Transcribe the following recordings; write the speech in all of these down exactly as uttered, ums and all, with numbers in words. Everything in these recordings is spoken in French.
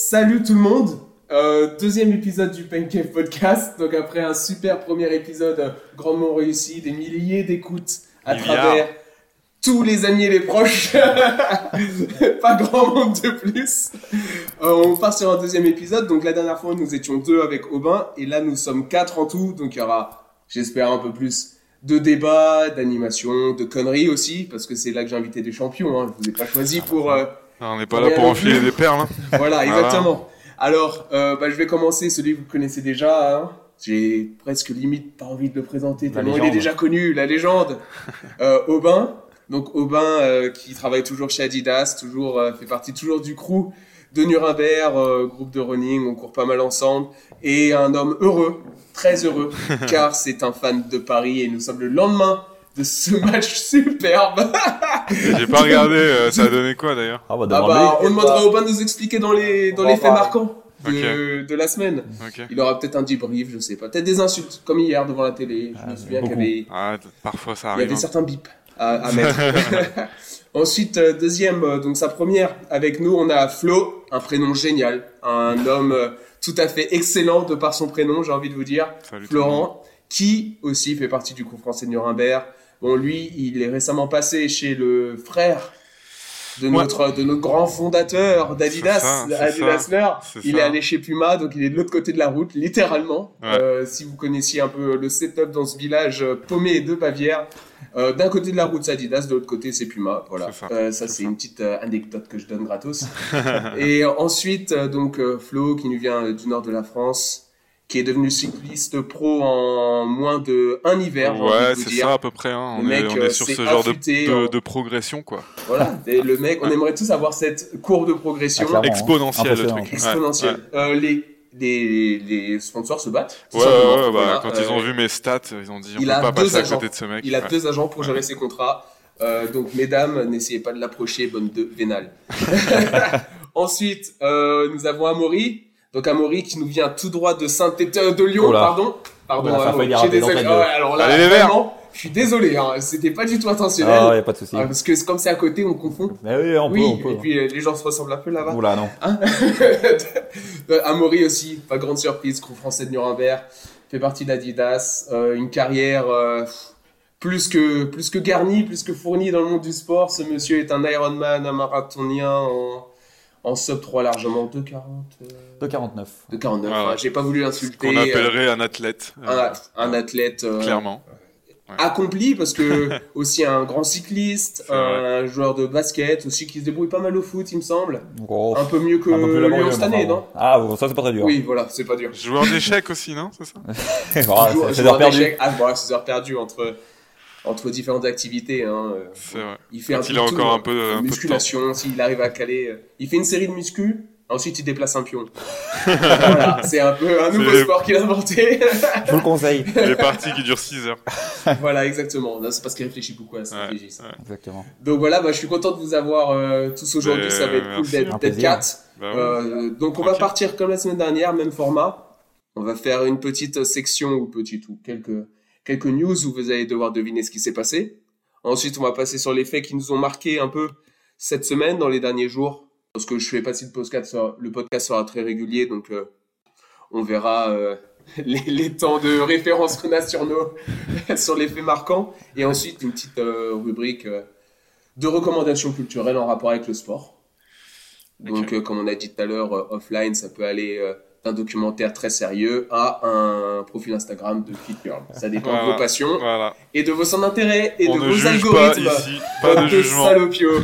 salut tout le monde, euh, deuxième épisode du Pancake Podcast. Donc après un super premier épisode euh, grandement réussi, des milliers d'écoutes à Il travers vient. tous les amis et les proches, pas grand monde de plus. Euh, on part sur un deuxième épisode. Donc la dernière fois nous étions deux avec Aubin et là nous sommes quatre en tout. Donc il y aura, j'espère, un peu plus de débats, d'animation, de conneries aussi, parce que c'est là que j'ai invité des champions. Hein. Je vous ai pas choisi pour... Euh, Non, on n'est pas là pour enfiler des perles. Hein. Voilà, exactement. Alors, euh, bah, je vais commencer, celui que vous connaissez déjà. Hein. J'ai presque limite pas envie de le présenter, tellement il est déjà connu, la légende. Euh, Aubin. Donc Aubin, euh, qui travaille toujours chez Adidas, toujours, euh, fait partie toujours du crew de Nuremberg, euh, groupe de running, on court pas mal ensemble. Et un homme heureux, très heureux, car c'est un fan de Paris et nous sommes le lendemain de ce match superbe. J'ai pas regardé, euh, ça a donné quoi d'ailleurs? Ah bah, Ah bah, on demandera à Aubin de nous expliquer dans les, dans les faits marquants de, Okay. de la semaine. Okay. Il aura peut-être un debrief, je sais pas. Peut-être des insultes, comme hier devant la télé. Je Ah, me souviens beaucoup. qu'il y avait, Ah, t- parfois ça il y arrive. avait hein. certains bips à, à mettre. Ensuite, euh, deuxième, euh, donc sa première avec nous, on a Flo, un prénom génial. Un homme euh, tout à fait excellent de par son prénom, j'ai envie de vous dire. Salut tout le monde. Florent, qui aussi fait partie du crew français de Nuremberg. Bon, lui, il est récemment passé chez le frère de Ouais. notre, de notre grand fondateur d'Adidas, C'est ça, c'est Adidas ça. Neur. C'est Il ça. est allé chez Puma, donc il est de l'autre côté de la route, littéralement. Ouais. Euh, si vous connaissiez un peu le setup dans ce village euh, paumé de Bavière, euh, d'un côté de la route c'est Adidas, de l'autre côté c'est Puma. Voilà. C'est ça. Euh, ça C'est c'est ça. une petite euh, anecdote que je donne gratos. Et ensuite, euh, donc euh, Flo, qui nous vient euh, du nord de la France, qui est devenu cycliste pro en moins de un hiver. j'ai envie Ouais, de vous c'est dire. ça à peu près. Hein. Le On, est, mec, on euh, est sur s'est ce genre de, affûté de, en- de progression, quoi. Voilà. Et le mec, on aimerait tous avoir cette courbe de progression Ah, clairement. Exponentiel le Impressionnant. truc. Ouais, exponentielle. Euh, les, les, les sponsors se battent. tout Ouais, ouais, simplement. ouais, bah, Voilà. quand Euh, ils ont vu mes stats, ils ont dit on il peut a pas deux passer à agents. côté de ce mec. Il a Ouais. deux agents pour gérer ses contrats. Euh, donc, mesdames, n'essayez pas de l'approcher, bonne de vénale. Ensuite, euh, nous avons Amaury. Donc, Amaury qui nous vient tout droit de Saint-Étienne, de Lyon, Oh là. pardon. Pardon, Oh là, ça a Amaury. failli J'ai rater désolé. d'entrée de Ah jeu. ouais, alors là, Allez, les Verts. vraiment, je suis désolé, hein. C'était pas du tout intentionnel. Ah, y a pas de souci. Ah, parce que c'est- comme c'est à côté, on confond. Mais oui, on oui, peut, on peut. et puis euh, les gens se ressemblent un peu là-bas. Oula, non. Euh, Amaury aussi, pas grande surprise, crew français de Nuremberg, fait partie d'Adidas, euh, une carrière euh, plus que plus que garnie, plus que fournie dans le monde du sport. Ce monsieur est un Ironman, un marathonien en, en sub trois largement, deux quarante, euh, deux quarante-neuf. deux quarante-neuf. Ouais, ouais. Hein, j'ai pas voulu l'insulter. Qu'on euh, appellerait un athlète. euh, un, un athlète euh, Clairement. accompli parce que aussi un grand cycliste, C'est vrai. un joueur de basket aussi qui se débrouille pas mal au foot, il me semble. Oh, Un peu mieux que un peu plus laborieux, Léon cette mais année, enfin, non bon. Ah, bon, ça, c'est pas très dur. Oui, voilà, c'est pas dur. Joueur d'échecs aussi, non? C'est ça? Voilà, Joue- c'est- c'est joueur heures perdues. d'échecs. Ah, voilà, c'est heures perdues entre, entre différentes activités. Hein. euh, C'est vrai. Il fait Quand un il peu a de tout, encore hein. un peu- un peu de musculation, s'il arrive à caler. euh, Il fait une série de muscu, ensuite il déplace un pion. Voilà, c'est un peu un nouveau C'est- sport qu'il a inventé. Je vous le conseille. Les parties qui durent six heures. Voilà, exactement. Là, c'est parce qu'il réfléchit beaucoup à la stratégie. ça. Ouais. Exactement. Donc voilà, bah, je suis content de vous avoir euh, tous aujourd'hui. Mais, Ça va être euh, cool merci. d'être Un d'être plaisir. quatre. Bah ouais. Euh, donc on va Tranquille. partir comme la semaine dernière, même format. On va faire une petite section ou petite ou quelques quelques news où vous allez devoir deviner ce qui s'est passé. Ensuite, on va passer sur les faits qui nous ont marqué un peu cette semaine, dans les derniers jours. Parce que je fais passer le podcast, sera- le podcast sera très régulier, donc euh, on verra euh, les, les temps de référence qu'on a sur nos sur les faits marquants. Et ensuite, une petite euh, rubrique euh, de recommandations culturelles en rapport avec le sport. Donc, Ok. euh, comme on a dit tout à l'heure, euh, offline, ça peut aller euh, d'un documentaire très sérieux à un profil Instagram de Fit Girl. Ça dépend de Voilà. vos passions Voilà. et de vos centres d'intérêt et On de ne vos juge pas algorithmes. ici, pas de Bande jugement. salopios.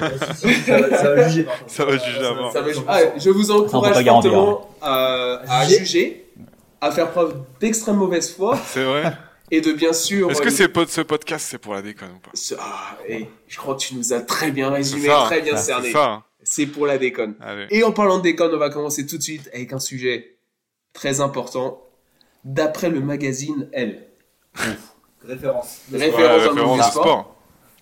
Ça va juger. par contre. Ça va juger à mort. Ça va ju- ah, je vous Ça, on peut encourage pas garantir, fortement à, à À juger. juger, à faire preuve d'extrême mauvaise foi C'est vrai. et de bien sûr. Est-ce euh, que c'est pod- ce podcast, c'est pour la déconne ou pas? ce- ah, et je crois que tu nous as très bien résumé, C'est ça. très bien Ah, C'est cerné. ça. hein. C'est pour la déconne. Allez. Et en parlant de déconne, on va commencer tout de suite avec un sujet très important. D'après le magazine Elle. Référence. Référence Ouais, dans le monde référence du du sport. sport.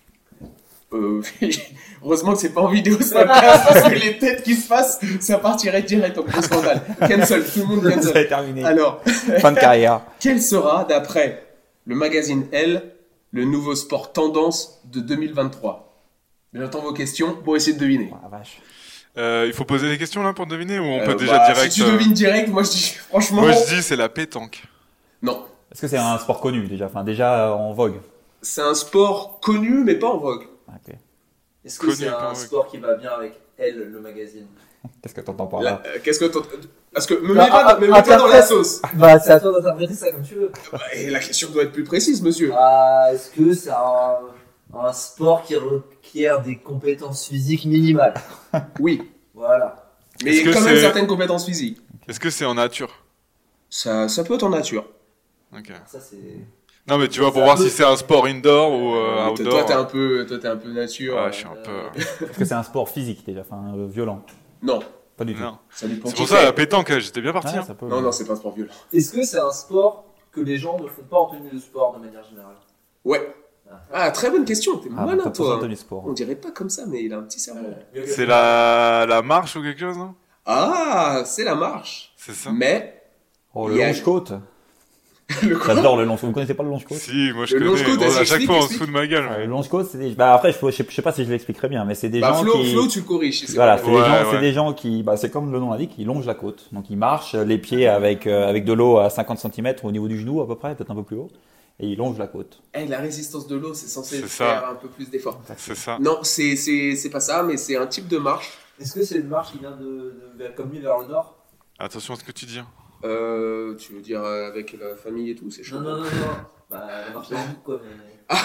Euh, heureusement que c'est pas en vidéo ce podcast parce que les têtes qui se passent, ça partirait direct en gros scandale. Cancel, tout le monde Ça cancel. est terminé. Alors, Fin de carrière. quel sera, d'après le magazine Elle, le nouveau sport tendance de deux mille vingt-trois? J'attends vos questions pour essayer de deviner. Oh, la vache. Euh, il faut poser des questions là pour deviner ou on Euh, peut déjà bah, direct Si tu euh, devines direct, moi je dis franchement. Moi je dis c'est la pétanque. Non. Est-ce que c'est un sport connu déjà, enfin déjà euh, en vogue? C'est un sport connu, mais pas en vogue. Ok. Est-ce que Connu, c'est pas un ouais. sport qui va bien avec Elle, le magazine? Qu'est-ce que t'entends par Là, là? euh, Qu'est-ce que t'en- Parce que me Bah, mets pas, ah, me ah, mets pas dans la après- sauce. Bah, c'est à toi d'interpréter ça comme tu veux. Bah, et la question doit être plus précise, monsieur. Ah, est-ce que c'est un, un sport qui requiert des compétences physiques minimales? Oui, Voilà. mais Est-ce que quand même c'est- certaines compétences physiques. Est-ce que c'est en nature? Ça, ça peut être en nature. Ok. Ça, c'est. Non mais tu vois pour Ça voir peut- si c'est un sport indoor ou euh, Mais outdoor. toi, t'es un peu, toi, t'es un peu nature. Ouais, je suis un peu. Euh, Est-ce que c'est un sport physique déjà, enfin euh, violent? Non, Pas du tout. Non. ça dépend. C'est qui pour ça fait. la pétanque, j'étais bien parti. Ah, hein. ça peut- Non, non, c'est pas un sport violent. Est-ce que c'est un sport que les gens ne font pas en tenue de sport de manière générale? Ouais. Ah, très bonne question. T'es Ah, malin, t'as toi. pas de sport. On dirait pas comme ça, mais il a un petit cerveau. C'est la... la marche ou quelque chose, non? Ah, c'est la marche. C'est ça? Mais Oh, le Il y a- longe-côte. le quoi J'adore le longe-côte. Vous connaissez pas le longe-côte? Si, moi je Le connais. longe-côte, Bon, vas-y, à chaque explique, fois on se explique. fout de ma gueule. Ouais, le longe-côte, c'est des... bah, après, je, je, sais- je sais pas si je l'expliquerai bien, mais c'est des Bah, gens Flo, qui... Flo, tu le corriges. si c'est Voilà, pas c'est vrai. des, Ouais, gens, ouais. c'est des gens qui, bah, c'est comme le nom l'indique, ils longent la côte. Donc ils marchent les pieds avec, euh, avec de l'eau à cinquante centimètres au niveau du genou à peu près, peut-être un peu plus haut, et ils longent la côte. Eh, la résistance de l'eau, c'est censé C'est faire ça. un peu plus d'efforts. C'est ça. Non, c'est, c'est, c'est pas ça, mais c'est un type de marche. Est-ce que c'est une marche qui vient de, de- vers- comme lui vers le nord? Attention à ce que tu dis. hein. Euh, tu veux dire euh, avec la famille et tout, c'est chaud. Non, non, non, non. Bah, la marche nordique, quoi, mais. Ah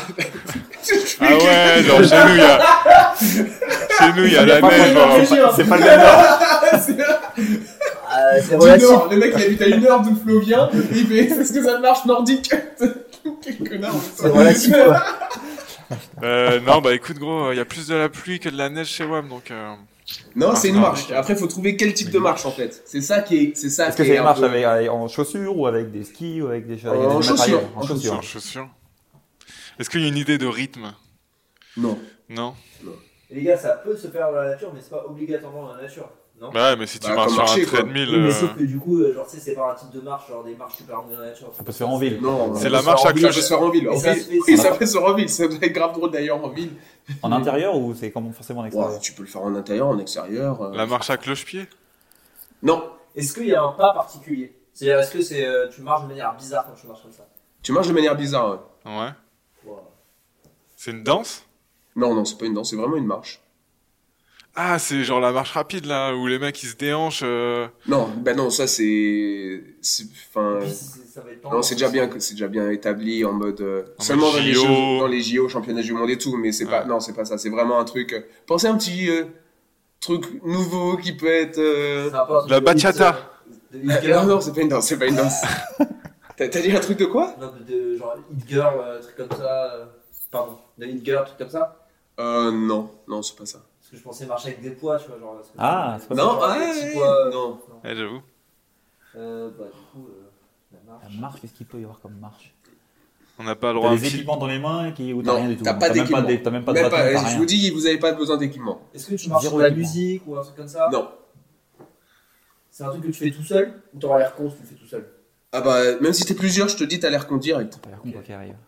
ouais, genre chez nous il y a. Chez nous il y a la pas neige. mal, genre. C'est pas le même nord. Ah, c'est Du relatif. nord, le mec il habite à une heure d'où Flo vient, et il fait c'est ce que ça marche nordique. Quel connard. C'est relatif, quoi. Euh, non, bah écoute gros, il y a plus de la pluie que de la neige chez W A M donc. Euh... Non, Ah, c'est une non, marche. mais- Après, faut trouver quel type de marche en fait. C'est ça qui est, c'est ça Est-ce que qui c'est est des un marches peu- avec, avec- en chaussures ou avec des skis ou avec des, En avec des chaussures, matériels en En chaussures. En chaussures. Est-ce qu'il y a une idée de rythme? Non. Non. Et les gars, ça peut se faire dans la nature, mais c'est pas obligatoirement dans la nature. Non? Bah ouais, mais si tu Bah, marches comme sur marcher, un quoi. treadmill. Oui, mais euh, sauf que du coup, euh, genre, tu sais, c'est pas un type de marche, genre des marches super longues dans la nature. Ça peut se faire en ville. Non. C'est euh, la ça marche peut à se faire- cloche. Ça peut se faire en ville. Et En ça ville. se fait- Oui, ça ça va. peut se faire en ville. Ça doit être grave drôle d'ailleurs en ville. En intérieur ou c'est comme forcément en Ouais, extérieur? tu peux le faire en intérieur, en extérieur. euh. La marche à cloche-pied? Non. Est-ce qu'il y a un pas particulier? C'est-à-dire, est-ce que c'est, euh, tu marches de manière bizarre quand tu marches comme ça? Tu marches de manière bizarre. ouais. Ouais. Wow. C'est une danse? Non, non, c'est pas une danse, c'est vraiment une marche. Ah, c'est genre la marche rapide là, où les mecs ils se déhanchent. euh, Non, ben non, ça c'est, c'est- enfin, Et puis, c'est- ça va être non, tendance c'est déjà aussi. bien, c'est déjà bien établi en mode euh, En seulement mode dans les J O. Jeux, dans les J O, championnats du monde et tout, mais c'est pas, Ouais. non, c'est pas ça, c'est vraiment un truc. euh, pensez à un petit euh, truc nouveau qui peut être. euh, C'est un peu un truc La de bachata. hit, euh, de hit Non, girl. non, c'est pas une danse, c'est pas une danse. T'as t'as dit un truc de quoi? Non, de, de genre hit girl, euh, truc comme ça. euh, Pardon, de hit girl, truc comme ça. Euh, non, non, c'est pas ça. Parce que je pensais marcher avec des poids, tu vois, genre. parce que- Ah, c'est pas Non, genre, ouais, des petits ouais, poids, euh, non. Ouais, j'avoue. Euh, bah, du coup, euh, la marche. La marche, qu'est-ce qu'il peut y avoir comme marche? On n'a pas le droit T'as à un des petit. équipements dans les mains qui, ou t'as Non, rien du tout? t'as pas même pas d'équipement. de- T'as même pas de Même bâton, pas, t'as je rien. vous dis, vous avez pas besoin d'équipement. Est-ce que tu marches Zéro sur la équipement. musique ou un truc comme ça? Non. C'est un truc que tu fais tout seul ou t'auras l'air con si tu le fais tout seul? Ah bah, même si t'es plusieurs, je te dis, t'as l'air con direct. T'as l'air con quoi qui arrive.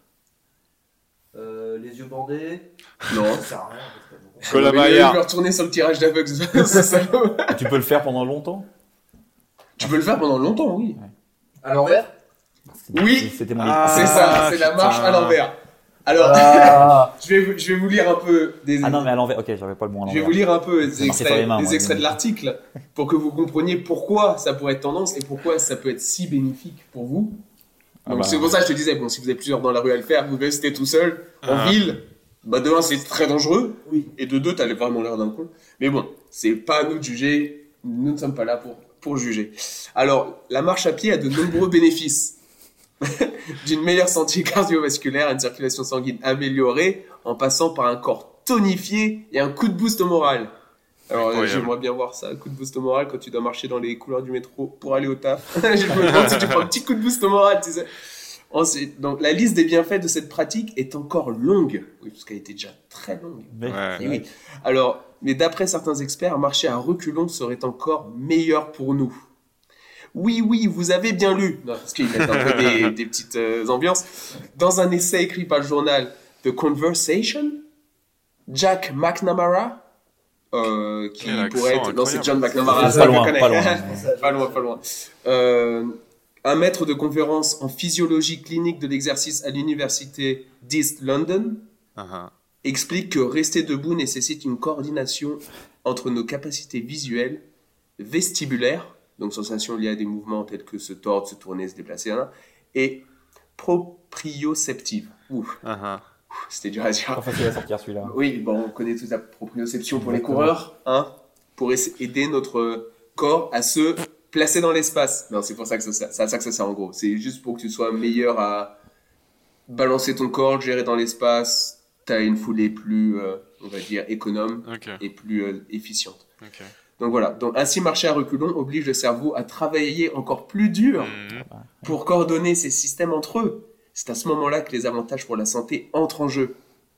Euh, les yeux bandés. Non. Ça sert à rien. en fait, bon. Cola Mais Maillard. Je vais retourner sur le tirage d'aveugle, c'est salaud. Et tu peux le faire pendant longtemps? Tu peux le faire pendant longtemps, oui. À l'envers? Oui. C'était mon Ah, C'est ça, c'est la putain. marche à l'envers. Alors, Ah, je, vais vous, je vais vous lire un peu des, Ah non, mais à l'envers. Ok, j'avais pas le bon à je vais l'envers. vous lire un peu des C'est marqué sur extraits, les mains, des moi, extraits de mais- l'article pour que vous compreniez pourquoi ça pourrait être tendance et pourquoi ça peut être si bénéfique pour vous. Ah Donc bah. c'est pour ça que je te disais, bon, si vous êtes plusieurs dans la rue à le faire, vous restez tout seul en Ah. ville. Bah de un, c'est très dangereux, oui. et de deux, t'as vraiment l'air d'un con. Mais bon, c'est pas à nous de juger. Nous ne sommes pas là pour pour juger. Alors, la marche à pied a de nombreux bénéfices. D'une meilleure santé cardiovasculaire, une circulation sanguine améliorée, en passant par un corps tonifié et un coup de boost au moral. Alors, euh, Incroyable. j'aimerais bien voir ça, un coup de boost au moral quand tu dois marcher dans les couloirs du métro pour aller au taf. Je me demande si tu prends un petit coup de boost au moral, tu sais. Ensuite, donc, la liste des bienfaits de cette pratique est encore longue. Oui, parce qu'elle était déjà très longue. Mais- Ouais. Eh oui. Alors, mais d'après certains experts, marcher à reculons serait encore meilleur pour nous. Oui, oui, vous avez bien lu. Non, parce qu'ils mettent un peu des, des petites euh, ambiances. Dans un essai écrit par le journal The Conversation, Jack McNamara, euh, qui Quel pourrait accent être... Non, c'est incroyable. John McNamara. Pas ça, je le loin, connais. pas loin. Pas loin, pas loin. Euh, un maître de conférence en physiologie clinique de l'exercice à l'université d'East London Uh-huh. explique que rester debout nécessite une coordination entre nos capacités visuelles, vestibulaires, donc sensations liées à des mouvements tels que se tordre, se tourner, se déplacer, hein, et proprioceptives. Ouf, Uh-huh. c'était dur à dire. Pas facile à sortir celui-là. Oui, bon, on connaît toute la proprioception pour les Exactement. coureurs, hein, pour essa- aider notre corps à se placer dans l'espace. Non, c'est pour ça que ça, c'est à ça que ça sert en gros. C'est juste pour que tu sois meilleur à balancer ton corps, le gérer dans l'espace. Tu as une foulée plus, euh, on va dire, économe Ok. et plus euh, efficiente. Ok. Donc voilà, donc ainsi marcher à reculons oblige le cerveau à travailler encore plus dur Mhm. pour coordonner ces systèmes entre eux. C'est à ce moment-là que les avantages pour la santé entrent en jeu.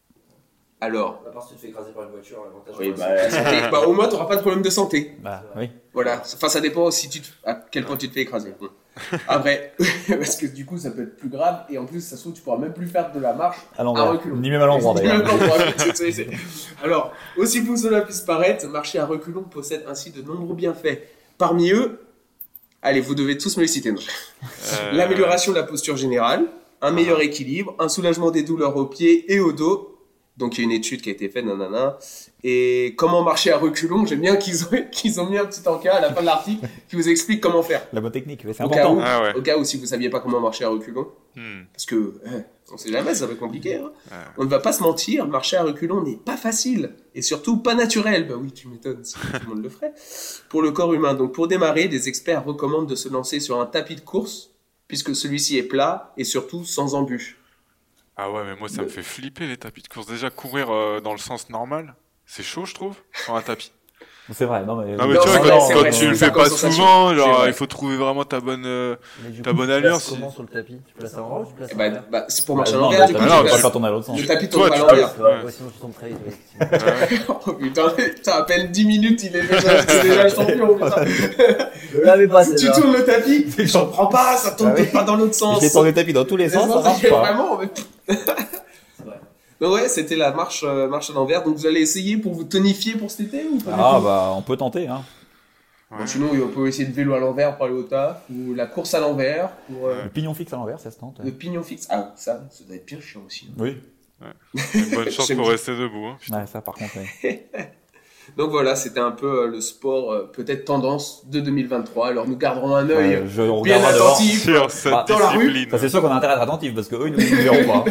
Alors, À part si tu te fais écraser par une voiture, l'avantage. oui, pour bah, la la santé, bah, au moins, tu n'auras pas de problème de santé. Bah oui. Voilà, enfin, ça dépend si tu te- à quel point tu te fais écraser. Bon. Après, parce que du coup, ça peut être plus grave, et en plus, ça se trouve, tu pourras même plus faire de la marche À à l'endroit. reculons. Ni même à l'endroit Ni d'ailleurs. même l'endroit, c'est- c'est- c'est- Alors, aussi fou cela puisse paraître, marcher à reculons possède ainsi de nombreux bienfaits. Parmi eux, allez, vous devez tous me les citer. non. Euh, L'amélioration de la posture générale, un meilleur équilibre, un soulagement des douleurs aux pieds et au dos. Donc, il y a une étude qui a été faite, nanana. Et comment marcher à reculons, j'aime bien qu'ils ont, qu'ils ont mis un petit encart à la fin de l'article qui vous explique comment faire. La bonne technique, mais c'est Au cas, où, important. Ah ouais. au cas où, si vous saviez pas comment marcher à reculons, Hmm. parce que, eh, on sait jamais, ça va être compliqué. Hein. Ouais. On ne va pas se mentir, marcher à reculons n'est pas facile. Et surtout pas naturel. Bah oui, tu m'étonnes, si tout le monde le ferait. Pour le corps humain. Donc pour démarrer, des experts recommandent de se lancer sur un tapis de course, puisque celui-ci est plat et surtout sans embûches. Ah ouais, mais moi ça me fait flipper les tapis de course. Déjà courir euh, dans le sens normal, c'est chaud je trouve, sur un tapis. C'est vrai, non mais. Non mais Non, tu vois, c'est quand, vrai, c'est quand vrai, tu c'est le une fais pas sensation. souvent, C'est genre vrai. il faut trouver vraiment ta bonne... euh, Mais du Ta coup, bonne tu allure, places si- comment sur le tapis? Tu places à l'endroit ou tu places Eh à bah, l'envers? bah, c'est pour Bah, marcher à non, l'envers. le du coup, tapis, Ah non, tu tu bah, vas places- pas tourner à l'autre sens. le tapis Toi, tombe à tu l'envers. peux- Ouais, Ouais. ouais, sinon je tombe très vite. ouais. Oh putain, t'as à peine dix minutes, il est déjà, c'est déjà champion. Putain. Ne l'avez pas, c'est Tu ça. tournes le tapis, je comprends pas, ça tourne Ah oui. pas dans l'autre sens. Je l'ai tourné le tapis dans tous les sens, ça marche C'est pas. vraiment. mais- C'est vrai. Donc ouais, c'était la marche, euh, marche à l'envers. Donc vous allez essayer pour vous tonifier pour cet été ou pas du Ah tout bah on peut tenter hein. ouais. Bon, sinon, on peut essayer de vélo à l'envers pour aller au taf, ou la course à l'envers, ou euh, Le pignon fixe à l'envers, ça se tente. le pignon fixe. Ah, ça, ça doit être bien chiant aussi. hein. Oui. Une bonne chance J'aime pour bien. rester debout. Hein. Ouais, ça par contre. oui. Donc voilà, c'était un peu euh, le sport, euh, peut-être tendance de deux mille vingt-trois. Alors nous garderons un œil Ouais, je bien regarderai dehors. attentif. Sur cette Bah, dans la rue, discipline. Ça c'est sûr qu'on a intérêt à être attentif parce que eux ils nous ils nous verront pas.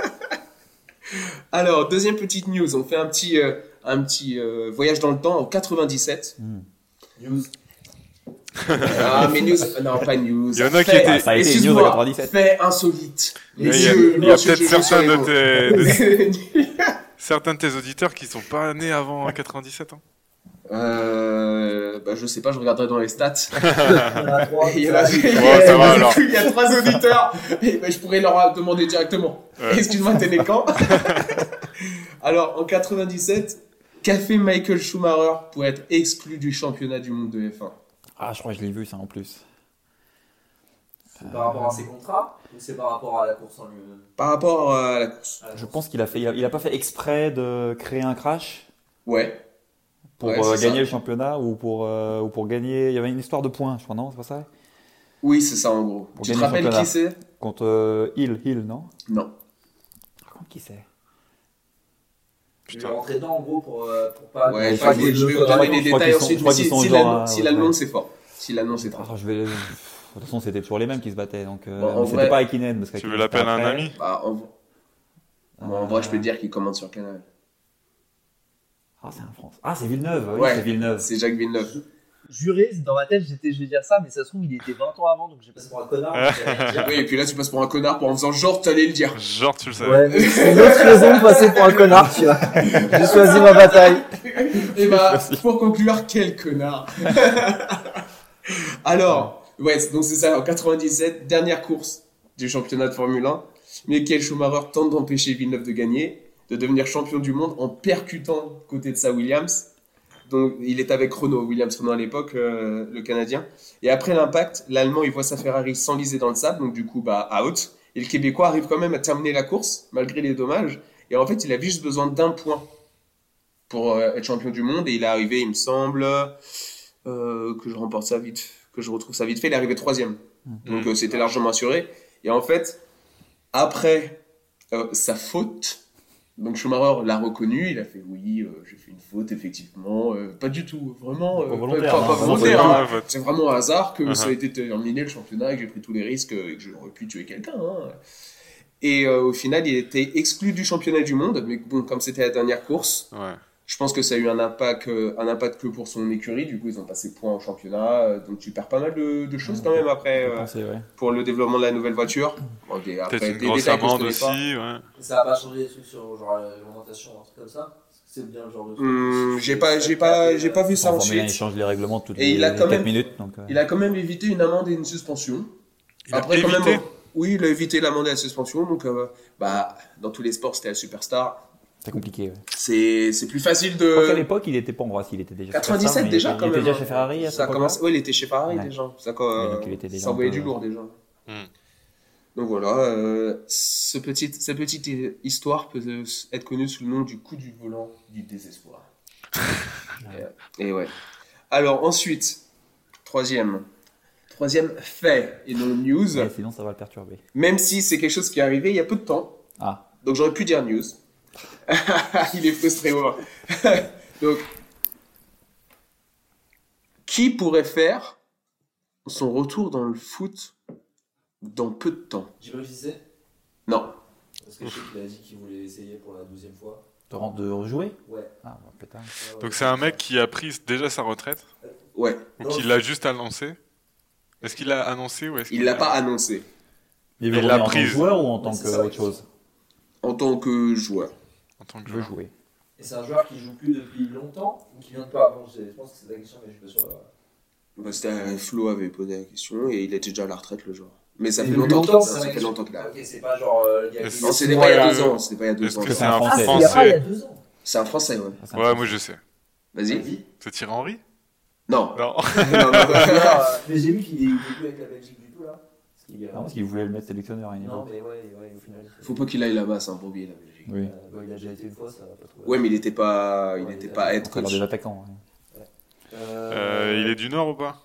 Alors, deuxième petite news, on fait un petit, euh, un petit euh, voyage dans le temps en quatre-vingt-dix-sept. News. Ah, mais news, non, pas news. Il y en a qui Fait- étaient- Ah, ça a été excuse-moi, news en quatre-vingt-dix-sept. Fait insolite. Il y a, Les il y a- yeux, il y a monsieur, peut-être je joue sur certains les de mots. tes, de- certains de tes auditeurs qui sont pas nés avant quatre-vingt-dix-sept. Hein. Euh, bah, je sais pas, je regarderai dans les stats. Il y en a trois. Il y en a, Ouais, ça va, alors. il y a trois auditeurs. Et ben, je pourrais leur demander directement. Ouais. Excuse-moi, t'es né quand? Alors, en quatre-vingt-dix-sept, qu'a fait Michael Schumacher pour être exclu du championnat du monde de F un? Ah je crois que je l'ai vu ça en plus. C'est par rapport à ses contrats ou c'est par rapport à la course en lui-même? Par rapport à la course. À la Je course. pense qu'il a fait, il a, il a pas fait exprès de créer un crash Ouais. pour Ouais, euh, c'est gagner ça. le championnat ou pour euh, ou pour gagner. Il y avait une histoire de points, je crois non, c'est pas ça? Oui, c'est ça en gros. Pour tu te gagner le rappelles championnat. qui c'est? Contre euh, Hill, Hill non? Non. Contre qui c'est? Il est Putain. rentré dedans en gros pour, euh, pour pas. Ouais, pour je pas vais, qu'il je le vais vous fasse. donner des Je crois détails qu'ils sont- ensuite. je crois mais qu'ils Si, sont si genre, l'annonce euh, si ouais. l'annonce, c'est fort. Si l'annonce c'est Ah, fort. je vais. De toute façon, c'était toujours les mêmes qui se battaient, donc euh, Bon, en mais c'était vrai- pas Hakkinen parce Tu qu'Hakkinen, veux l'appel c'était à un après. ami? Bah, en... Bon, en vrai, je peux te dire qu'il commande sur Canal. Ah, c'est un France. Ah, c'est Villeneuve. Oui, Ouais. c'est Villeneuve. C'est Jacques Villeneuve. Juré, dans ma tête, j'étais, je vais dire ça, mais ça se trouve, il était vingt ans avant, donc j'ai passé pour un connard. donc j'ai rien à dire. Oui, et puis là, tu passes pour un connard pour en faisant genre, tu allais le dire. Genre, tu le savais. Ouais, mais c'est une autre raison de passer pour un connard, tu vois. J'ai choisi ma bataille. Et bah, Merci. pour conclure, quel connard. Alors, ouais, donc c'est ça, en quatre-vingt-dix-sept, dernière course du championnat de Formule un. Michael Schumacher tente d'empêcher Villeneuve de gagner, de devenir champion du monde en percutant côté de sa Williams. Donc, il est avec Renault, Williams Renault à l'époque, euh, le Canadien. Et après l'impact, l'Allemand, il voit sa Ferrari s'enliser dans le sable, donc du coup, bah, out. Et le Québécois arrive quand même à terminer la course, malgré les dommages. Et en fait, il avait juste besoin d'un point pour euh, être champion du monde et il est arrivé, il me semble, euh, que je remporte ça vite, que je retrouve ça vite fait, il est arrivé troisième. Donc euh, c'était largement assuré. Et en fait, après euh, sa faute, donc Schumacher l'a reconnu, il a fait oui, euh, j'ai fait une faute effectivement, euh, pas du tout, vraiment, euh, Pas volontaire, pas, hein, pas vraiment, volontaire, c'est hein. pas un vote. C'est vraiment un hasard que Uh-huh. ça a été terminé le championnat, et que j'ai pris tous les risques euh, et que j'aurais pu tuer quelqu'un. Hein. Et euh, au final, il était exclu du championnat du monde, mais bon, comme c'était la dernière course, Ouais. je pense que ça a eu un impact, euh, un impact que pour son écurie. Du coup, ils ont passé point au championnat. euh, donc, tu perds pas mal de, de choses quand même après Je euh, pensais, ouais. pour le développement de la nouvelle voiture. Bon, des, après, Peut-être une des grosse détails que je amende connais aussi, pas. ouais. Ça n'a pas changé des trucs sur genre l'alimentation, un truc comme ça. C'est bien le genre de truc. Hum, j'ai pas, j'ai pas, j'ai pas vu ça En Formule un, il ensuite. change les règlements toutes Et les il a quand quatre même- minutes. Donc, euh, Il a quand même évité une amende et une suspension. Il a Après, quand évité. même, oui, il a évité l'amende et la suspension. Donc, euh, bah, dans tous les sports, c'était la superstar. c'est compliqué. Ouais. C'est, c'est plus facile Je crois qu'à de. l'époque, il était pas en Racing, il était déjà. quatre-vingt-dix-sept superstar, mais déjà il était, quand il même. était déjà chez Ferrari à Ça ce commence. Ouais, il était chez Ferrari Ouais. déjà. Ça, quoi, Ouais, donc il était déjà ça un envoyait peu- du lourd déjà. Hmm. Donc voilà, euh, ce petit, cette petite histoire peut euh, être connue sous le nom du coup du volant du désespoir. et, et ouais. Alors ensuite, troisième, troisième fait et non news, Ouais, sinon, ça va le perturber. même si c'est quelque chose qui est arrivé il y a peu de temps. Ah, Donc j'aurais pu dire news. Il est frustré, ouais. Donc, qui pourrait faire son retour dans le foot dans peu de temps? Djibril Cissé. Non. Parce que je sais qu'il a dit qu'il voulait essayer pour la douzième fois. de, rent- de rejouer Ouais. Ah, bah, putain. Donc c'est un mec qui a pris déjà sa retraite Ouais. ou Non, qui l'a juste annoncé. Est-ce qu'il l'a annoncé ou est-ce Il qu'il l'a a- pas annoncé Il Mais veut la revenir en tant que prise. joueur ou en tant C'est que ça, autre chose en tant que joueur. en tant que Il veut joueur. jouer. Et c'est un joueur qui joue plus depuis longtemps ou qui vient de pas. Bon, je pense que c'est la question, mais je suis pas sûr. Bah, c'était- Flo avait posé la question et il était déjà à la retraite le joueur. Mais ça Et fait depuis longtemps, longtemps, qu'il- c'est ça la fait question. longtemps qu'il a. Ok, c'est pas genre. euh, il y a- Est-ce- Non, c'est c'était moi, pas il y a là, deux ans. C'était pas il y a deux Est-ce ans. que c'est un un Français. Ah, c'est il y a pas il y a français deux ans. C'est un français, ouais. Ah, c'est Ouais, un- moi je sais. Vas-y. Vas-y. C'est Thierry Henry Non. Non. Non, non, non. Euh, Mais j'ai vu qu'il est plus avec la Belgique du tout là. Parce qu'il est- Ah, parce qu'il voulait le mettre sélectionneur à une Non, époque. mais ouais, ouais, au final. Faut pas qu'il aille là-bas, c'est un bon billet, la Belgique. Oui. Euh, bon, il a déjà été une fois, ça va pas trop. Ouais, mais il était pas, il Ouais, était il pas a- head C'est alors coach. des attaquants. ouais. Euh, il est du Nord ou pas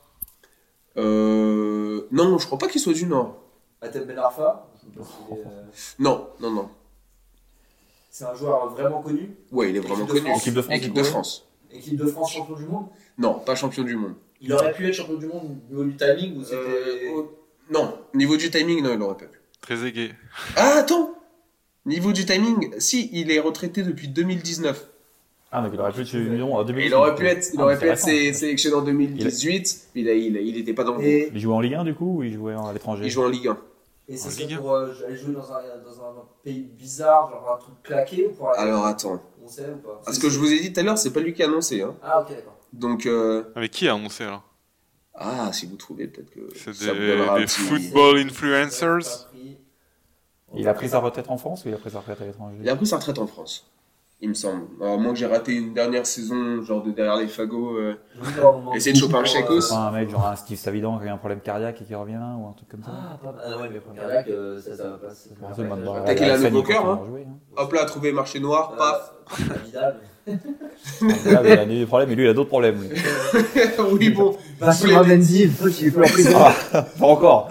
Euh, non, je crois pas qu'il soit du Nord. Atem Ben Arfa, je sais pas s'il est, euh, Non, non, non. c'est un joueur vraiment connu. Ouais, il est vraiment Équipe de connu. France. Équipe de France. Équipe de France. Équipe de France champion du monde. Non, pas champion du monde. Il aurait pu être champion du monde au niveau du timing ou c'était. Euh, au- Non, niveau du timing, non, il aurait pas pu. Très aigué. Ah, attends. Niveau du timing, si, il est retraité depuis deux mille dix-neuf. Ah, donc il aurait pu être million en deux mille Et dix-huit. il aurait pu être, il Ah, aurait mais pu c'est être récent. sé- sélectionné en deux mille dix-huit. Il, a, il, a- il était pas dans le groupe. Et, Il jouait en Ligue un du coup ou il jouait à l'étranger Il joue en Ligue un. et c'est En ça Ligue un. pour euh, aller jouer dans un, dans un pays bizarre, genre un truc claqué ou pour aller. Alors attends. On sait ou pas? Parce que je vous ai dit tout à l'heure, c'est pas lui qui a annoncé. Hein. Ah, ok, d'accord. Donc, euh, Ah, mais qui a annoncé alors ah, si vous trouvez, peut-être que C'est ça vous des, donnera un des petit- football influencers. Pas pris. Il a pris sa retraite en France ou il a pris sa retraite à l'étranger Il a pris sa retraite en France, il me semble. Alors, moi que j'ai raté une dernière saison, genre de derrière les fagots. euh, Essayer de choper un Chekos. Pas un mec genre un Steve Savidan qui a eu un problème cardiaque et qui revient ou un truc comme ça. Ah, pas mal. Ah, ouais, mais premier cardiaque, euh, ça, ça va pas. Ça, Bon, va c'est pas le être- mode barre- T'as qu'il a un Arsène, nouveau il cœur, continue hein. à jouer, hein. Hop là, trouver marché noir, paf. Euh, Vidal. Là, il a des problèmes, mais lui il a d'autres problèmes. lui. Oui, bon. Vincent voulez- Ravenzi, le truc, il est plus en prison. Ah, pas encore.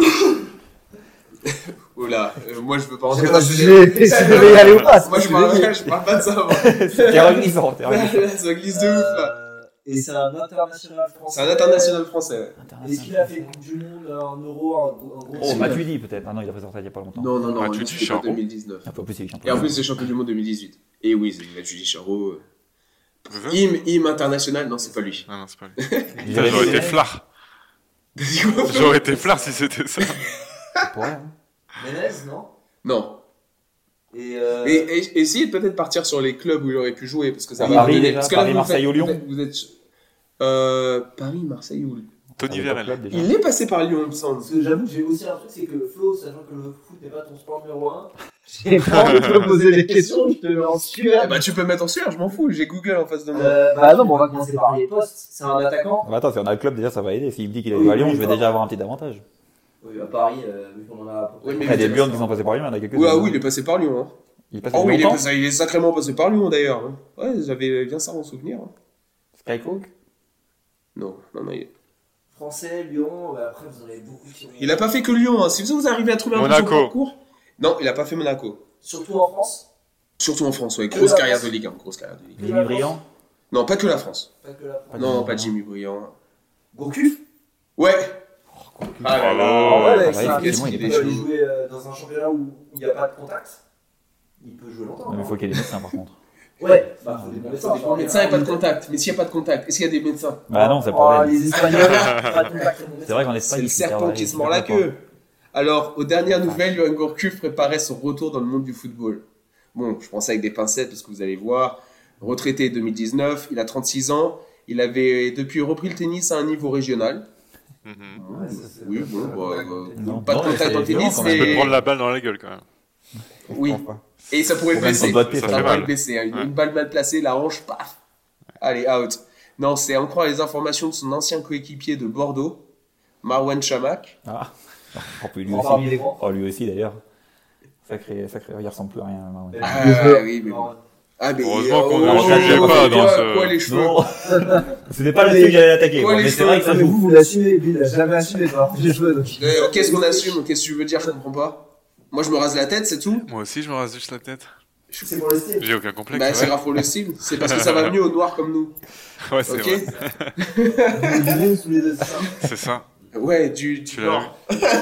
Oh là, euh, moi je veux pas Je rentrer sais dans pas ce si sujet. je vais si je vais y aller ou pas. Moi je parle, je parle pas de ça, moi. Terrain glissant, terrain glissant. Là, ça glisse de ouf là. Euh, Et c'est un international français. C'est un international français, ouais. Est-ce qu'il a fait une Coupe du Monde, un euro, un gros. un gros Oh, titre Matuidi peut-être. Ah non, il a pris sa retraite il y a pas longtemps. Non, non, non, Ah, lui, tu dis c'était pas Charo. deux mille dix-neuf. Un peu plus, il est champion. Et en plus, c'est champion du monde deux mille dix-huit. Et oui, c'est Matuidi Charo. euh. C'est ça Im, Im international, non, c'est pas lui. Ah non, c'est pas lui. Il Putain, J'aurais été flard. J'aurais été flard si c'était ça. pourrait, hein. Menez, non? Non. Et. Euh... Et, et, essayez de peut-être partir sur les clubs où il aurait pu jouer, parce que ça Paris va vous donner- déjà, parce que là, Paris, vous Marseille faites- ou Lyon. Vous êtes, vous êtes- euh, Paris, Marseille ou Lyon. Tony Avec le Vérel. club, déjà. Il est passé par Lyon, il me semble. Parce que j'avoue que j'ai aussi un truc, c'est que Flo, sachant que le foot n'est pas ton sport numéro un, j'ai pas envie de te poser des questions, je te mets en Eh sueur. bah, tu peux mettre en sueur, je m'en fous, j'ai Google en face de moi. Euh, bah non, mais on va commencer par les postes. C'est un attaquant. Ah bah attends, si on a le club déjà, ça va aider. S'il me dit qu'il est à Lyon, je vais déjà avoir un petit avantage. Oui, à Paris, euh, vu qu'on en a. Oui, mais- Il y a des Burnes qui sont passés par Lyon, il y en a quelques-uns. Oui, ah oui, il est passé par Lyon. Hein. Il est passé Oh oui, il est, longtemps. passé- il est sacrément passé par Lyon d'ailleurs. Ouais, j'avais bien ça en souvenir. Skycook. Non, non, non. Il, Français, Lyon, bah après vous en avez beaucoup qui ont- il a pas fait que Lyon. Hein. Si vous arrivez à trouver un peu son Monaco. parcours. Non, il a pas fait Monaco. Surtout en France. Surtout en France, ouais. Que Grosse la carrière France. de Ligue un. Grosse carrière de Ligue Jimmy Briand. un. Non, pas que la France. Pas que la France. Pas Non, Jimmy pas Briand. Jimmy Briand. Gourcuff. Ouais. Ah là Bravo. là. En vrai, avec ouais, ça, effectivement, il il peut est aller chaud. jouer euh, dans un championnat où il n'y a pas de contact. Il peut jouer longtemps. Non, mais hein. il faut qu'il y ait des médecins par contre. Ouais, bah faut des bons médecins. Des bons médecins et pas de contact. Mais s'il n'y a pas de contact, est-ce qu'il y a des médecins? Bah non, c'est le Oh, problème. les Espagnols, pas de contact. et bons C'est médecins. vrai qu'en Espagne, C'est le il faut faire serpent la- qui se il mord faut la faire queue. Alors, aux dernières nouvelles, Johan Gourcuff préparait son retour dans le monde du football. Bon, je pense avec des pincettes parce que vous allez voir. Retraité deux mille dix-neuf, il a trente-six ans. Il avait depuis repris le tennis à un niveau régional. Mhm. Ouais, ça, c'est Oui, pas- bon, pas- bah, pas- euh, Non, pas de non, contact c'est dans le violent tennis, quand Tu même. peux mais te prendre la balle dans la gueule quand même. oui. Et ça pourrait Faut même blesser. pas de pied, Ça Ça fait pourrait mal. blesser. hein. Une, Ouais. une balle mal placée, la hanche, paf. Allez, out. Non, c'est en croire les informations de son ancien coéquipier de Bordeaux, Marwan Chamakh. Ah, oh, puis lui En aussi. parmi les grands. Oh, lui aussi d'ailleurs. Sacré, sacré, il ressemble plus à rien. Marwan. Ah, Les joueurs. oui, mais bon. Non, Ah, mais Heureusement qu'on ne oh, le jugeait oh, pas quoi, dans ce- quoi, les cheveux. Non, c'était pas le truc que j'allais attaquer. Ouais, quoi, les mais c'est cheveux, vrai que ça mais joue. vous, vous l'assumez, lui, il n'a jamais assumé de avoir les cheveux. Donc... Euh, Qu'est-ce qu'on assume? Qu'est-ce que tu veux dire? Je comprends pas. Moi, je me rase la tête, c'est tout. Moi aussi, je me rase juste la tête. C'est pour le style. J'ai aucun complexe. Bah, c'est ouais. grave pour le style. C'est parce que ça va mieux au noir comme nous. Ouais, c'est Ok. vrai. Du green sous les deux, c'est ça. C'est ça. Ouais, du, du Tu l'as nord.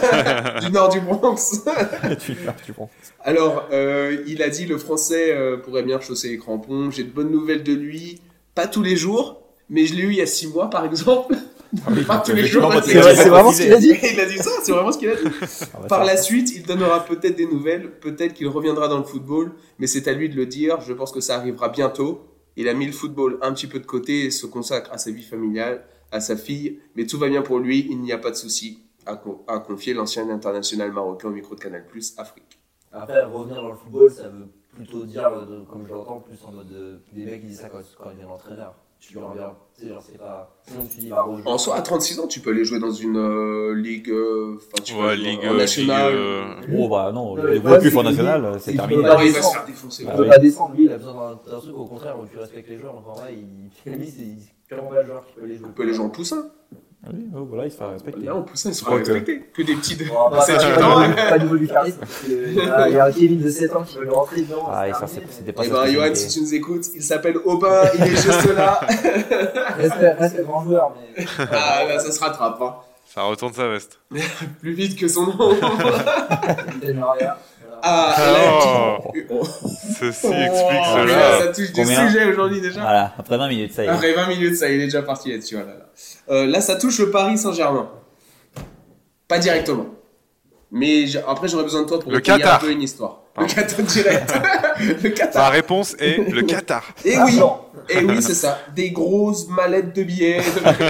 du nord du Bronx. tu, tu prends. Alors, euh, il a dit le français euh, pourrait bien chausser les crampons. J'ai de bonnes nouvelles de lui. Pas tous les jours, mais je l'ai eu il y a six mois, par exemple. Pas tous les jours. Non, c'est parce que- C'est vraiment ce qu'il a dit. Il a dit ça, c'est vraiment ce qu'il a dit. Ah, bah, Par ça- la suite, il donnera peut-être des nouvelles, peut-être qu'il reviendra dans le football, mais c'est à lui de le dire. Je pense que ça arrivera bientôt. Il a mis le football un petit peu de côté et se consacre à sa vie familiale, à sa fille, mais tout va bien pour lui, il n'y a pas de souci, a, con- a confié l'ancien international marocain au micro de Canal plus, Afrique. Après, revenir dans le football, ça veut plutôt dire, euh, de- comme je l'entends, plus en mode de, des mecs qui disent ça quand, quand ils viennent l'entraîneur. Tu lui reviens. Tu sais, genre, c'est pas. Sinon, tu dis, bah, rejoue. En soi, à trente-six ans, tu peux aller jouer dans une euh, ligue, euh, enfin, tu peux Ouais, aller Ligue en euh, national. Ligue, euh, Oh bah non, Non, le mais gros voilà, cul c'est en qu'il national, dit- c'est c'est qu'il terminé. peut Non, pas il va se descendre. faire défoncer. Il Bah peut oui. pas descendre, lui, il a besoin d'un d'un truc au contraire où tu respectes les joueurs. Donc en vrai, il, lui, c'est clairement pas le joueur qui peut les jouer. On peut les jouer en poussin. Oui, oh, voilà, il se fait respecter. Là, en poussin, ils seront crois que- respectés. Que des petits de Bon, après, sept pas, huit pas, ans. du- pas du niveau du charisme. parce que Il y, a, il y a un Kevin de sept ans qui veut le rentrer dedans. Ah, c'est et ça, terminé, c'est- mais- c'était pas Eh sa ben, Johan, spécialité. si tu nous écoutes, il s'appelle Aubin, il est juste là. Reste, reste grand joueur, mais. Ah, là, ça se rattrape, hein. Ça retourne sa veste. Plus vite que son nom. Capitaine Maria, voilà. Ah, Oh. là, oh. Ceci Oh, explique mais là, cela. ça touche des Combien sujets aujourd'hui déjà. Voilà, après vingt minutes, ça y est. Après vingt minutes, ça, il est déjà parti là-dessus. Là, là. Euh, là, ça touche le Paris Saint-Germain. Pas directement. Mais j'ai- après, j'aurais besoin de toi pour Le étayer un Qatar. peu une histoire. Pardon. Le Qatar direct. Le Sa Qatar. réponse est le Qatar. Et Ah, oui, non. et oui, c'est ça. Des grosses mallettes de billets.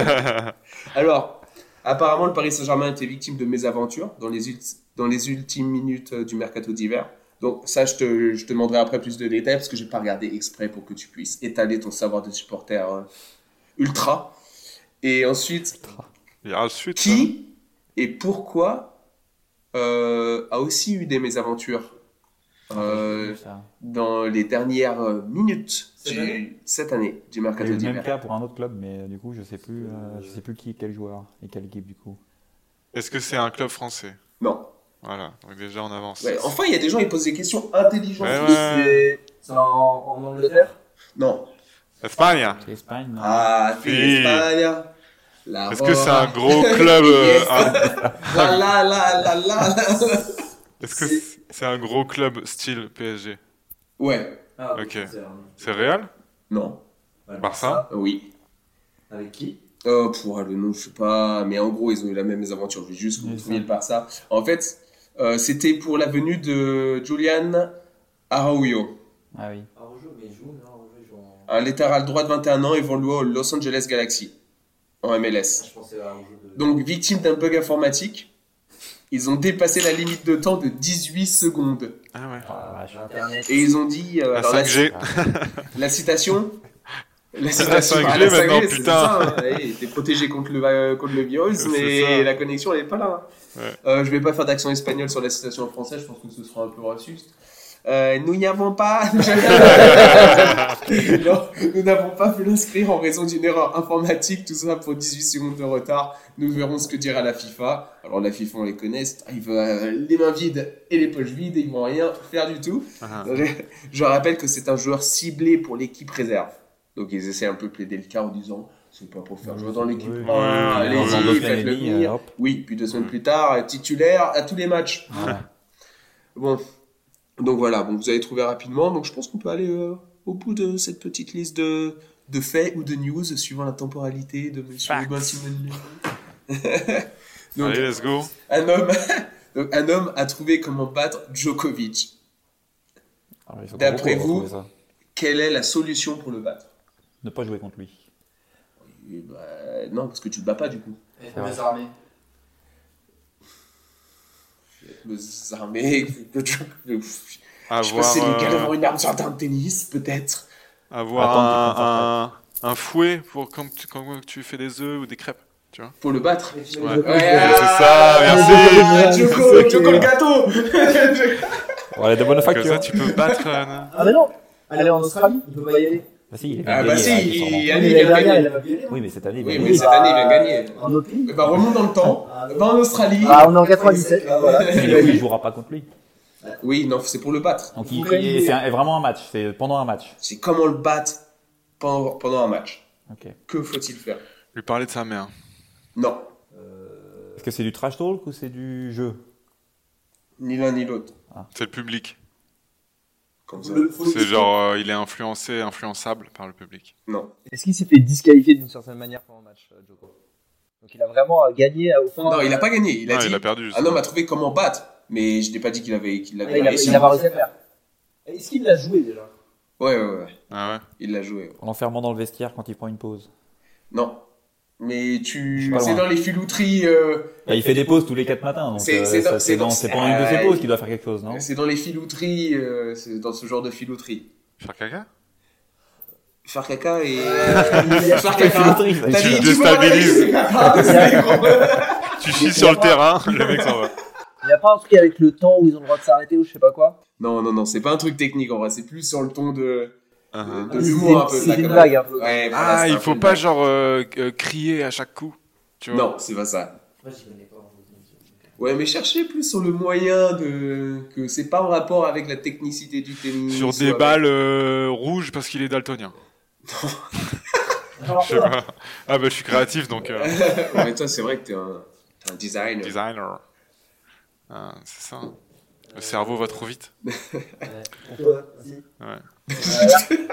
Alors, apparemment, le Paris Saint-Germain était victime de mésaventures dans les, ult- dans les ultimes minutes euh, du mercato d'hiver. Donc ça, je te, je te demanderai après plus de détails parce que je n'ai pas regardé exprès pour que tu puisses étaler ton savoir de supporter euh, ultra. Et ensuite, Il y a ensuite. qui et pourquoi euh, a aussi eu des mésaventures euh, Ça. dans les dernières euh, minutes Cette du- année cette année du Il y a mercato eu le même d'hiver. cas pour un autre club, mais euh, du coup, je sais plus, euh, je sais plus qui, quel joueur et quelle équipe du coup. Est-ce que c'est un club français? Non. Voilà, donc déjà on avance. Ouais, enfin, il y a des gens qui posent des questions intelligentes. Ouais, ouais. C'est c'est en, en Angleterre. Non. Espagne. C'est Espagne, non Ah, Si. c'est Espagne. La Est-ce que c'est Roma. un gros club euh, Yes. un- Voilà, là, là, là, là. Est-ce que c'est- c'est un gros club style P S G? Ouais. Ah, Ok. c'est un- C'est Real? Non. ouais, le Barça. Oui. Avec qui? Oh, pour le nom, je sais pas. Mais en gros, ils ont eu la même aventure. Je vais juste que vous Oui, trouviez ça. le Barça. En fait, euh, c'était pour la venue de Julian Araujo. Ah oui. Araujo, mais il joue, non, Araujo, il joue en. Un latéral droit de vingt et un ans évoluant au Los Angeles Galaxy en M L Ah, S. je pensais à Araujo de. Donc, victime d'un bug informatique, ils ont dépassé la limite de temps de dix-huit secondes. Ah ouais. Ah, la vache. Internet. Et ils ont dit... euh, La alors, cinq G. La citation. La La cinq G ah, maintenant, c'est putain. ça, hein. Ouais, t'es protégé contre le, va- contre le virus, C'est mais ça. la connexion elle est pas là. Ouais. Euh, je vais pas faire d'accent espagnol sur la citation en français, je pense que ce sera un peu raciste. Euh, nous n'y avons pas. Non, nous n'avons pas pu l'inscrire en raison d'une erreur informatique, tout ça pour dix-huit secondes de retard. Nous verrons ce que dira la FIFA. Alors la FIFA, on les connaît, ils vont euh, les mains vides et les poches vides, et ils vont rien faire du tout. Uh-huh. Je, je rappelle que c'est un joueur ciblé pour l'équipe réserve. Donc ils essaient un peu de plaider le cas en disant c'est pas pour faire jouer dans l'équipe Oui. un, Oui, allez-y, dans deux semaines faites-le et demie, venir. euh, hop. Oui, puis deux semaines plus tard, titulaire à tous les matchs. Ouais. Bon, donc voilà, bon, vous allez trouver rapidement. Donc je pense qu'on peut aller euh, au bout de cette petite liste de, de faits ou de news suivant la temporalité de Monsieur Facts. Aubin Simon. Donc, Allez, let's go. un homme, donc, un homme a trouvé comment battre Djokovic. Alors, il faut D'après qu'on vous- retrouve ça. Quelle est la solution pour le battre? Ne pas jouer contre lui. Et bah, non, parce que tu le bats pas du coup. Et pour les armées. Les armées, je sais pas Avoir, si c'est légal euh, d'avoir une arme sur un terrain de tennis, peut-être. avoir Attends, un, un, un fouet pour quand tu, quand tu fais des œufs ou des crêpes. Tu vois. Pour le battre. Et tu Ouais. mets le Ouais, c'est ah, ça, merci. ah, Djoko, Djoko le gâteau. Voilà, de bonnes Comme factures. ça, tu peux battre. euh, Ah, mais non. Aller en Australie, il peut pas y aller. Bah si, il Ah vient bah de si, gagner, il- accessoirement. il- Mais Annie, l'année il vient dernière, gagner. il a pas pu y aller. Oui, mais cette année, il Oui, vient mais de cette année, il vient gagner. En autre pays. Eh ben, remonte dans le temps. Va en Australie. Ah, on est en quatre-vingt-dix-sept. Ah, voilà. gagner. Du coup, il jouera pas contre lui. Oui, non, c'est pour le battre. Donc, il, Faut gagner. il- c'est un- vraiment un match. C'est pendant un match. C'est comment le battre pendant, pendant un match. Ok. Que faut-il faire? Lui parler de sa mère. Non, Est-ce que c'est du trash talk ou c'est du jeu? ni l'un ni l'autre. C'est le public. Comme ça. C'est genre, euh, il est influencé, influençable par le public. Non. Est-ce qu'il s'est fait disqualifier d'une certaine manière pendant le match, euh, Djoko? Donc il a vraiment euh, gagné au fin. Non, il a pas gagné. Il a Non, dit. il a perdu. Un justement. homme a trouvé comment battre. Mais je n'ai pas dit qu'il avait, qu'il Ah, avait il a, réussi. il a pas réussi à faire. Est-ce qu'il l'a joué déjà? Ouais, ouais, ouais. Ah ouais. Il l'a joué. En l'enfermant dans le vestiaire quand il prend une pause. Non. Mais Je tu. suis pas C'est loin. dans les filouteries. euh, Bah, il fait des pauses tous les quatre matins. Donc C'est- euh, c'est ça, dans- c'est c'est dans- dans- c'est pendant une de ses euh, pauses qu'il doit faire quelque chose, non? C'est dans les filouteries. euh, c'est dans ce genre de filouterie. Faire caca. Faire caca et. Faire caca. filouterie, ça. T'as Tu dit, te tu vois, déstabilises. là, c'est gros. Tu chies sur le terrain, le mec s'en va. Il n'y a pas un truc avec le temps où ils ont le droit de s'arrêter ou je sais pas quoi? Non, non, non, c'est pas un truc technique en vrai. C'est plus sur le ton de. Uh-huh. de l'humour un peu. de C'est la une connerie. blague un peu. Ouais, voilà, Ah, c'est il un faut peu une pas blague. genre euh, euh, crier à chaque coup. Tu vois. Non, c'est pas ça. Moi, j'y connais pas. Ouais, mais cherchez plus sur le moyen de. Que c'est pas en rapport avec la technicité du tennis. Sur ou des avec- balles euh, rouges parce qu'il est daltonien. Alors, Je sais pas. Ah bah je suis créatif donc euh, Ouais, mais toi, c'est vrai que t'es un, t'es un designer. designer. Ah, c'est ça. Le cerveau va trop vite. ouais. Pourquoi? Vas-y. Ouais.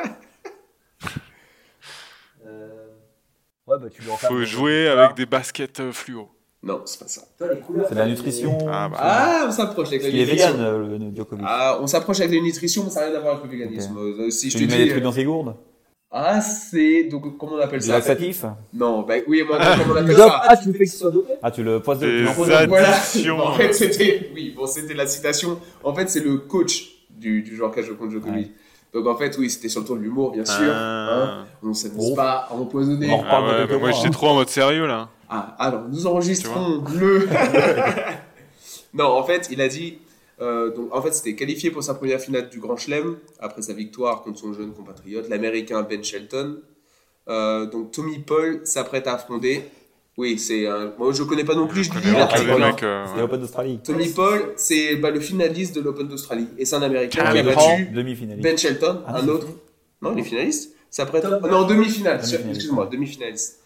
Euh, Ouais, bah tu lui enfermes Faut dans- jouer avec des baskets euh, fluo. Non, c'est pas ça. Toi, les couleurs. C'est de la nutrition. Ah, bah. Ah, on s'approche avec la Parce qu'il est nutrition. vegan, euh, le Djokovic. Ah, on s'approche avec la nutrition, mais ça n'a rien à voir avec le véganisme. Euh, Si je Tu te lui mets dis. des trucs dans ses gourdes? Ah, c'est. Donc, comment on appelle Du ça? laxatif? Non, bah oui, moi, comment on Tu appelle dopes- ça? Ah, tu veux que ce soit dopé? Ah, tu le poses de Des tu l'emposes ad- de- Voilà. Addiction. En fait, c'était. Oui, bon, c'était la citation. En fait, c'est le coach du, du joueur qui a joué contre Djokovic. Donc, en fait, oui, c'était sur le ton de l'humour, bien sûr. Hein. Ah, On s'amuse Oh. pas à empoisonner. On en ah reparle dans ouais, quelques bah moi mois, j'étais hein. trop en mode sérieux là. Ah, alors, nous enregistrons le. Non, en fait, il a dit. euh, donc, en fait, c'était qualifié pour sa première finale du Grand Chelem après sa victoire contre son jeune compatriote, l'Américain Ben Shelton. Euh, donc, Tommy Paul s'apprête à affronter. Oui, c'est un. Moi, je connais pas non plus, je Je dis connais l'article, aucun des hein. mecs. euh, C'était ouais. l'Open d'Australie. Tommy Paul, c'est bah, le finaliste de l'Open d'Australie. Et c'est un Américain Ah, qui a oui, battu Demi-finaliste. Ben Shelton, Ah, un c'est autre. fini. Non, il est finaliste. S'apprête. Tom- Oh, non, demi-finale. Demi-finaliste. Excuse-moi, demi-finaliste.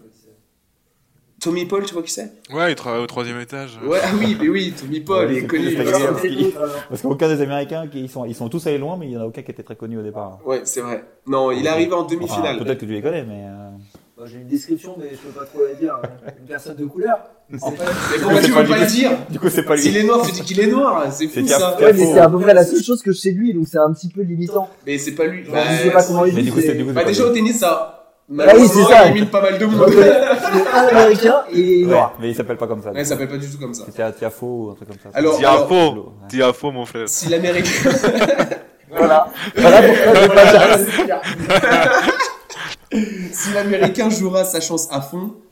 Tommy Paul, tu vois qui c'est? Ouais, il travaille au troisième étage. Ouais, ah oui, mais oui, Tommy Paul, Ouais, il est c'est connu. plus il est très connu. bien. Parce qu'aucun des Américains, qui- ils sont, ils sont tous allés loin, mais il n'y en a aucun qui était très connu au départ. Ouais, c'est vrai. Non, il est arrivé en Enfin, demi-finale. peut-être que tu les connais, mais. euh, Moi, j'ai une description, mais je peux pas trop la dire. hein. Une personne de couleur. En fait, Mais pourquoi tu C'est pas veux pas lui. le dire? Du coup, c'est pas S'il lui. est noir, tu dis qu'il est noir. C'est C'est fou Tiaf- ça. Tiaf- Ouais, mais c'est à peu près la seule chose que je sais de lui, donc c'est un petit peu limitant. Mais c'est pas lui. je Bah, sais pas comment il Mais dit. du coup, c'est du coup, c'est bah, pas déjà lui. au tennis, ça. Ah oui, Malheureusement, c'est ça. il élimine pas mal de Donc, monde. c'est un américain et il est Ouais, noir. mais il s'appelle pas comme ça. Ouais, ça s'appelle pas du tout comme ça. C'était à Tiafo ou un truc comme ça. Alors, Tiafo, Ouais. Tiafo mon frère. Si l'Américain. Voilà. Voilà pourquoi je vais pas dire. Si l'Américain jouera sa chance à fond,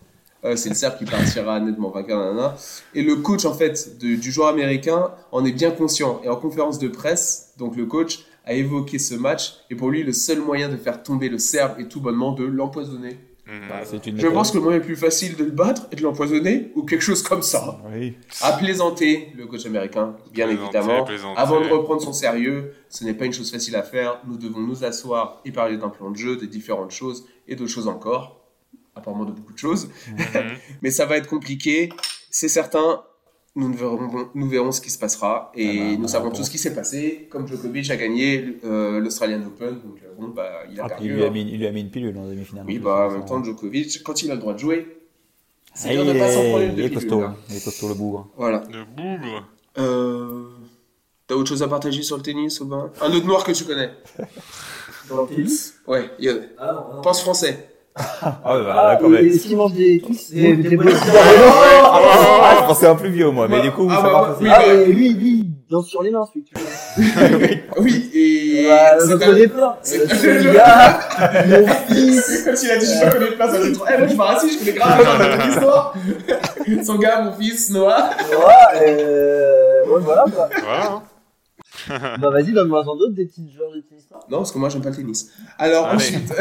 Euh, c'est le Serbe qui partira nettement vainqueur. Nanana. Et le coach en fait de, du joueur américain en est bien conscient. Et en conférence de presse, donc le coach a évoqué ce match. Et pour lui, le seul moyen de faire tomber le Serbe est tout bonnement de l'empoisonner. Mhm. Bah, c'est une Je méthode. pense que le moyen le plus facile de le battre est de l'empoisonner ou quelque chose comme ça. Oui. À plaisanter, le coach américain, bien Plaisanter, évidemment. plaisanter. Avant de reprendre son sérieux, ce n'est pas une chose facile à faire. Nous devons nous asseoir et parler d'un plan de jeu, de différentes choses et d'autres choses encore. Apparemment de beaucoup de choses. Mhm. Mais ça va être compliqué. C'est certain. Nous, ne verrons, nous verrons ce qui se passera. Et Ah bah, nous bah, savons bon. tout ce qui s'est passé. Comme Djokovic a gagné euh, l'Australian Open. Donc euh, bon, bah, il a Ah, puis perdu. il, lui a hein. mis, il lui a mis une pilule en demi-finale. Oui, en plus, bah en ça, même ça- temps, Djokovic, quand il a le droit de jouer, c'est Ah, bien il, de pas s'en prendre est, une il de est pilule, costaud. là. Il est costaud le bougre. Voilà. Le bougre. Euh... T'as autre chose à partager sur le tennis, Aubin? Un autre noir que tu connais? Dans le tennis Ouais, il y a- Ah non, non. pense français. Ah, ouais, bah, Ah, d'accord, mais- est-ce qu'il mange des trucs des, des bonnes Ah, je pensais à un plus vieux, moi, mais du coup, Ah, ça bah, marche bah, aussi. oui. Ah, mais lui, lui, il danse sur les mains, celui que tu vois. Oui, et... Bah, c'est j'en un- connais plein. c'est- Euh, ce gars, mon fils. Quand il a dit je ne connais pas, ça fait trop. Eh, moi je pars assis, je connais grave les gens de la l'histoire. Son gars, mon fils, Noah. Ouais, euh, ouais, voilà, quoi. Voilà. hein. Bah, vas-y, donne-moi en d'autres des petits joueurs de tennis. là. Non, parce que moi j'aime pas le tennis. Alors Allez. ensuite.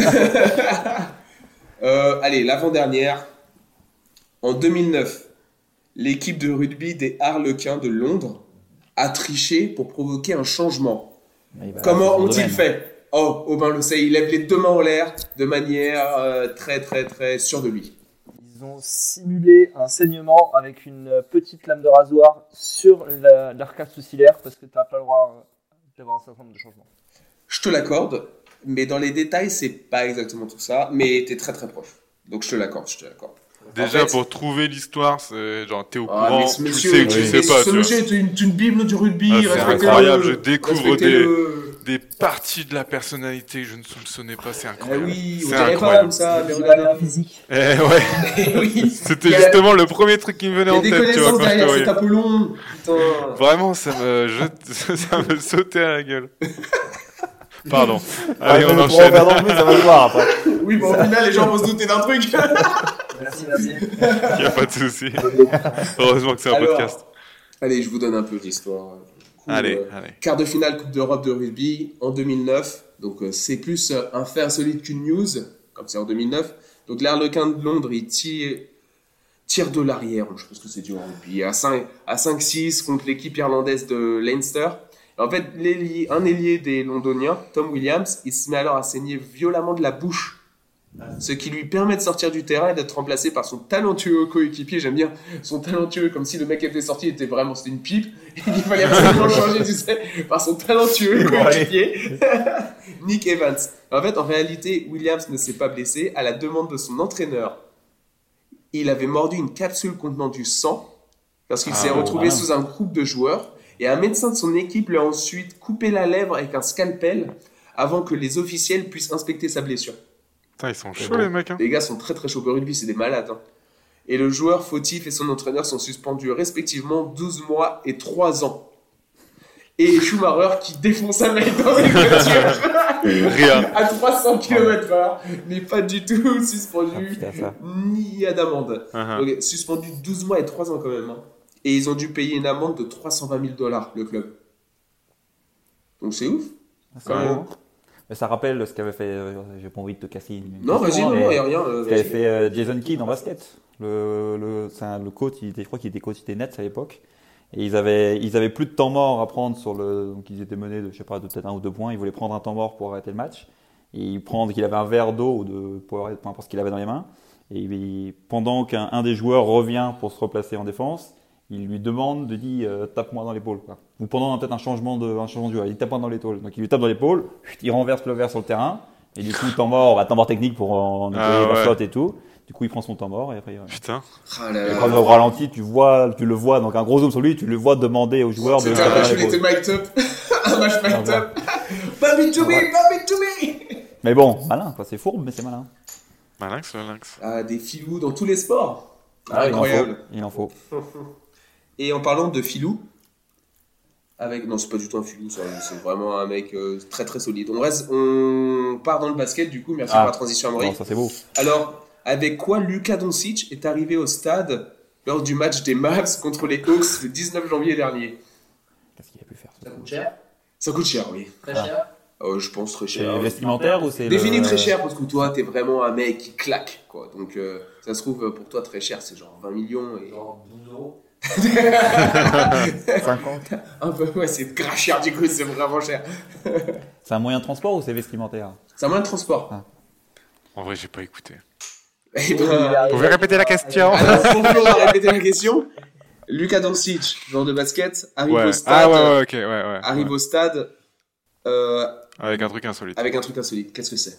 euh, allez, l'avant-dernière. En deux mille neuf, l'équipe de rugby des Harlequins de Londres a triché pour provoquer un changement. Mais bah, Comment c'est son ont-ils domaine. fait? Oh, Aubin le sait, il lève les deux mains en l'air de manière euh, très très très sûre de lui. Ils ont simulé un saignement avec une petite lame de rasoir sur la- l'arcade sourcilière parce que t'as pas le droit euh, d'avoir un certain nombre de changements. Je te l'accorde, mais dans les détails, c'est pas exactement tout ça, mais t'es très très proche. Donc je te l'accorde, je te l'accorde. Déjà, En fait- pour trouver l'histoire, c'est genre, t'es au Ah, courant, mais ce tu le monsieur, sais ou tu mais le sais pas. ce tu vois. monsieur est une, une bible du rugby. Ah, c'est respectez-le. incroyable, je découvre Respectez-le. Des parties de la personnalité que je ne soupçonnais pas, c'est Ah incroyable. oui, on c'est dirait pas incroyable. comme ça, mais C'est regardez pas un peu. physique. Eh ouais, Oui, c'était Il y a- justement le premier truc qui me venait il y a en des tête, tu vois, connaissances quand je te derrière voyais. cet Apollon. Putain. Vraiment, ça me, je- ça me sautait à la gueule. Pardon. Ah, Allez, mais on pour en enchaîne. faire dans le but, ça va se voir après. Oui, bon, au final, les gens vont se douter d'un truc. Merci, merci. Il n'y a pas de souci. Heureusement que c'est un Alors, podcast. Allez, je vous donne un peu d'histoire. Du coup, Allez, euh, allez. Quart de finale Coupe d'Europe de rugby en deux mille neuf. Donc euh, c'est plus euh, un fait insolite qu'une news, comme c'est en deux mille neuf. Donc l'Arlequin de Londres, il tire, tire de l'arrière, je pense que c'est du rugby, à cinq à cinq six contre l'équipe irlandaise de Leinster. Et en fait, l'ailier- un ailier des Londoniens, Tom Williams, il se met alors à saigner violemment de la bouche. Ce qui lui permet de sortir du terrain et d'être remplacé par son talentueux coéquipier. J'aime bien son talentueux, comme si le mec était sorti, était vraiment, c'était une pipe. Et il fallait absolument le changer, tu sais, par son talentueux coéquipier, Nick Evans. En fait, en réalité, Williams ne s'est pas blessé. À la demande de son entraîneur, il avait mordu une capsule contenant du sang parce qu'il Ah, s'est retrouvé voilà. sous un groupe de joueurs. Et un médecin de son équipe lui a ensuite coupé la lèvre avec un scalpel avant que les officiels puissent inspecter sa blessure. Putain, ils sont C'est chauds, bon. les mecs. Hein. Les gars sont très très chauds au rugby, c'est des malades. hein. Et le joueur fautif et son entraîneur sont suspendus respectivement douze mois et trois ans. Et Schumacher qui défonce un mec dans une voiture Rien. à trois cents kilomètres heure n'est pas du tout Ah, suspendu putain, ça. ni à d'amende. Uh-huh. Donc, suspendu douze mois et trois ans quand même. hein. Et ils ont dû payer une amende de trois cent vingt mille dollars, le club. Donc c'est ouf. C'est Quand bon, même. hein. Mais ça rappelle ce qu'avait fait, euh, j'ai pas envie de te casser une Non, question, vas-y, non, mais non, il n'y a rien. euh, ce qu'avait vas-y. fait euh, Jason Kidd en basket. Le, le, c'est un- le coach, il était, je crois qu'il était coach des Nets à l'époque. Et ils avaient, ils avaient plus de temps mort à prendre sur le, donc ils étaient menés de, je sais pas, de peut-être un ou deux points. Ils voulaient prendre un temps mort pour arrêter le match. Et il prendre qu'il avait un verre d'eau ou de, pour arrêter, peu importe ce qu'il avait dans les mains. Et il- pendant qu'un un des joueurs revient pour se replacer en défense, il lui demande de dire euh, tape-moi dans l'épaule, quoi. Ou pendant peut-être un changement de, un changement de joueur, il dit tape-moi dans l'épaule. Donc il lui tape dans l'épaule, il renverse le verre sur le terrain. Et du coup, temps mort, bah, temps mort technique pour en nettoyer Ah, la ouais. flotte et tout. Du coup, il prend son temps mort et après. euh, Putain. Ah là et là. quand au ralenti, tu vois, tu le vois, donc un gros zoom sur lui, tu le vois demander aux joueurs de C'était un taper match dans où il était l'épaule. mic'd up. Un match Ah, mic'd voilà. up. Bobby to me, Bobby to me. Mais bon, malin, quoi. C'est fourbe, mais c'est malin. Malinx, le lynx. Ah, des filous dans tous les sports. Ah, il en faut. Incroyable. Il en faut. Et en parlant de filou, avec non c'est pas du tout un filou, ça, c'est vraiment un mec euh, très très solide. On reste, on part dans le basket du coup. Merci Ah. pour la transition, Amaury. Non, ça c'est beau. Alors avec quoi Luka Doncic est arrivé au stade lors du match des Mavs contre les Hawks le dix-neuf janvier dernier. Qu'est-ce qu'il a pu faire Ça coûte cher. Ça coûte cher, oui. Très Ah. cher. Euh, je pense très C'est cher. vestimentaire ou c'est Défini le... très cher parce que toi, t'es vraiment un mec qui claque, quoi. Donc, euh, ça se trouve, pour toi, très cher, c'est genre vingt millions. Et... Genre douze euros. cinquante. Ah bah ouais, c'est grave cher, du coup, c'est vraiment cher. C'est un moyen de transport ou c'est vestimentaire? C'est un moyen de transport. En vrai, j'ai pas écouté. Eh ben, Vous pouvez répéter la question? alors, pour pouvoir répéter la question, Luka Doncic, joueur de basket, arrive Ouais. au stade, Ah ouais, ouais, ok, ouais, ouais. arrive ouais. au stade euh, Avec un truc insolite. avec un truc insolite. Qu'est-ce que c'est?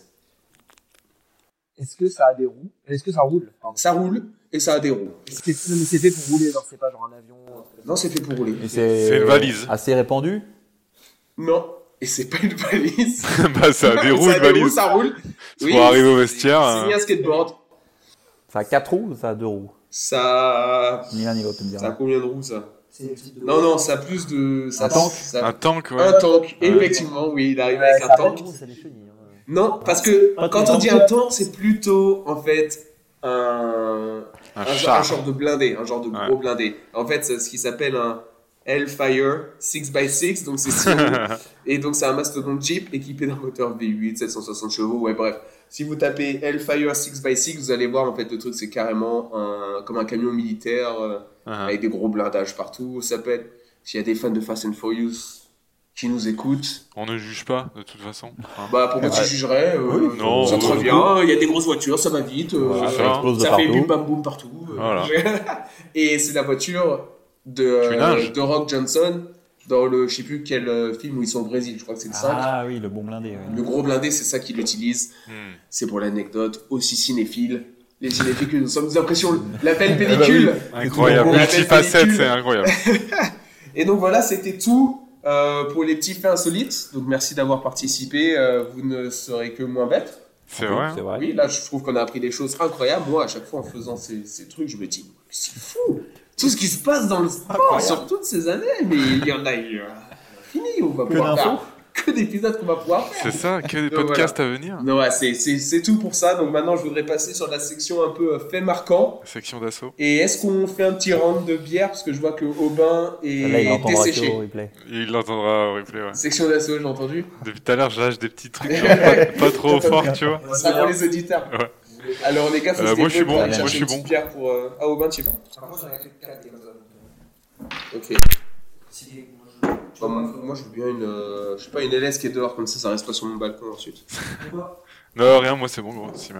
Est-ce que ça a des roues? Est-ce que ça roule? Pardon. Ça roule et ça a des roues. Est-ce que c'est mais c'est fait pour rouler, genre c'est pas genre un avion. Non, c'est fait pour rouler. Et c'est C'est une valise. assez répandu. Non, et c'est pas une valise. Bah, ça a des roues, ça une a des roues, valise. ça roule. Pour arriver au vestiaire, C'est euh. ni un skateboard. Ça a quatre roues ou ça a deux roues? Ça, Ni l'un ni l'autre, tu me diras. ça a combien de roues ça? C'est les petites de Non, non, ça a plus de. Ça Un tank ça- Un tank, ouais. Un tank, effectivement, oui, il arrive Ouais, avec ça un a pas de tank. roues, ça a des chenilles. hein. Non, parce que Pas quand tout on le dit temps. un tank, c'est plutôt en fait un, Un un, genre, un char. genre de blindé, un genre de gros Ouais. blindé. En fait, c'est ce qui s'appelle un Hellfire six by six, donc c'est six roues. Et donc c'est un mastodonte Jeep équipé d'un moteur V huit, sept cent soixante chevaux, ouais bref. Si vous tapez Hellfire six by six, vous allez voir en fait le truc c'est carrément un, comme un camion militaire euh, Ah. avec des gros blindages partout. Ça peut être, s'il y a des fans de Fast and Furious qui nous écoutent, On ne juge pas, de toute façon. Hein. bah pourquoi tu Ouais. jugerais euh, Oui, non, ça te pour le revient, il y a des grosses voitures, ça va vite, euh, Voilà, ça ça explose de ça fait partout. bim bam boum partout. euh. Voilà. Et c'est la voiture de, Tu euh, nages. de Rock Johnson dans le, je sais plus quel euh, film où ils sont au Brésil, je crois que c'est le cinq. Ah oui, le bon blindé. ouais. Le gros blindé, c'est ça qu'il utilise. Hmm. C'est pour l'anecdote, aussi cinéphile. Les cinéphiles que nous sommes, nous impressions la belle pellicule. Incroyable. La belle Multifacette, pellicule. c'est incroyable. Et donc voilà, c'était tout euh, pour les petits faits insolites. Donc merci d'avoir participé. Euh, vous ne serez que moins bêtes. C'est vrai. C'est hein. vrai. Oui, là, je trouve qu'on a appris des choses incroyables. Moi, à chaque fois, en faisant ces, ces trucs, je me dis, c'est fou. Tout ce qui se passe dans le sport Incroyable. sur toutes ces années, mais il y en a eu. euh, Fini, on va Que pouvoir d'infos. faire que d'épisodes qu'on va pouvoir faire. C'est ça, que des Donc, podcasts à venir. Non, ouais, c'est, c'est, c'est tout pour ça. Donc maintenant, je voudrais passer sur la section un peu euh, fait marquant. Section d'assaut. Et est-ce qu'on fait un petit round de bière? Parce que je vois que Aubin est Là, il entendra desséché. que au replay. Il l'entendra au replay, ouais. Section d'assaut, j'ai entendu. Depuis tout à l'heure, je lâche des petits trucs genre pas, pas trop forts, tu vois. Ça sera pour les auditeurs. Ouais. Alors les gars, faut Euh, se moi, je suis débrouiller pour bon, aller moi, chercher je suis une petite bon. bière pour... euh, Ah, Aubin, tu y vas? Par contre, j'en ai que quatre comme ça. Ok. Si les- moi, je- Bah, moi, je veux bien une... euh, je sais pas, une L S qui est dehors, comme ça, ça reste pas sur mon balcon ensuite. Pourquoi Non, rien, moi c'est bon, gros, c'est bien.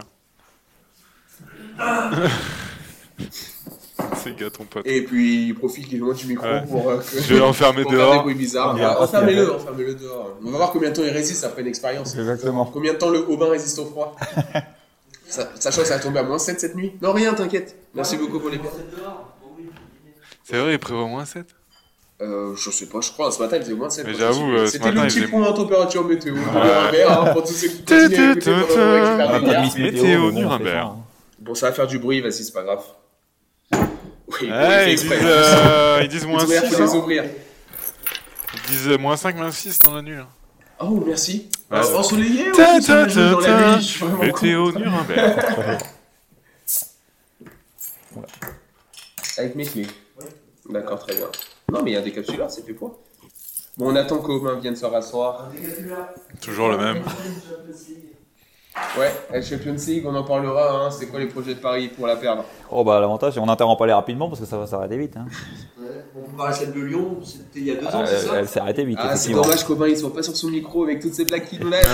C'est gars ton pote. Et puis, il profite qu'il est loin du micro Ouais. pour... euh, que- Je vais l'enfermer pour faire des dehors. bruits bizarres. On dira pas ce qu'il Enfermez-le, y a. enfermez-le dehors. On va voir combien de temps il résiste après une expérience. Exactement. Combien de temps le Aubin résiste au froid. Ça- Sachant que ça a tombé à moins sept cette nuit. Non, rien, t'inquiète. Merci beaucoup pour les bières. C'est vrai, il prévoit moins sept. Euh, je sais pas, je crois, ce matin il faisait moins de sept. Mais j'avoue, euh, ce c'était matin, le il petit faisait- point en température météo. Ouais. Hein, pour tous ceux qui continuent à écouter pendant qu'on récupère On a des pas de bières. Miss Météo Météo, mais bon, on Nuremberg. fait ça, hein. Bon, ça va faire du bruit, vas-y, c'est pas grave. Oui, bon, il Ouais, fait ils exprès. disent, euh, ils disent Les moins ouvrières, six. faut les hein. ouvrir. Ils disent euh, moins cinq, moins six dans la nuit. là. Oh, merci. Ouais. Euh, ensoleillé ou Ta, ça ta, joue dans ta, la ta. nuit? Je suis vraiment Météo con. Nuremberg. Avec mes clés. D'accord, très bien. Non, mais il y a un décapsuleur, c'est fait pour. Bon, on attend qu'Aubin vienne se rasseoir. Toujours le même. Ouais, la Champions League, on en parlera. Hein. C'est quoi les projets de Paris pour la perdre? Oh bah l'avantage, c'est qu'on n'interrompt pas les rapidement parce que ça va s'arrêter vite. Hein. Ouais. On compare celle de Lyon, c'était il y a deux ans, Ah, c'est elle ça elle s'est arrêtée vite, Ah, c'est effectivement. dommage qu'Aubin il soit pas sur son micro avec toutes ces blagues qu'il nous lève.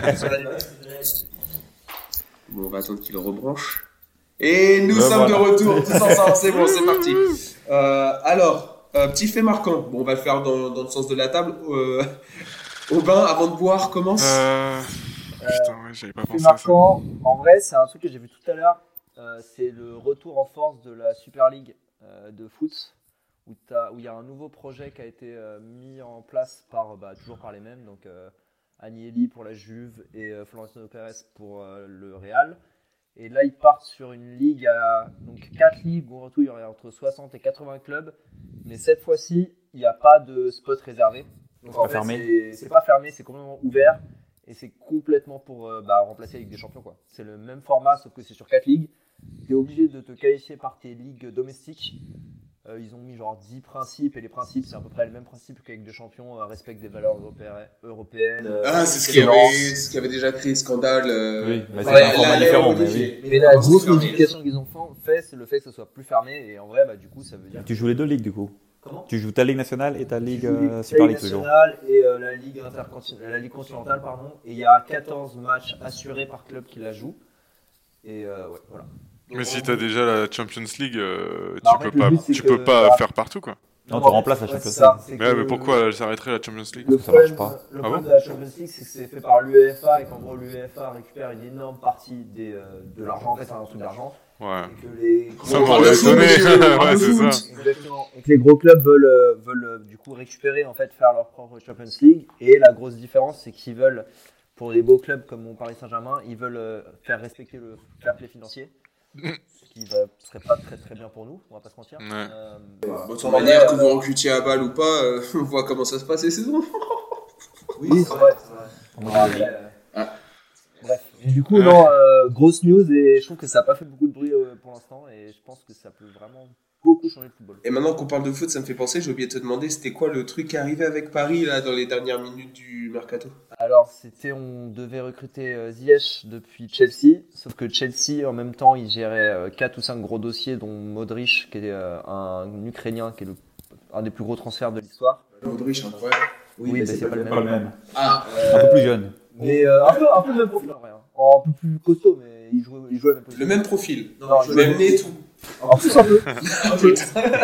Bon, on va attendre qu'il rebranche. Et nous Ben sommes voilà. de retour tous ensemble, c'est bon, c'est parti. Euh, alors, euh, petit fait marquant. Bon, on va le faire dans, dans le sens de la table. Euh, Aubin, avant de boire, commence. Euh... Putain, ouais, j'avais pas Fait pensé à ça. marquant, en vrai, c'est un truc que j'ai vu tout à l'heure. Euh, c'est le retour en force de la Super League euh, de foot, où t'as- où il y a un nouveau projet qui a été euh, mis en place par bah, toujours par les mêmes, donc euh, Agnelli pour la Juve et euh, Florentino Pérez pour euh, le Real. Et là, ils partent sur une ligue à donc quatre ligues où en tout il y aurait entre soixante et quatre-vingts clubs, mais cette fois-ci, il n'y a pas de spot réservé. Donc Pas en fait, fermé. c'est- c'est pas fermé, c'est complètement ouvert. Et c'est complètement pour euh, bah, remplacer la Ligue des Champions, quoi. C'est le même format, sauf que c'est sur quatre ligues. tu es obligé de te qualifier par tes ligues domestiques. Euh, ils ont mis genre dix principes, et les principes, c'est à peu près le même principe qu'avec des champions, euh, respect des valeurs européennes. européennes euh, Ah, c'est ce qui, avait, ce qui avait déjà créé scandale. Euh... Oui, mais c'est Ouais, un format là, différent. là, Mais là, oui. Mais la grosse modification qu'ils ont fait, c'est le fait que ce soit plus fermé, et en vrai, bah, du coup, ça veut dire. Tu joues les deux ligues du coup. Comment Tu joues ta ligue nationale et ta ligue Tu joues euh, la Super Ligue League toujours. nationale et euh, la Ligue intercontinentale, la Ligue continentale, pardon, et il y a quatorze matchs assurés par club qui la joue. Et euh, ouais, voilà. Mais si t'as déjà la Champions League, euh, Bah, en tu fait, peux le pas, but, c'est tu que- peux pas bah, faire partout quoi. Non, tu remplaces la Ouais, Champions c'est ça, League. c'est Mais, ouais, que- mais pourquoi elle s'arrêterait la Champions League? Le Ça marche problème, pas. le Ah problème bon de la Champions League, c'est que c'est fait par l'UEFA et qu'en gros l'UEFA récupère une énorme partie des, euh, de l'argent. En fait, c'est un truc d'argent. Ouais. Et que les Ça On m'aurait parle de foot, étonné. monsieur, on parle Ouais, de c'est foot. ça. Exactement. Et que les gros clubs veulent, euh, veulent euh, du coup récupérer, en fait, faire leur propre Champions League. Et la grosse différence, c'est qu'ils veulent, pour les beaux clubs comme mon Paris Saint-Germain, ils veulent euh, faire respecter le fair play financier. Ce qui ne serait pas très très bien pour nous, on va pas se mentir. Ouais. Euh, Bon, de toute manière, que vous recrutiez à balle ou pas, euh, on voit comment ça se passe les saisons. Oui, c'est vrai. c'est vrai. On Ah, a- mais, euh, Ah. Bref. Et du coup, non, euh, grosse news et je trouve que ça n'a pas fait beaucoup de bruit euh, pour l'instant et je pense que ça peut vraiment beaucoup changer le football. Et maintenant qu'on parle de foot, ça me fait penser, j'ai oublié de te demander, c'était quoi le truc qui arrivait avec Paris là dans les dernières minutes du mercato? Alors, c'était, on devait recruter euh, Ziyech depuis Chelsea, sauf que Chelsea, en même temps, il gérait quatre ou cinq gros dossiers, dont Modric, qui est euh, un Ukrainien, qui est le, un des plus gros transferts de l'histoire. Modric, incroyable. Oui, mais c'est pas le Pas le même. même. Ah, Un peu plus jeune. Mais euh, un, peu, un peu le même profil, en vrai. hein. Un peu plus costaud, mais il jouait, il jouait la même position. le même profil, Non, le même nez et tout. En plus, un peu. Un peu.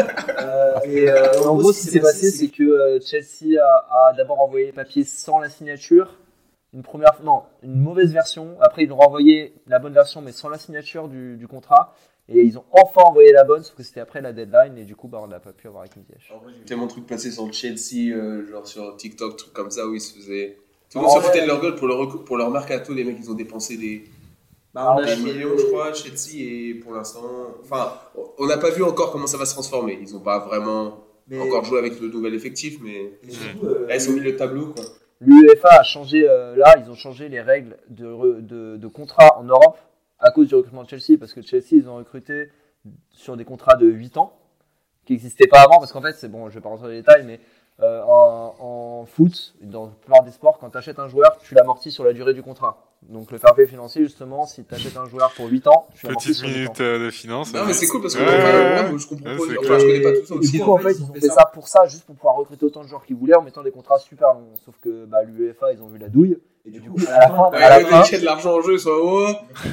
Euh, et euh, en gros, ce qui s'est passé, c'est que euh, Chelsea a, a d'abord envoyé les papiers sans la signature. Une première, non, une mauvaise version. Après, ils ont renvoyé la bonne version, mais sans la signature du, du contrat. Et ils ont enfin envoyé la bonne, sauf que c'était après la deadline. Et du coup, bah, on n'a pas pu avoir avec Ziyech. Tellement de trucs passés sur le Chelsea, euh, genre sur TikTok, trucs comme ça où ils se faisaient. Tout le monde se foutait de leur gueule pour leur, recou- pour leur mercato, les mecs ils ont dépensé des, Bah, on a des acheté- millions, je crois, Chelsea, et pour l'instant. Enfin, on n'a pas vu encore comment ça va se transformer. Ils n'ont pas vraiment Mais- encore joué avec le nouvel effectif, mais mais surtout, euh, là ils sont au milieu de tableau quoi. l'UEFA a changé, euh, là, ils ont changé les règles de, re- de, de contrat en Europe à cause du recrutement de Chelsea, parce que Chelsea, ils ont recruté sur des contrats de huit ans, qui n'existaient pas avant, parce qu'en fait, c'est bon, je vais pas rentrer dans les détails, mais euh, en, en foot, dans la plupart des sports, quand tu achètes un joueur, tu l'amortis sur la durée du contrat. Donc le fair play financier, justement, si tu achètes un joueur pour huit ans, tu l'amortis Petite sur huit ans. minute euh, de finance. Non, mais c'est cool parce que Ouais, moi, ouais, moi, ouais. moi, je comprends Ouais, pas. c'est Enfin, clair. je connais pas tout ça Et aussi. du coup, en fait, ils ont fait ça pour ça, juste pour pouvoir recruter autant de joueurs qu'ils voulaient en mettant des contrats super longs. Sauf que bah, l'UEFA, ils ont vu la douille. Et du coup, à la fin, Ouais, à la dès fin, qu'il y a de l'argent en jeu, soit oh.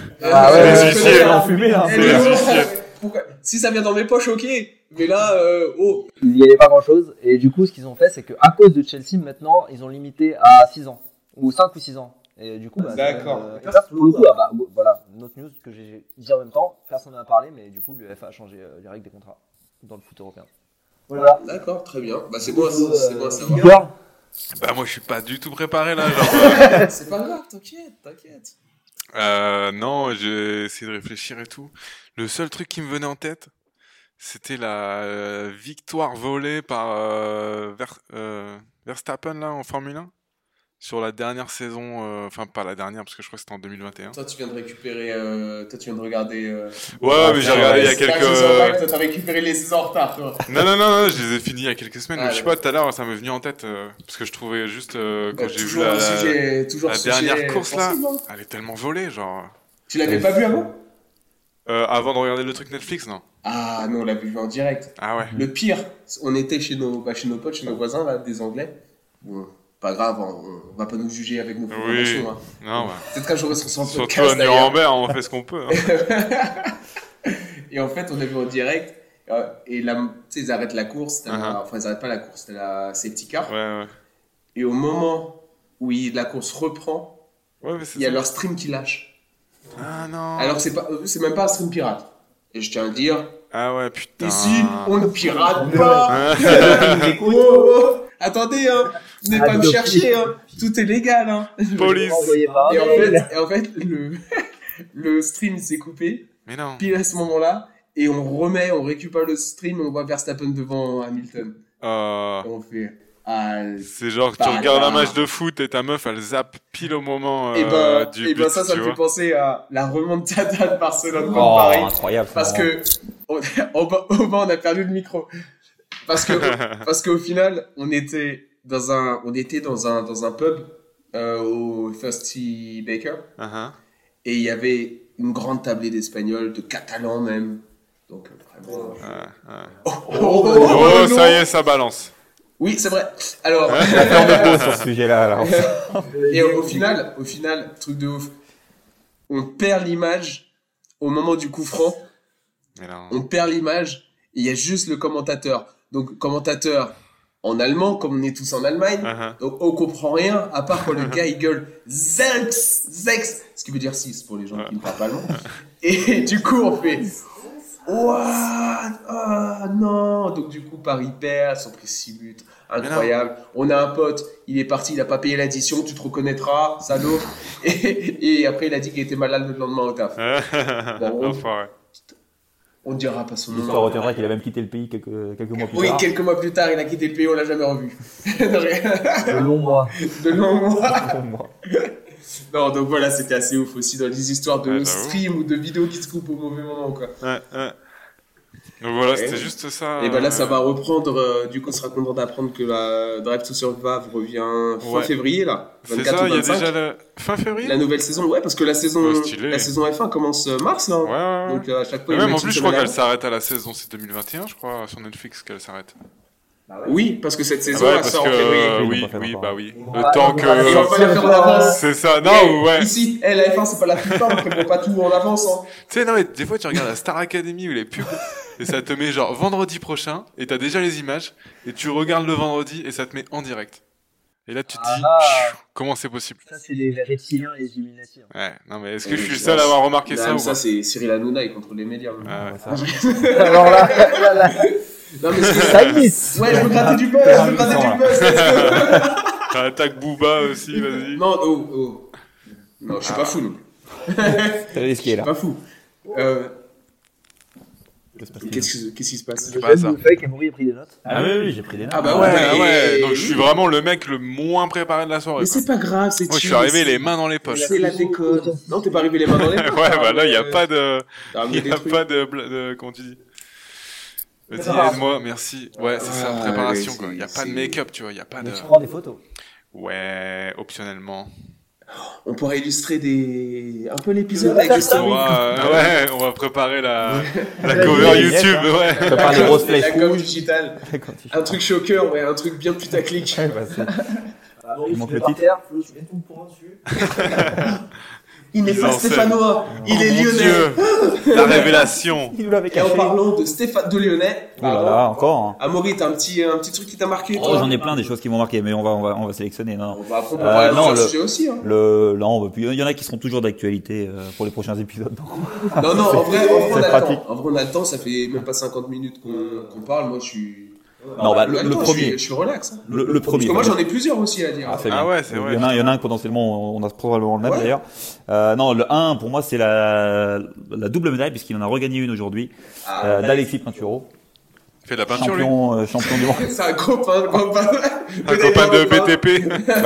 Ah ouais, euh, ouais, je ouais, connais, c'est hein. enfumé, hein. Eh, C'est mais les non, officiels. pourquoi- Si ça vient dans mes poches, ok. Mais là, euh, oh. il n'y avait pas grand chose. Et du coup, ce qu'ils ont fait, c'est qu'à cause de Chelsea, maintenant, ils ont limité à six ans. Ou cinq ou six ans. Et du coup, bah, D'accord. euh, et ça, pour le coup, ah bah, voilà, une autre news que j'ai dit en même temps, personne n'en a parlé, mais du coup, l'UEFA a changé euh, les règles des contrats dans le foot européen. Voilà. D'accord, très bien. Bah, c'est bon, à- c'est bon à savoir. Igor, Bah moi je suis pas du tout préparé là. Genre, euh, C'est pas grave, t'inquiète, t'inquiète. euh, non, j'ai essayé de réfléchir et tout. Le seul truc qui me venait en tête, c'était la euh, victoire volée par euh, Ver- euh, Verstappen là en Formule un sur la dernière saison. euh, Enfin pas la dernière parce que je crois que c'était en deux mille vingt et un. Toi, tu viens de récupérer. Euh, toi, tu viens de regarder. Euh, Ouais, ouais, mais j'ai regardé il y a c'est pas quelques. que c'est en live, toi, t'as récupéré les saisons en retard, toi. Non, non, non, non, je les ai finis il y a quelques semaines. Ah, mais je sais ouais. pas, tout à l'heure, ça m'est venu en tête euh, parce que je trouvais juste euh, quand Bah, j'ai vu toujours la, un la- sujet, toujours la sujet dernière course là, sensible, hein. elle est tellement volée, genre. Tu l'avais pas vu avant? Euh, avant de regarder le truc Netflix, non? Ah non, on l'a vu en direct. Ah ouais. Le pire, on était chez nos, bah, chez nos potes, chez nos voisins, là, des Anglais. Bon, pas grave, on, on va pas nous juger avec nos Oui. formations. Hein. Non, ouais. Peut-être qu'un jour, ils seront sur le Surtout podcast, à d'ailleurs. Nuremberg, on fait ce qu'on peut. Hein. Et en fait, on a vu en direct. euh, Et là, tu sais, ils arrêtent la course. c'était la- Uh-huh. Enfin, ils arrêtent pas la course, c'était la safety car. Ouais, ouais. Et au moment où il- la course reprend, Ouais, mais c'est il y a ça. leur stream qui lâche. Ah non. Alors que c'est pas, c'est même pas un stream pirate. Et je tiens à le dire, Ah ouais, putain. ici, on ne pirate pas. Ouais. Oh, oh, attendez, hein, venez Ah, pas me donc, chercher, hein. Tout est légal. Hein. Police. envoyé par Et en mail. fait, et en fait le, le stream s'est coupé, Mais non. pile à ce moment-là, et on remet, on récupère le stream, on voit Verstappen devant Hamilton. Euh... Et on fait, Ah, C'est genre que tu Bah, regardes un là. match de foot et ta meuf elle zappe pile au moment et euh, ben, du et but, ben ça, ça tu me fait vois. penser à la remontada de Barcelone contre Oh, Paris. incroyable. ça. Parce que on, au, bas, au bas, on a perdu le micro. Parce que parce qu'au final, on était dans un on était dans un dans un pub euh, au Thirsty Baker Uh-huh. et il y avait une grande tablée d'Espagnols, de Catalans même. Donc euh, vraiment. Ouais, ouais. Oh, Oh, oh, non. ça y est, ça balance. Oui, c'est vrai. Alors Faire de pause sur ce sujet-là. Alors. et au, au final, au final, truc de ouf. On perd l'image au moment du coup franc. Mais là, On perd l'image et il y a juste le commentateur. Donc, commentateur en allemand, comme on est tous en Allemagne. Uh-huh. Donc, on comprend rien, à part quand le gars, il gueule Zex, Zex, ce qui veut dire six pour les gens qui ne parlent pas allemand. Et du coup, on fait What? Ah non! Donc, du coup, Paris perd, ils sont pris six buts. Incroyable. On a un pote, il est parti, il a pas payé l'addition, tu te reconnaîtras, salaud. Et, et après, il a dit qu'il était malade le lendemain au taf. Bon, on- Enfoiré. On ne dira pas son L'histoire nom. retiendra qu'il a même quitté le pays quelques, quelques mois plus Oui, tard. quelques mois plus tard, il a quitté le pays, on l'a jamais revu. De longs mois. De longs mois. Pour moi. Non, donc voilà, c'était assez ouf aussi dans les histoires de Ouais, j'avoue. stream ou de vidéos qui se coupent au mauvais moment, quoi. Ouais, ouais. Donc voilà, Et- c'était juste ça. Et ben là, euh, ça va reprendre. euh, du coup, ce sera content d'apprendre que la Drive to Survive revient fin Ouais. février, là. C'est vingt-quatre ça, ou il y a vingt-cinq. déjà la fin février. La nouvelle saison, ouais, parce que la saison, Oh, stylé. la saison F un commence euh, mars, là. Ouais, ouais, ouais. Donc euh, à chaque fois, Mais ils même en mettent plus, une je crois semaine qu'elle avant. s'arrête à la saison, c'est deux mille vingt et un, je crois, sur Netflix qu'elle s'arrête. Bah ouais. Oui, parce que cette Ah saison, ouais, elle parce sort que en février. euh, Ils l'ont oui, pas fait oui, encore. bah oui. Ils vont Le pas- temps ils vont pas Et on que. va pas la faire en avance. C'est ça, non, Eh, ouais. Ici, eh, la F un, c'est pas la FIFA, on ne pas tout en avance. Hein. Tu sais, non, mais des fois, tu regardes la Star Academy ou les pubs, et ça te met genre vendredi prochain, et t'as déjà les images, et tu regardes le vendredi, et ça te met en direct. Et là, tu te dis, Ah. Pfiou, comment c'est possible? Ça, c'est les reptiliens et les Illuminati. hein. Ouais, non, mais est-ce que Ouais, je suis le je seul à pense. avoir remarqué Là, ça ou ça, pas? c'est Cyril Hanouna, il contrôle les médias. Ah ouais. Ouais, ça. Alors là, là, là, Non, mais c'est ça glisse. Ouais, je veux gratter du buzz, je veux gratter du buzz. let's go. Attaque Booba aussi, vas-y. Non, oh, oh. Non, je suis pas fou, non. C'est risqué là. Pas fou. Euh, Que se passe-t-il Qu'est-ce que- qu'est-ce qui se passe? pas ça. Le fait qu'Amaury ait pris des notes. Ah oui, oui, j'ai pris des notes. Ah bah Ah ouais, ouais, ah et- ouais. Donc et- je suis vraiment le mec le moins préparé de la soirée. Mais quoi. c'est pas grave, c'est Moi, je chill, suis arrivé c'est- les mains dans les poches. C'est la déconne. Non, t'es pas arrivé les mains dans les poches. Ouais, bah là, il n'y a euh, pas de. t'as ramené Il des n'y a trucs. pas de, bla- de. Comment tu dis? Vas-y, Préparation. aide-moi, merci. Ouais, c'est ça, Ah, préparation, ouais, quoi. Il n'y a c'est- pas de c'est- make-up, tu vois. Il n'y a pas de. Mais tu prends des photos. Ouais, optionnellement. On pourrait illustrer des... un peu l'épisode Ouais, avec ça, le ça, On story. va, ouais, on va préparer la, la La cover vignette, YouTube, hein. ouais. Je prépare des grosses flèches La com rouges. digitale. Quand il- Un truc choqueur, ouais, un truc bien putaclic. Ouais, bah, c'est- Amaury, Il tu manque mets le par titre. terre, Flo, tu mets ton point dessus. Il n'est Mise pas en scène. stéphanois, il Oh est mon lyonnais. Dieu, la révélation. Il nous l'avait Et en caché. parlant de Stéphane, de lyonnais, Oh là là, encore. hein. Amaury, t'as un petit, un petit truc qui t'a marqué, Oh, toi? j'en ai plein des choses qui m'ont marqué, mais on va, on va, on va sélectionner. Non. On va après, on peut Euh, parler non, de ce le- sujet aussi, hein. Le, non, bah, puis il y en a qui seront toujours d'actualité euh, pour les prochains épisodes. donc. Non, non, en vrai, en vrai, on c'est a le pratique. temps. En vrai, on a le temps, ça fait même pas cinquante minutes qu'on qu'on parle. Moi, je suis. Non, bah, On a le, le temps, je suis- premier. Je suis relax. hein. Le, le Parce premier. que moi, j'en ai plusieurs aussi à dire. Ah, c'est Ah bien. ouais, c'est vrai. Il y en a, il y en a un que potentiellement, on a probablement le même Ouais. d'ailleurs. Euh, non, le un, pour moi, c'est la, la double médaille, puisqu'il en a regagné une aujourd'hui, Ah, euh, d'Alexis Pinturo, Fais de la peinture, lui. champion, euh, champion du monde. C'est un copain, copain. Un copain de B T P.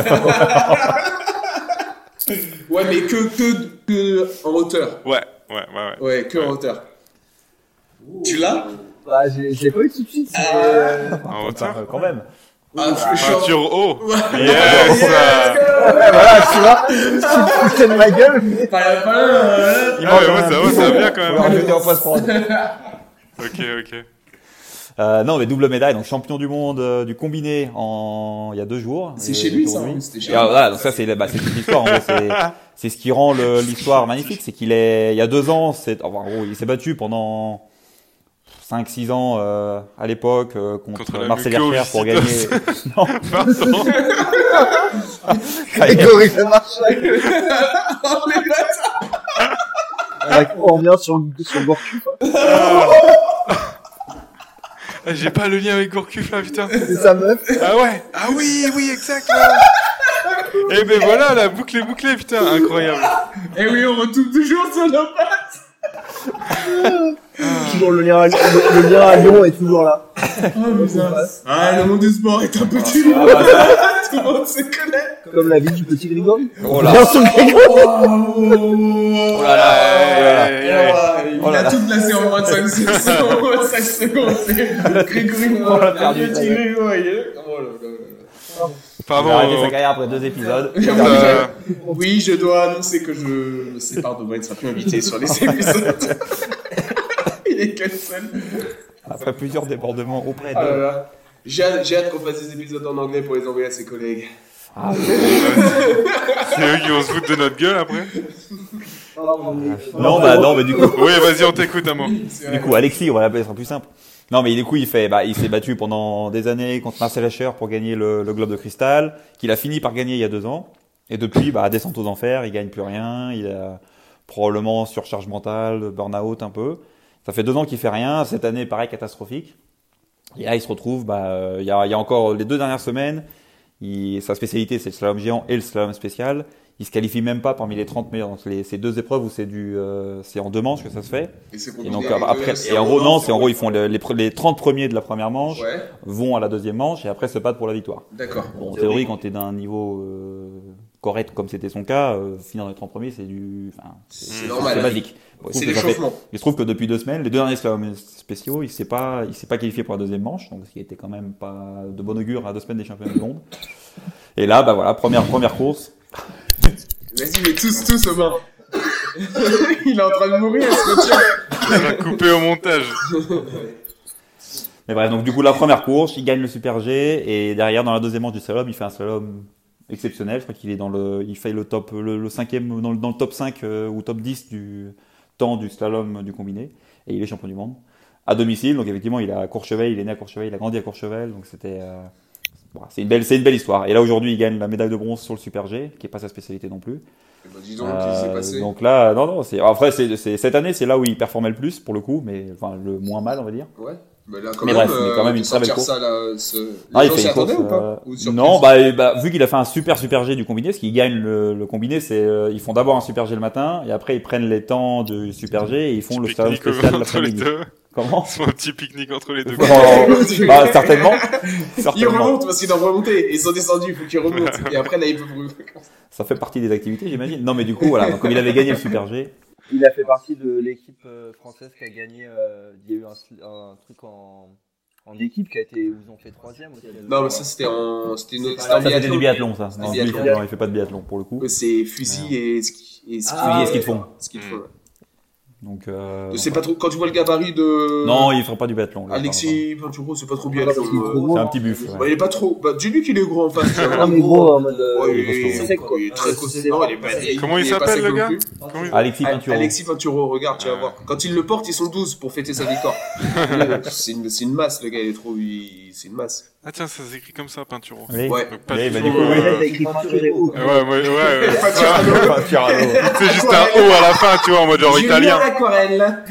Ouais, mais que, que, que en hauteur. Ouais, ouais, ouais, ouais. Ouais, que en hauteur. Tu l'as? Bah, j'ai- je l'ai pas eu tout de suite. mais, Ah. euh, En hauteur. Euh, quand même. Ah, je suis en- Peinture haut. Ouais. Yes. ouais, voilà, tu vois, tu te foutais de ma gueule, mais Pas la pas, euh, Il Ah manque ouais, quand ouais, même. ça va, ça va bien quand On va même. rajouter en post-prod. Ok, ok. Euh, non, mais double médaille, donc champion du monde euh, du combiné en il y a deux jours. C'est Et chez lui, ça, aujourd'hui. hein, c'était chez Et alors, lui. voilà, donc ça c'est bah, c'est toute l'histoire. En gros, c'est c'est ce qui rend le- l'histoire magnifique, c'est qu'il est il y a deux ans, c'est enfin, en gros, il s'est battu pendant cinq six ans euh, à l'époque euh, contre, Contre la Marcel Hercher pour gagner. mucoviscidose. Non, Pardon. Grégory le marché. Oh, les bâtards. On revient sur, sur Gorky, quoi. Ah, j'ai pas le lien avec Gourcuff là, putain. C'est sa meuf. Ah ouais. Ah oui, oui, exact. là. Eh ben voilà, la boucle est bouclée, putain, incroyable. Eh oui, on retombe toujours sur nos pattes. Toujours le lien, à, le, le lien à Lyon est toujours là. Oh putain. Ah, le monde du sport est un petit Ah, monde. bah, ça- Tout le monde se connaît. Comme la vie du petit Grégory. Oh là. Oh, Oh là là. Aïe, aïe, aïe. Il Oh là a là. tout placé en moins de cinq secondes. En moins de cinq secondes. C'est Grégory. On l'a perdu, Le petit ça y est. Grégory. Oh là là là. Pardon. Il a arrêté sa on- carrière après deux épisodes. Euh, Oui, je dois annoncer que je me sépare de moi, il ne sera plus invité sur les épisodes. Il est qu'un seul. Après plusieurs débordements auprès de. Ah là là. J'ai hâte, j'ai hâte qu'on fasse des épisodes en anglais pour les envoyer à ses collègues. Ah, c'est eux qui vont se foutre de notre gueule après. non, bah non, mais du coup. Oui, vas-y, on t'écoute, Amo. Du coup, Alexis, on va l'appeler, ce sera plus simple. Non, mais du coup, il fait, bah, il s'est battu pendant des années contre Marcel Asher pour gagner le, le Globe de Cristal, qu'il a fini par gagner il y a deux ans. Et depuis, bah, descente aux enfers, il gagne plus rien, il a probablement surcharge mentale, burn-out un peu. Ça fait deux ans qu'il fait rien. Cette année, pareil, catastrophique. Et là, il se retrouve, bah, euh, il y a, il y a encore les deux dernières semaines, il, sa spécialité, c'est le slalom géant et le slalom spécial. Il se qualifie même pas parmi les trente meilleurs. Donc, les, ces deux épreuves où c'est du, euh, c'est en deux manches que ça se fait. Et, c'est Et donc combiné avec après, eux, c'est et en gros, un non, an, c'est en gros, ils font les, les, pre- les trente premiers de la première manche, Ouais, vont à la deuxième manche et après se battent pour la victoire. d'accord. Bon, en théorie, quand tu es d'un niveau euh, correct comme c'était son cas, euh, finir dans les trente premiers, c'est du, enfin, C'est c'est normal. basique. Bon, il se C'est trouve que ça fait- l'échauffement. il se trouve que depuis deux semaines, les deux derniers slaloms spéciaux, il s'est pas, il s'est pas qualifié pour la deuxième manche, donc ce qui était quand même pas de bon augure à deux semaines des championnats du monde. Et là, bah voilà, première première course. Vas-y, mais tous, tous, Omar. Il est en train de mourir, ce retient. On va couper au montage. Mais bref, donc du coup, la première course, il gagne le Super G et derrière, dans la deuxième manche du slalom, il fait un slalom exceptionnel. Je crois qu'il est dans le, il fait le top, le, le cinquième, dans le, dans le top cinq euh, ou top dix du temps du slalom du combiné et il est champion du monde à domicile. Donc effectivement, il est à Courchevel, il est né à Courchevel, il a grandi à Courchevel, donc c'était, euh, bon, c'est une belle, c'est une belle histoire. Et là aujourd'hui, il gagne la médaille de bronze sur le Super G, qui est pas sa spécialité non plus. Eh ben, dis donc, qu'est-ce qui s'est Euh, passé? donc là, non, non, c'est, après, c'est, c'est, cette année, c'est là où il performait le plus pour le coup, mais enfin le moins mal, on va dire. Ouais. Mais là, quand Mais même, bref, mais euh, quand même de une très belle sortir course. ça, là, ce... les Ah, il gens fait s'y une attendaient course, ou pas? euh, Ou surprise? non, bah, bah, vu qu'il a fait un super super G du combiné, ce qu'il gagne le, le combiné, c'est euh, ils font d'abord un super G le matin et après ils prennent les temps du super G et ils font le Petit slalom pique-nique spécial entre les l'après-midi. deux. Comment? Ils font un petit pique-nique entre les deux. Oh, bah, certainement. Ils certainement. remontent parce qu'ils doivent remonter. Ils sont descendus, il faut qu'ils remontent. Et après, là, ils peuvent. Ça fait partie des activités, j'imagine. Non, mais du coup, voilà. Donc, comme il avait gagné le super G, Il a fait partie de l'équipe euh, française qui a gagné. euh, il y a eu un, sl- un truc en, en équipe qui a été où ils ont fait troisième aussi. Non, mais ça, c'était en. C'était une autre. Ça, ça, C'était un c'était du biathlon. biathlon, ça. Non, C'était lui, biathlon. non, il fait pas de biathlon pour le coup. Euh, C'est fusil et ski. Et ski. Ah, Fusil et ski de fond. Ski de fond, ouais. Donc, euh, C'est pas trop. Quand tu vois le gabarit de. non, il fera pas du biathlon. lui, Alexis Pinturo, c'est pas trop bien. Ah, parce qu'il est trop apparemment. gros. C'est un petit buff. ouais. Bah, il est pas trop. Bah, dis-lui qu'il est gros en face. tu vois. Non, mais gros en mode. euh, Ouais, il il est est, costaud. c'est quoi. il est très Ouais, costaud. c'est- Non, il est pas. Comment il est pas s'appelle, sec le non gars plus. Comment il- Alexis Al- Pinturo. Alexis Pinturo, regarde, tu vas Ouais. voir. Quand il le porte, ils sont douze pour fêter sa victoire. c'est une, c'est une masse, le gars, il est trop. il- C'est une masse. Ah tiens, ça s'écrit comme ça, Pinturo. Oui. Ouais. Donc, pas Oui, du bah, tout, du coup, euh, oui. T'as écrit peinture et haut. Ouais, ouais, ouais, ouais. Pas Tirano. Tirano. C'est juste un O à la fin, tu vois, en mode genre Julien italien. Aquarelle.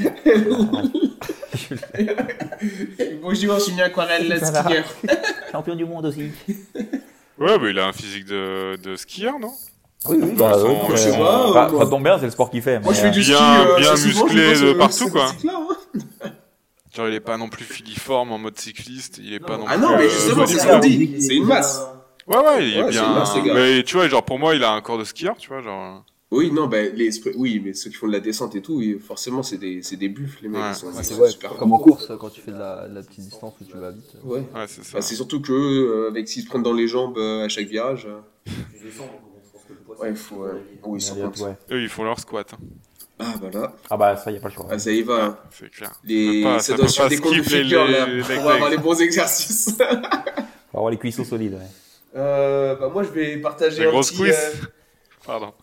Bonjour, Julien Aquarelle, let's Voilà. skier. Champion du monde aussi. Ouais, mais il a un physique de, de skieur, non? Oui, oui, bah, Son- ouais, je sais euh, pas, bah, moi. ça tombe bien, c'est le sport qu'il fait. Moi, mais, je fais du Bien- ski. euh, bien assez souvent, je musclé bosse, de euh, partout, cette quoi. pratique-là, hein. Genre, il est pas non plus filiforme en mode cycliste, il est pas non Ah plus. non, mais euh, justement, c'est ce bodybuilder. qu'on dit. C'est une masse. Ouais, ouais, il est Ouais, c'est bien. une masse, les gars. Mais tu vois, genre, pour moi, il a un corps de skieur, tu vois, genre. Oui, non, bah, les spr- oui, mais ceux qui font de la descente et tout, oui, forcément, c'est des, c'est des buffles, les mecs. Ouais. Ils sont, Ouais, ils c'est sont ouais, super comme en course, quand tu fais de la, de la petite distance où tu vas vite. Ouais. Ouais, c'est ça. Bah, c'est surtout que euh, avec s'ils se prennent dans les jambes euh, à chaque virage. euh, Ouais, il faut. euh, Oui, sans Allez, compte. ouais. Eux, ils font leur squat. hein. Ah, bah là. Ah bah ça, y a pas le choix. Ah, ça y va. hein. C'est clair. Les... peut pas- ça ça doit peut sur pas des comptes de skip les- figure, là, les- les pour avoir legs. les bons exercices. Faut avoir les cuisseaux solides. Ouais. euh, bah, moi, je vais partager Des un grosses petit. cuisses. euh, Pardon.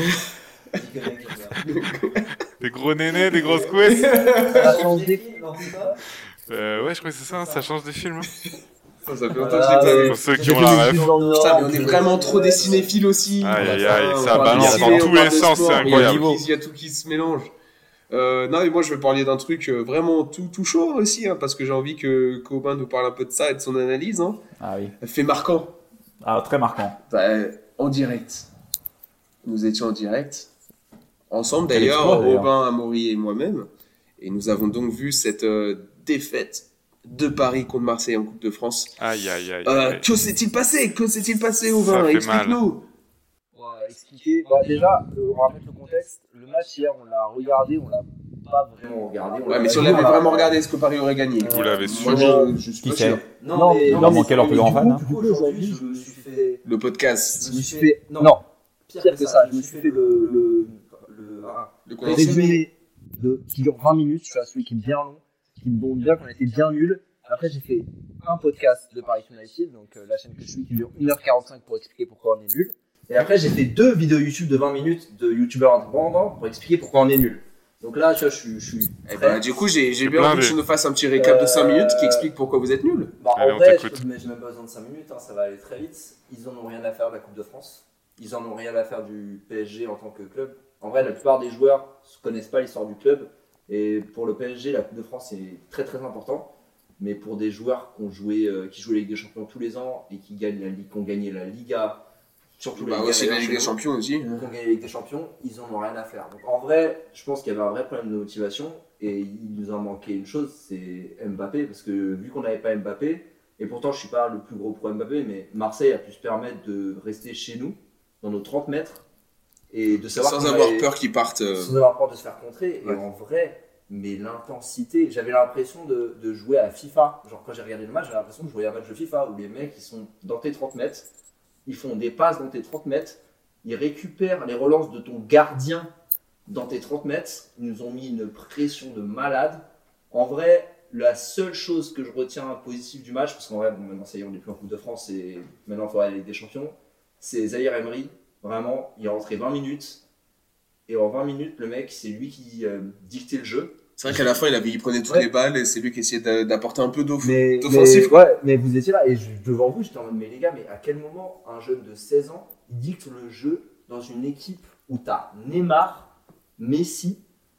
Des gros nénés, des grosses cuisses. Ça change des films, non, c'est ça Euh, ouais, je crois que c'est ça, ça change des films. Ça fait longtemps que je l'ai pas vu. Pour ceux qui J'ai ont fait la des ref. pubs dans le Nord, Putain, mais on est euh, vraiment trop des cinéphiles aussi. Aïe, aïe, Enfin, aïe, on ça parle balance de dans ciné, tous on parle les de sens, sport, c'est mais il y a incroyable. tout qui- Il y a tout qui se mélange. Euh, non, mais moi, je vais parler d'un truc euh, vraiment tout, tout chaud aussi, hein, parce que j'ai envie que Cobain nous parle un peu de ça et de son analyse. Hein. Ah oui. Fait marquant. Ah, très marquant. Bah, en direct. Nous étions en direct. Ensemble Quel d'ailleurs, exploit, d'ailleurs. Robin, Amaury et moi-même. Et nous avons donc vu cette euh, défaite de Paris contre Marseille en Coupe de France. Aïe, aïe, aïe. Euh, aïe. que s'est-il passé? Que s'est-il passé, Ça Auvin? fait Explique-nous. On va expliquer. Bah, déjà, euh, on va remettre le contexte. Le match hier, on l'a regardé, on l'a pas vraiment regardé. On Ouais, l'a mais si on vu, l'avait l'a- vraiment regardé, est-ce que Paris aurait gagné? Vous l'avez Moi, su. je, je suis Qui pas sait sûr. Non, Non, mais, il leur manquait leur plus grand fan, hein. Du coup, Aujourd'hui, aujourd'hui, je me suis fait. Le podcast, je me suis fait. Non, Pire, pire que ça, je me suis fait le. le... le- ah, le le condensé. résumé de, qui dure vingt minutes, je suis à celui qui est bien long, qui me montre bien qu'on était bien nuls. Après, j'ai fait un podcast de Paris United, donc euh, la chaîne que je suis, qui dure une heure quarante-cinq pour expliquer pourquoi on est nul. Et après, j'ai fait deux vidéos YouTube de vingt minutes de youtubeurs indépendants pour expliquer pourquoi on est nul. Donc là, tu vois, je suis. Je suis Eh prêt. ben, du coup, j'ai j'ai C'est bien envie que blindé. tu nous fasses un petit récap de cinq Euh, minutes qui explique pourquoi vous êtes nuls. Bah, Allez, en on vrai, je t'écoute. peux- mais j'ai même pas besoin de cinq minutes, hein, ça va aller très vite. Ils en ont rien à faire de la Coupe de France. Ils en ont rien à faire du P S G en tant que club. En vrai, la plupart des joueurs ne connaissent pas l'histoire du club. Et pour le P S G, la Coupe de France est très très important. Mais pour des joueurs qui, ont joué, euh, qui jouent la Ligue des Champions tous les ans et qui, gagnent la Ligue, qui ont gagné la Liga, surtout Bah, Liga aussi la d'ailleurs Ligue chez des nous, Champions aussi. qui ont gagné la Ligue des Champions, ils en ont rien à faire. Donc en vrai, je pense qu'il y avait un vrai problème de motivation et il nous en manquait une chose, c'est Mbappé, parce que vu qu'on n'avait pas Mbappé, et pourtant je suis pas le plus gros pro Mbappé, mais Marseille a pu se permettre de rester chez nous, dans nos trente mètres, et de savoir Sans qu'on avoir allait- peur qu'ils partent. euh, sans avoir peur de se faire contrer. Ouais. Et en vrai, mais l'intensité, j'avais l'impression de, de jouer à FIFA. Genre quand j'ai regardé le match, j'avais l'impression que je voyais un match de FIFA où les mecs ils sont dans tes trente mètres, ils font des passes dans tes trente mètres, ils récupèrent les relances de ton gardien dans tes trente mètres. Ils nous ont mis une pression de malade. En vrai, la seule chose que je retiens positive du match, parce qu'en vrai, bon, maintenant ça y est, on n'est plus en Coupe de France et maintenant il faut aller à la Ligue des Champions, c'est Zahir Emery. Vraiment, il est rentré vingt minutes. Et en vingt minutes, le mec, c'est lui qui euh, dictait le jeu. C'est vrai qu'à la fin, il, avait, il prenait toutes Ouais. les balles et c'est lui qui essayait d'a- d'apporter un peu d'off- Mais, d'offensif. mais, ouais, mais vous étiez là et je, devant vous, J'étais en mode, mais les gars, mais à quel moment un jeune de seize ans il dicte le jeu dans une équipe où t'as Neymar, Messi,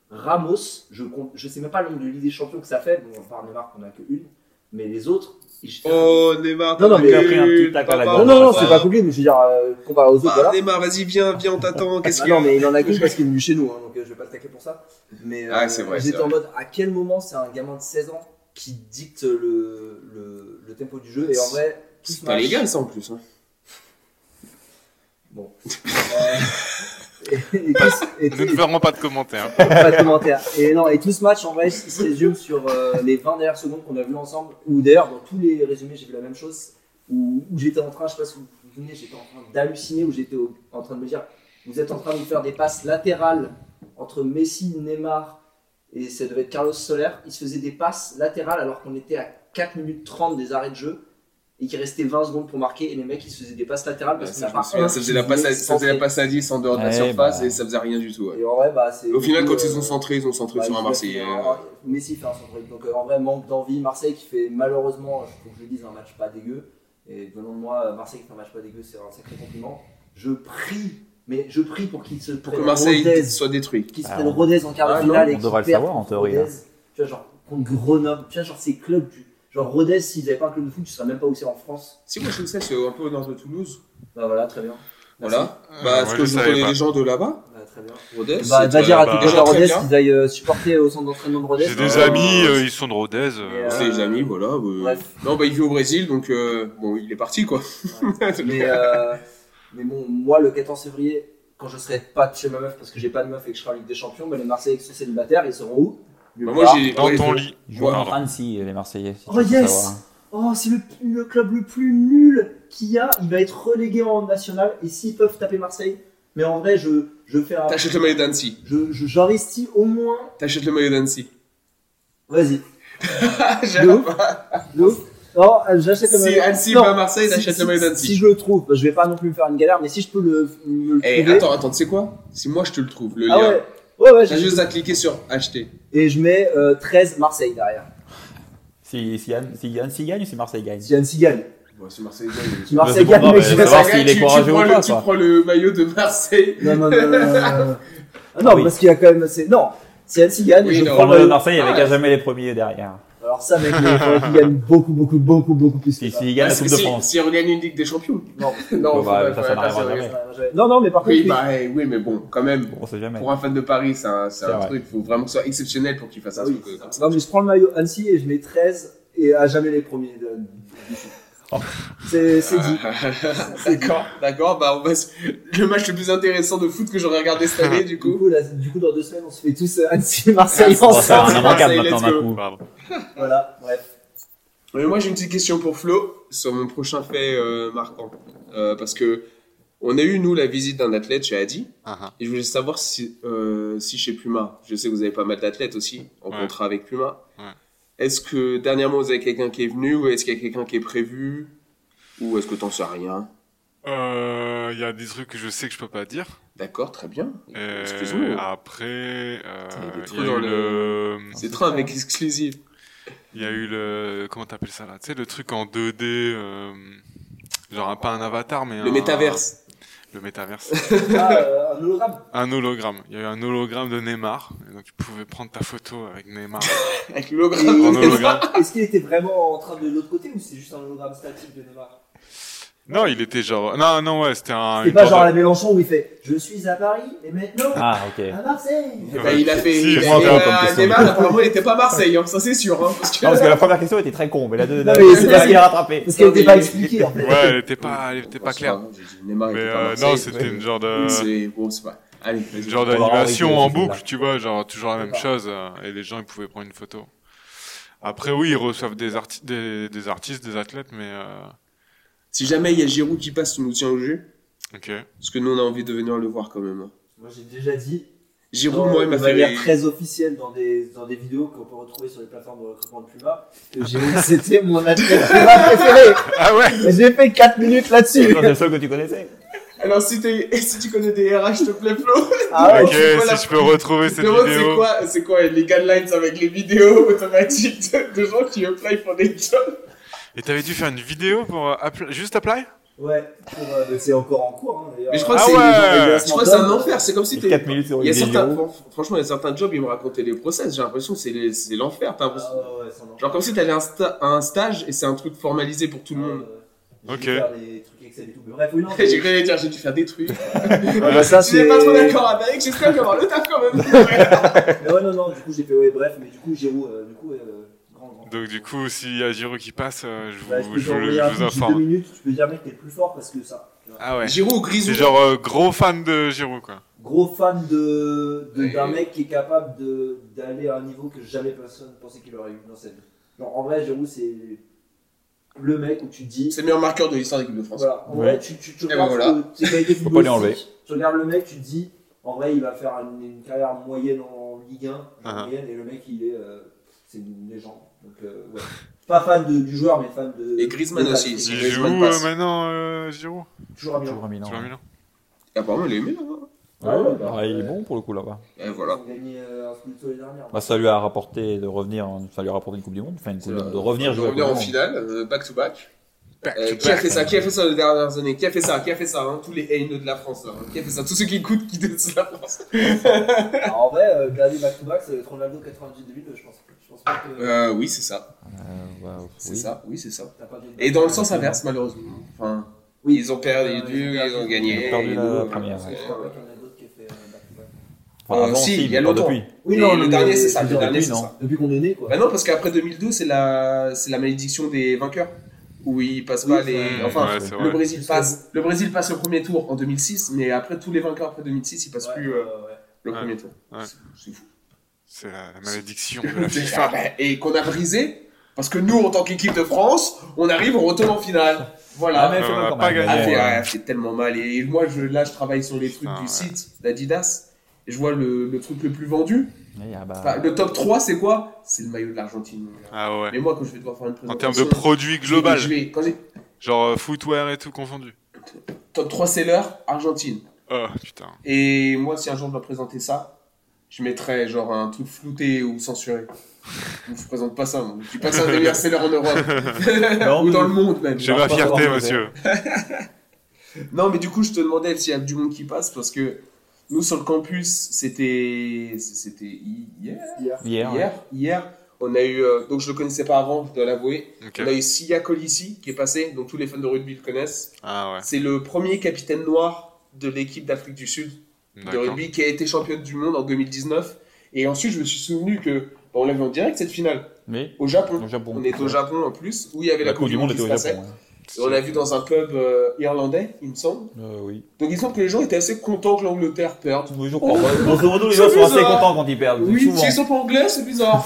Ramos, je compte, je sais même pas le nombre de Ligue des Champions que ça fait, bon, à part Neymar qu'on a que une, mais les autres, ils- Oh, Neymar, Non, non, mais il a pris un petit tac à la papa. gorge. Non, non, non, Ah. c'est pas compliqué, mais je veux dire, euh, comparé aux autres, Ah, voilà. Neymar, vas-y, viens, viens, on t'attend. Qu'est-ce Ah qu'il y a non, mais il en a qu'une parce qu'il est venu chez nous, hein, donc euh, je vais pas le tacler pour ça. Mais euh, Ah, c'est vrai, c'est j'étais en vrai. mode, à quel moment c'est un gamin de seize ans qui dicte le, le, le tempo du jeu. Et en vrai, tout C'est ce pas match- légal, ça en plus. hein. Bon. Euh, Et, et tous- et Nous ne tous- ferons pas de commentaires. pas de commentaire. Et non, et tout ce match, en vrai, il se résume sur euh, les vingt dernières secondes qu'on a vues ensemble, ou d'ailleurs, dans tous les résumés, j'ai vu la même chose, où, où j'étais en train, je sais pas si vous vous souvenez, j'étais en train d'halluciner, où j'étais au- en train de me dire, vous êtes en train de faire des passes latérales entre Messi, Neymar, et ça devait être Carlos Soler, ils se faisaient des passes latérales alors qu'on était à quatre minutes trente des arrêts de jeu, et qu'il restait vingt secondes pour marquer, et les mecs, ils se faisaient des passes latérales parce Ouais, qu'il ça, n'y a je me pas souviens, un ça qui faisait la passe à, voulait ça faisait la centrer. passe à dix en dehors de la Ouais, surface bah. et ça faisait rien du tout. ouais. Et en vrai, bah, c'est... Au final, du coup, quand ils euh, ont centré, ils ont centré Bah, sur un il Marseillais. fait euh. un- Messi fait un centre. Donc euh, en vrai, manque d'envie. Marseille qui fait malheureusement, il faut que je le dise, un match pas dégueu. Et venant de moi, Marseille qui fait un match pas dégueu, c'est un sacré compliment. Je prie, mais je prie pour qu'il se Pour prenne que Marseille Rodez, soit détruit. qu'il se Ah, prenne on- Rodez en quart de Ah, finale non, et on qu'il devrait le perde savoir, en contre théorie, Rodez. Tu vois, genre contre Grenoble, tu vois, genre ces clubs du... Genre Rodez, s'ils n'avaient pas un club de foot, tu serais même pas où c'est en France. Si, moi je le sais, c'est un peu au nord de Toulouse. Bah voilà, très bien. Merci. Voilà. Euh, Bah, est-ce moi, que je je savais connais pas. des gens de là-bas Bah, très bien. Rodez Bah, c'est va très- dire à bah, tes déjà copains très Rodez bien. qu'ils aillent euh, supporter au centre d'entraînement de Rodez. J'ai des Euh, amis, euh, ils sont de Rodez. euh, Et, C'est euh, les amis, voilà. bah, Bref. Non, bah il vit au Brésil, donc euh, bon, il est parti quoi. mais, euh, mais bon, moi, le quatorze février, quand je serai pas chez ma meuf parce que j'ai pas de meuf et que je serai en Ligue des Champions, bah, les Marseillais qui sont célibataires, ils seront où? Nulle Bah, moi, part. j'ai- Dans ouais, ton je- lit. Ils jouent Pardon. à Annecy, les Marseillais. si Oh, tu veux yes savoir. Oh, c'est le, le club le plus nul qu'il y a. Il va être relégué en national. Et s'ils peuvent taper Marseille, mais en vrai, je, je fais un. T'achètes le maillot d'Annecy. Je, je- j'investis au moins. T'achètes le maillot d'Annecy. Vas-y. J'aime ouf. pas. De ouf. Non, euh, j'achète le Si maillot. Annecy Non, va à Marseille, si- t'achètes si- le maillot Si d'Annecy. je le trouve, bah, je vais pas non plus me faire une galère, mais si je peux le, me le Eh, trouver. attends, attends, tu sais quoi? Si moi je te le trouve, le Ah lien. ouais. Ouais, ouais, T'as j'ai juste à cliquer sur acheter. Et je mets euh, treize Marseille derrière. Si, si, Anne- si Annecy gagne ou si Marseille gagne Si Annecy gagne. Bon, si Marseille gagne. Si Marseille c'est gagne, bon, mec, mais je c'est vais savoir pas. s'il est tu, courageux tu, ou prends pas, le, tu quoi. prends le maillot de Marseille. Non, non, non, non, non, non, non. Ah non, Ah oui. parce qu'il y a quand même. c'est- Non, si Annecy gagne, Oui, je non. prends Pour le le. Marseille, avec Ah, à jamais les premiers derrière. Alors ça, mec, il faudrait qu'il gagne beaucoup, beaucoup, beaucoup, beaucoup plus. que Si, ça. s'il gagne la Parce Coupe que de si, France. si on gagne une Ligue des Champions. Non. Non, Bon, bah, faudrait- ça, ça faudrait n'arrivera pas, jamais. c'est- Non, non, mais par contre, Oui, oui. bah, eh, oui, mais bon, quand même. On sait jamais. Pour un fan de Paris, c'est un, c'est C'est un vrai. truc. Il faut vraiment que ce soit exceptionnel pour qu'il fasse un Ah oui, truc euh, comme ça. Non, mais je prends le maillot Annecy et je mets treize. et à jamais les premiers de- du foot. C'est c'est dit. D'accord, d'accord. Bah, on va se- le match le plus intéressant de foot que j'aurais regardé cette année, du Du coup. coup, là, du coup, dans deux semaines, on se fait tous euh, Annecy-Marseille Ah, On va faire ensemble. un immanquable Let's maintenant d'un go. coup. Pardon. Voilà, bref. Mais moi, j'ai une petite question pour Flo sur mon prochain fait euh, marquant. Euh, parce que on a eu, nous, la visite d'un athlète chez Adi. Ah, ah. Et je voulais savoir si, euh, si chez Puma, je sais que vous avez pas mal d'athlètes aussi en Ouais. contrat avec Puma. Ouais. Est-ce que dernièrement vous avez quelqu'un qui est venu ou est-ce qu'il y a quelqu'un qui est prévu ou est-ce que t'en sais rien? Euh, Il y a des trucs que je sais que je peux pas dire. D'accord, très bien. Euh, Excuse-moi. après, euh, Il y a des il y trous a dans eu le, C'est trop un mec exclusif. il y a eu le, comment t'appelles ça là? Tu sais, le truc en deux D, euh, genre un- pas un avatar, mais Le un, métaverse. Le métaverse. Ah, euh, un hologramme. Un hologramme. Il y a eu un hologramme de Neymar. Et donc tu pouvais prendre ta photo avec Neymar. Avec l'hologramme. En de hologramme. Est-ce qu'il était vraiment en train de l'autre côté ou c'est juste un hologramme statique de Neymar? Non, il était genre, non, non, ouais, c'était un, C'est une pas sorte genre à de- la Mélenchon où il fait Je suis à Paris et maintenant Ah, ok. à Marseille. Eh ben, il a fait. Si, il c'est a fait, moi, euh, comme question. Neymar, apparemment, il était pas à Marseille, hein, ça c'est sûr. Hein, parce que... Non, parce que la première question était très con, mais la deuxième, Non, mais c'est c'est parce parce qu'il a rattrapé. Parce qu'elle Non, était mais pas il- expliquée en fait. Ouais, elle était pas, elle était pas Bon, claire. c'est pas grave, j'ai dit Neymar, il Mais était pas à euh, Marseille. non, c'était une genre de, C'est bon, c'est pas. Allez, vas-y. une genre On va avoir d'animation envie de en ce boucle, film-là. tu vois, genre toujours la même D'accord. chose, euh, et les gens ils pouvaient prendre une photo. Après, oui, ils reçoivent des, arti- des, des artistes, des athlètes, mais euh, Si jamais il y a Giroud qui passe, tu nous tiens au jeu. ok. Parce que nous, on a envie de venir le voir quand même. hein. Moi j'ai déjà dit Giroud, dans- moi, il m'a de fait. manière rire. très officielle dans des, dans des vidéos qu'on peut retrouver sur les plateformes de recrutement de Puma que Giroud c'était mon athlète Puma préféré. Ah ouais? Et j'ai fait quatre minutes là-dessus. C'est le seul que tu connaissais. Alors, si, t'es- et si tu connais des R H, s'il te plaît, Flo. Ah ouais. Ok, c'est quoi la- si je peux retrouver cette Demande c'est vidéo. quoi, c'est quoi les guidelines avec les vidéos automatiques de, de gens qui apply pour des jobs. Et t'avais dû faire une vidéo pour euh, apply- juste apply? Ouais, pour, euh, mais c'est encore en cours. Hein, d'ailleurs. Mais je crois que Ah c'est, ouais. je crois que c'est un enfer. C'est comme si t'es. quatre minutes sur Il y a une certains, vidéo. fran- franchement, il y a certains jobs, ils me racontaient les process. J'ai l'impression que c'est, les- c'est l'enfer. T'as l'impression- Ah ouais, ouais, c'est un enfer. Genre comme si t'allais à un, sta- à un stage et c'est un truc formalisé pour tout le monde. Euh, J'ai Ok. dû faire des trucs Excel et tout. Mais bref, oui, non. J'ai c'est- cru aller dire, j'ai dû faire des trucs. Ouais, bah, ça, Si t'es pas trop d'accord avec, j'espère qu'il y aura le taf quand même. Mais ouais, non, non, du coup, j'ai fait, ouais, bref, mais du coup, Giroud, euh, du coup, euh, grand, grand. Donc du coup, s'il y a Giroud qui passe, euh, je vous, Bah, je peux je, te envoyer un je vous truc d'ici deux informe. minutes, tu peux dire, mec, t'es le plus fort parce que ça. Ah ouais. Giroud ou Grisou. C'est genre euh, gros fan de Giroud quoi. Gros fan de, de- Ouais. d'un mec qui est capable de, d'aller à un niveau que jamais personne pensait qu'il aurait eu dans sa vie. Genre, en vrai, Giroud, c'est le mec où tu te dis. C'est le meilleur marqueur de l'histoire de l'équipe de France. Voilà, en Ouais. vrai, tu, tu, tu Et regardes ben voilà. ses qualités Faut pas lui enlever. footballistiques, tu regardes le mec, tu te dis, en vrai, il va faire une, une carrière moyenne en Ligue un, genre Uh-huh. moyenne, et le mec, il est, euh, c'est une légende. Donc, euh, ouais. Pas fan de, du joueur, mais fan de. Et Griezmann de- aussi. de- Si Il Griezmann joue passe. euh, maintenant euh, Giroud. Toujours à Milan. Toujours à Milan. Toujours à Milan. Et apparemment, il est aimé là. Ouais, ouais, bah, Ouais, il est bon pour le coup là-bas. Et voilà. Ils ont gagné euh, un Scudetto l'année dernière. Bah, ça lui a rapporté de revenir, ça lui a rapporté une Coupe du Monde, enfin une coupe du Monde, de revenir de jouer. à revenir la en Coupe du finale, euh, back to back. Back Euh, to qui a back. fait ça Qui a fait ça les dernières années Qui a fait ça Qui a fait ça hein Tous les haineux de la France là. hein. Qui a fait ça Tous ceux qui écoutent qui détestent la France. Alors, en vrai, euh, dernier back-to-back, ça va être Ronaldo quatre-vingt-dix deux mille deux, je pense. Je pense pas que. Euh, oui, c'est ça. Monde. Euh, ouais, C'est oui. ça. Oui, c'est ça. T'as pas d'autres Et dans le back-to-back. sens inverse, malheureusement. Enfin, Oui. ils ont perdu, Euh, ils, ils ont ils ont perdu. gagné. Ils ont perdu et la nous, première, Parce que ouais. je crois pas qu'il y en a d'autres qui aient fait euh, back-to-back. Enfin, Euh, avant, si, si, il y a mais pas longtemps. depuis. Oui, Et non, le mais dernier, c'est ça. Le depuis, dernier, c'est non. ça. Depuis qu'on est né, quoi. Bah non, parce qu'après deux mille deux, c'est la, c'est la malédiction des vainqueurs. Où ils passent Oui, pas c'est les. vrai. Enfin, Ouais, c'est le vrai. Brésil C'est passe. Le Brésil passe le premier tour en deux mille six, mais après tous les vainqueurs après deux mille six, ils passent Ouais, plus ouais, euh, ouais. le Ouais. premier tour. Ouais. C'est- C'est fou. C'est la, la malédiction de la Ah FIFA. bah, et qu'on a brisé, parce que nous, en tant qu'équipe de France, on arrive, on retourne en finale. Voilà. Ah, mais on fait a mal quand pas même. Ah, gagné. fait, Ouais. ah, fait tellement mal. Et moi, je, là, je travaille sur les trucs Putain, du ouais. site d'Adidas. Et je vois le, le truc le plus vendu. Et, ah, bah, Enfin, le top trois, c'est quoi? C'est le maillot de l'Argentine. mon gars. Ah ouais. Mais moi, quand je vais devoir faire une En présentation... termes de produits je vais- global, je vais- quand j'ai genre euh, footwear et tout confondu. top trois seller, Argentine. Oh putain. Et moi, si un jour je dois présenter ça, je mettrais genre un truc flouté ou censuré. Je ne présente pas ça, moi. Je dis pas que c'est un des meilleurs sellers en Europe. Non, ou mais- dans le monde, même. J'ai va ma pas fierté, savoir monsieur. Non, mais du coup, je te demandais s'il y a du monde qui passe parce que nous, sur le campus, c'était. C'était hier Hier. Hier. Hier, hier, on a eu. euh, donc, je le connaissais pas avant, je dois l'avouer. Ok. On a eu Sia Colissi qui est passé, donc tous les fans de rugby le connaissent. Ah ouais. C'est le premier capitaine noir de l'équipe d'Afrique du Sud de D'accord. rugby qui a été championne du monde en deux mille dix-neuf. Et ensuite, je me suis souvenu que On l'a vu en direct cette finale, Mais au Japon. au Japon. On est au Japon en plus, où il y avait la, La Coupe du Monde qui était se au passait. Japon. ouais. Et on l'a vu dans un pub euh, irlandais, il me semble. Euh, oui. Donc il semble que les gens étaient assez contents que l'Angleterre perde. Oui, je Oh, crois. Grosso modo, les c'est gens sont assez bizarre. contents quand ils perdent. Oui, souvent. s'ils sont pas anglais, c'est bizarre.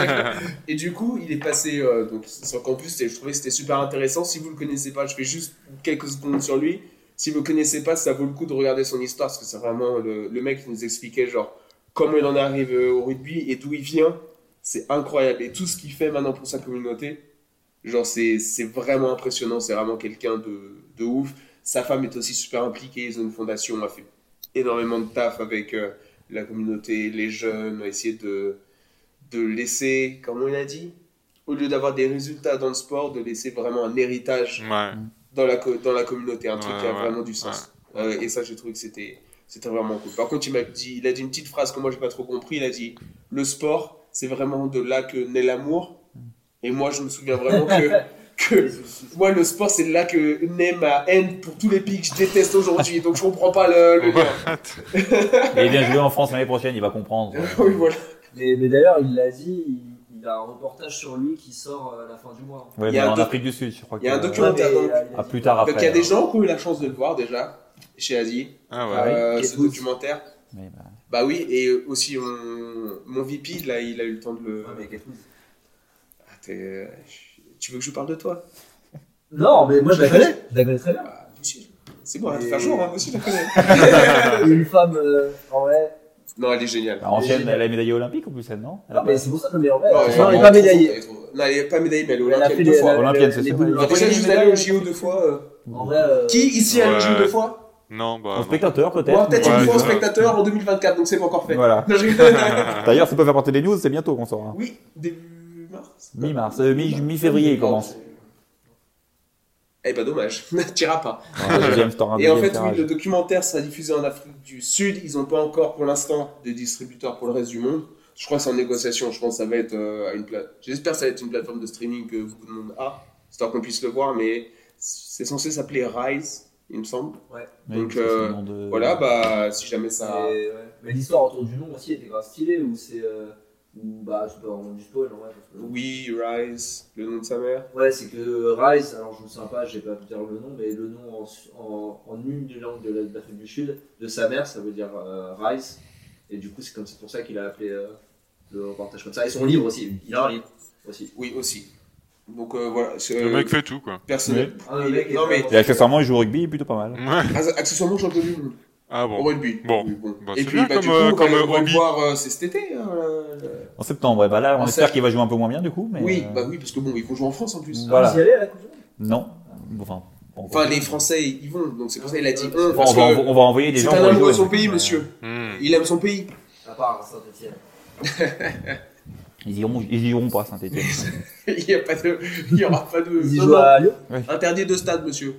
Et du coup, il est passé euh, donc sur campus et je trouvais que c'était super intéressant. Si vous le connaissez pas, je fais juste quelques secondes sur lui. Si vous le connaissez pas, ça vaut le coup de regarder son histoire parce que c'est vraiment le, le mec qui nous expliquait genre comment il en arrive au rugby et d'où il vient. C'est incroyable et tout ce qu'il fait maintenant pour sa communauté. Genre, c'est, c'est vraiment impressionnant, c'est vraiment quelqu'un de, de ouf. Sa femme est aussi super impliquée, ils ont une fondation, on a fait énormément de taf avec euh, la communauté, les jeunes, on a essayé de, de laisser, comment il a dit, au lieu d'avoir des résultats dans le sport, de laisser vraiment un héritage Ouais. dans la, co- dans la communauté, un truc Ouais, qui a ouais, vraiment du sens. Euh, et ça, j'ai trouvé que c'était, c'était vraiment cool. Par contre, il m'a dit, il a dit une petite phrase que moi, j'ai pas trop compris, il a dit, le sport, c'est vraiment de là que naît l'amour. Et moi, je me souviens vraiment que, que moi, le sport, c'est là que naît ma haine pour tous les pays que je déteste aujourd'hui. Donc, je comprends pas le, le lien. Et il vient jouer en France l'année prochaine, il va comprendre. Oui, voilà. Mais, mais d'ailleurs, il l'a dit, il, il a un reportage sur lui qui sort à la fin du mois. Ouais, Il y a mais un en doc- Afrique du Sud, je crois. il y a un que- documentaire. Ouais, mais, donc- euh, il a Ah, dit- plus tard après. Donc, il y a des hein. gens qui ont eu la chance de le voir déjà, chez Adi, Ah ouais. Ah oui. euh, Et ce tous. documentaire. Mais bah, Bah oui, et aussi mon, mon V P, là, il a eu le temps de le. Ouais, mais Kate Woods. Ah, t'es- Tu veux que je parle de toi? Non, mais moi je la connais, je la connais très bien. Ah, moi aussi. C'est bon, elle va te Et- faire jour, hein, moi aussi je la connais. Et une femme, euh, en vrai. Non, elle est géniale. bah, ancienne, elle a médaillé olympique en plus, elle, non elle a Ah, mais c'est pour ça, non, mais en vrai. Non, Non, elle elle est est pas trop médaillée. forte, elle est trop- Non, elle est pas médaillée, mais elle est Elle a olympienne fait deux les- fois. elle a- Olympienne, c'est les sûr. boules. Alors, déjà, juste allé au J O deux fois. euh. En vrai. euh, Qui ici a allé au J O Ouais. deux fois? Non, bah. En non. spectateur, peut-être. Moi, peut-être Ouais, une fois en c'est ça. spectateur en deux mille vingt-quatre, donc c'est pas encore fait. Voilà. Non, je rigole. D'ailleurs, ça peut faire partie des news, c'est bientôt qu'on sort. hein. Oui, début mars. Mi-mars, euh, mi- mi-février, il commence. Eh ben dommage, t'iras pas. Ouais, deuxième, t'auras un Et en deuxième fait, oui, tirage. le documentaire sera diffusé en Afrique du Sud. Ils n'ont pas encore, pour l'instant, de distributeurs pour le reste du monde. Je crois que c'est en négociation. Je pense que ça va être euh, à une plate. J'espère que ça va être une plateforme de streaming que beaucoup de monde a, histoire qu'on puisse le voir. Mais c'est censé s'appeler Rise, il me semble. Oui, donc, ça, c'est euh, le nom de- Voilà, bah si jamais ça. Mais, ouais. Mais l'histoire autour du nom aussi était grave stylée, où c'est. Euh, où, bah, je sais pas vraiment du spoil en vrai. parce que- Oui, Rise, le nom de sa mère. Ouais, c'est que Rise, alors je me souviens pas, j'ai pas pu dire le nom, mais le nom en, en, en une des langues de la- de l'Afrique du Sud, de sa mère, ça veut dire euh, Rise. Et du coup, c'est comme c'est pour ça qu'il a appelé euh, le reportage comme ça. Et son livre aussi, il a un livre aussi. Oui, aussi. Donc euh, voilà. c'est- Le mec fait tout, quoi. Personnel. Ah, le mec est non mais vraiment- Et accessoirement, il joue au rugby, plutôt pas mal. Ouais. accessoirement champion du monde. Ah Au bon. rugby. Bon. Oui, bon. Bah, Et c'est puis bien bah, comme, du coup, euh, on comme, va, euh, on va le hobby. voir euh, c'est cet été. hein, euh, En septembre, ouais, bah là, on En espère sept- qu'il va jouer un peu moins bien du coup. Mais Oui, euh, bah oui, parce que bon, ils vont jouer en France en plus. Voilà. Vous y allez à la Coupe du Monde Non. Enfin, pas encore. Enfin, les Français, ils vont, donc c'est pour ça qu'il a dit Bon, on. Bon, Parce on, va, que on va envoyer des c'est gens un pour y amoureux jouer, de son mais, pays, euh, monsieur. Hmm. Il aime son pays. À part Saint-Etienne. Ils iront, ils iront pas à Saint-Etienne. Il n'y a pas de, il y aura pas de. Ils y non, jouent non. à Lyon. Interdit de stade, monsieur.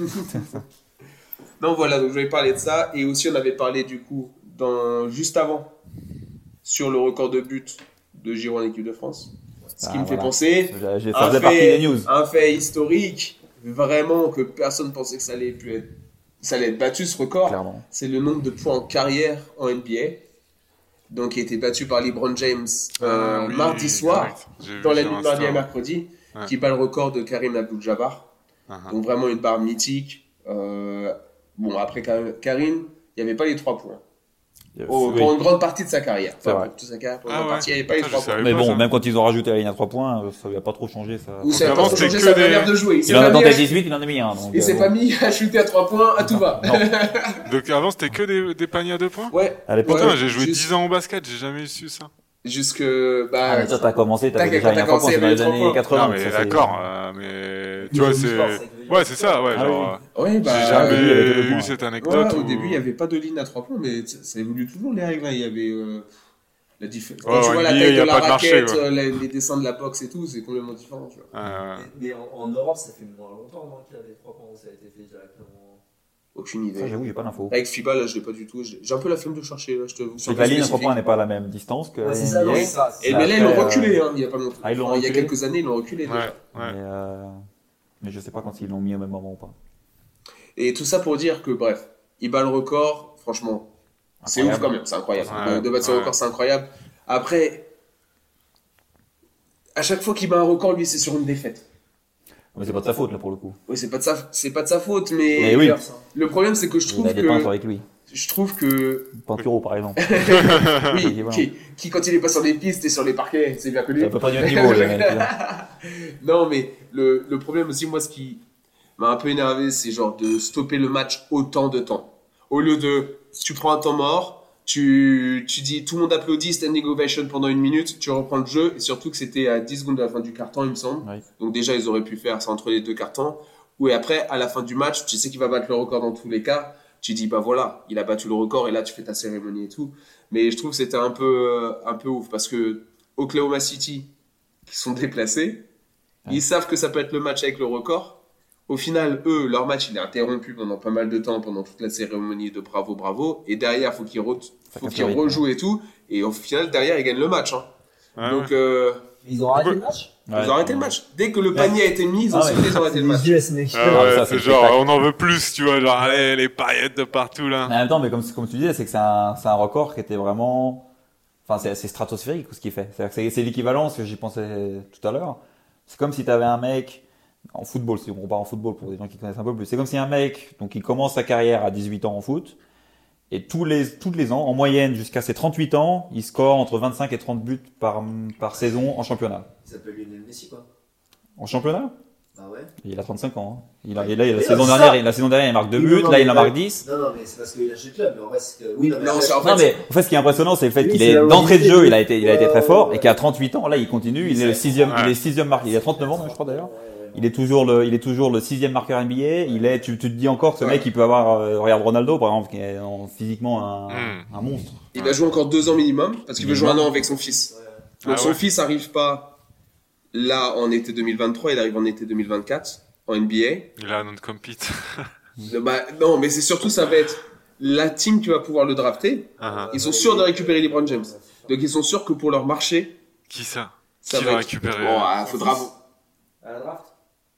Non, voilà, donc je vais parler de ça. Et aussi, on avait parlé du coup, dans, juste avant, sur le record de buts de Giroud en équipe de France. Ce qui Ah, me fait voilà. penser, J'ai- j'ai- Ça un faisait partie fait, des news. un fait historique, vraiment que personne pensait que ça allait, pu être, ça allait être battu ce record. Clairement. C'est le nombre de points en carrière en N B A. Donc, qui a été battu par LeBron James euh, Ah oui, mardi soir, correct. J'ai vu dans la sur nuit de mardi Insta. à mercredi, Ouais. qui bat le record de Karim Abdul-Jabbar. Ah, ah. Donc vraiment une barre mythique. Euh, bon, après Kar- Karim, il n'y avait pas les trois points. Oh, Oui. pour une grande partie de sa carrière. C'est Enfin, vrai. pour toute sa carrière, pour une Ah grande ouais. partie, il n'y avait pas les Putain, trois je points. savais Mais pas bon, ça. même quand ils ont rajouté la ligne à trois points, euh, ça lui a pas trop changé. Ça... Ou ça n'a Avant, pas c'était changé que sa des- manière de jouer. Il Il s'est en pas, a mis tenté à- dix-huit, il en a mis un. Donc, il s'est euh, pas mis à shooter à trois points à tout va. Non. Donc avant, c'était que des, des paniers à deux points. Ouais. À l'époque, Putain, Ouais, j'ai joué juste- dix ans au basket, j'ai jamais su ça. Jusque. ah, Bah, mais toi, t'as commencé, t'avais T'as- déjà quand rien t'as à trois points, commencé, c'est dans il y les avait années trois points. quatre-vingts. Non, mais ça, c'est- d'accord, euh, mais tu Il vois, y a c'est. une histoire, c'est que- Ouais, c'est ça, ouais, Ah genre. ouais, bah. J'ai euh, jamais oui, il y avait que deux eu points. cette Ouais, anecdote. au où- début, il n'y avait pas de ligne à trois points, mais ça ça évolue toujours les règles. hein. Il y avait euh, la différence. Ouais, Quand tu en vois la N B A, taille il y de a la pas de marché, raquette, ouais. euh, les, les dessins de la boxe et tout, c'est complètement différent. Tu vois. Euh, Mais en, en Europe, ça fait moins longtemps non, qu'il y a des trois points où ça a été fait directement. Aucune Ça, idée. j'avoue, j'ai pas d'infos. Avec FIBA, là, je l'ai pas du tout. J'ai j'ai un peu la flemme de chercher. Là, je te C'est que la ligne à trois points n'est pas à la même distance que Ouais, la c'est ça, N B A. non, c'est ça. Et Ça mais là, ils l'ont fait, reculé, euh, hein, il y a pas longtemps. Ah, ils l'ont Enfin, il y a reculé quelques années, ils l'ont reculé Ouais, déjà. ouais. Mais, euh, mais je sais pas quand ils l'ont mis au même moment ou pas. Et tout ça pour dire que, bref, il bat le record, franchement, c'est ouf Incroyable. quand même, c'est incroyable. Ouais, de battre ce ouais. record, c'est incroyable. Après, à chaque fois qu'il bat un record, lui, c'est sur une défaite. Mais c'est pas de sa faute là pour le coup. Oui, c'est pas de sa, c'est pas de sa faute, mais, Mais oui. le problème, c'est que je trouve Il a des peintres que, avec lui. je trouve que, Pinturo par exemple. oui, qui, qui, quand il est pas sur les pistes et sur les parquets, c'est bien connu. C'est à peu près du même niveau, les mecs. Non, mais le, le problème aussi, moi, ce qui m'a un peu énervé, c'est genre de stopper le match autant de temps. Au lieu de, tu prends un temps mort, tu, tu dis tout le monde applaudit, standing ovation pendant une minute, tu reprends le jeu, et surtout que c'était à dix secondes de la fin du quart-temps, il me semble. Oui. Donc déjà, ils auraient pu faire ça entre les deux quart-temps. Ou et après, à la fin du match, tu sais qu'il va battre le record dans tous les cas. Tu dis, bah voilà, il a battu le record, et là, tu fais ta cérémonie et tout. Mais je trouve que c'était un peu, un peu ouf, parce que Oklahoma City, qui sont déplacés, Ouais. ils savent que ça peut être le match avec le record. Au final, eux, leur match, il est interrompu pendant pas mal de temps, pendant toute la cérémonie de bravo, bravo. Et derrière, faut qu'ils re- faut qu'ils rejouent et tout. Et au final, derrière, ils gagnent le match. Hein. Ouais, Donc, ouais. euh, Ils ont arrêté le match. ils ont arrêté le match. Dès que le panier a été mis, ils ont Ah ouais. sauté, ils ont arrêté le match. Les U S, mec. Ah ouais, ça, c'est c'est genre, spectacle. on en veut plus, tu vois, genre, allez, les paillettes de partout, là. Mais en même temps, mais comme, comme tu disais, c'est que c'est un, c'est un record qui était vraiment, enfin, c'est, c'est stratosphérique ce qu'il fait. C'est-à-dire que c'est, c'est l'équivalent, ce que j'y pensais tout à l'heure. C'est comme si tu avais un mec, en football, si on compare en football pour des gens qui connaissent un peu plus, c'est comme si un mec, donc il commence sa carrière à dix-huit ans en foot, et tous les, tous les ans, en moyenne, jusqu'à ses trente-huit ans, il score entre vingt-cinq et trente buts par, par saison en championnat. Il s'appelle Lionel Messi, quoi. En championnat? Bah ouais. Il a trente-cinq ans. Hein. Il a, et là, il a la Mais saison non, c'est dernière, ça. la saison dernière, il marque deux Oui, buts, non, là, mais il en ouais. marque dix. Non, non, mais c'est parce qu'il a acheté le club, mais en vrai, c'est que. Oui, non, mais Non, en c'est fait, en fait- Non, mais en fait, ce qui est impressionnant, c'est le fait Oui, qu'il c'est est la d'entrée de longévité. jeu, il a été, il a été très fort, Ouais, et qu'à trente-huit ans, là, il continue, il est le sixième, Ouais. il est sixième marqueur, il a trente-neuf ans, je crois d'ailleurs. Ouais, ouais, Il est toujours le, il est toujours le sixième marqueur N B A. Il est, tu, tu te dis encore que ce Ouais. mec, il peut avoir, euh, regarde Ronaldo, par exemple, qui est en- physiquement un, Mm. un monstre. Il va jouer encore deux ans minimum, parce qu'il veut jouer un an avec son fils. ouais. Donc Ah son ouais. fils arrive pas là en été deux mille vingt-trois, il arrive en été deux mille vingt-quatre en N B A. Il a un non-compete. Euh, Bah, non, mais c'est surtout ça va être la team qui va pouvoir le drafter. Ah, ah. Ils sont sûrs de récupérer LeBron James. Donc ils sont sûrs que pour leur marché, Qui ça? ça Qui va va être... récupérer Bon, euh, ah, son faudra... fils À la draft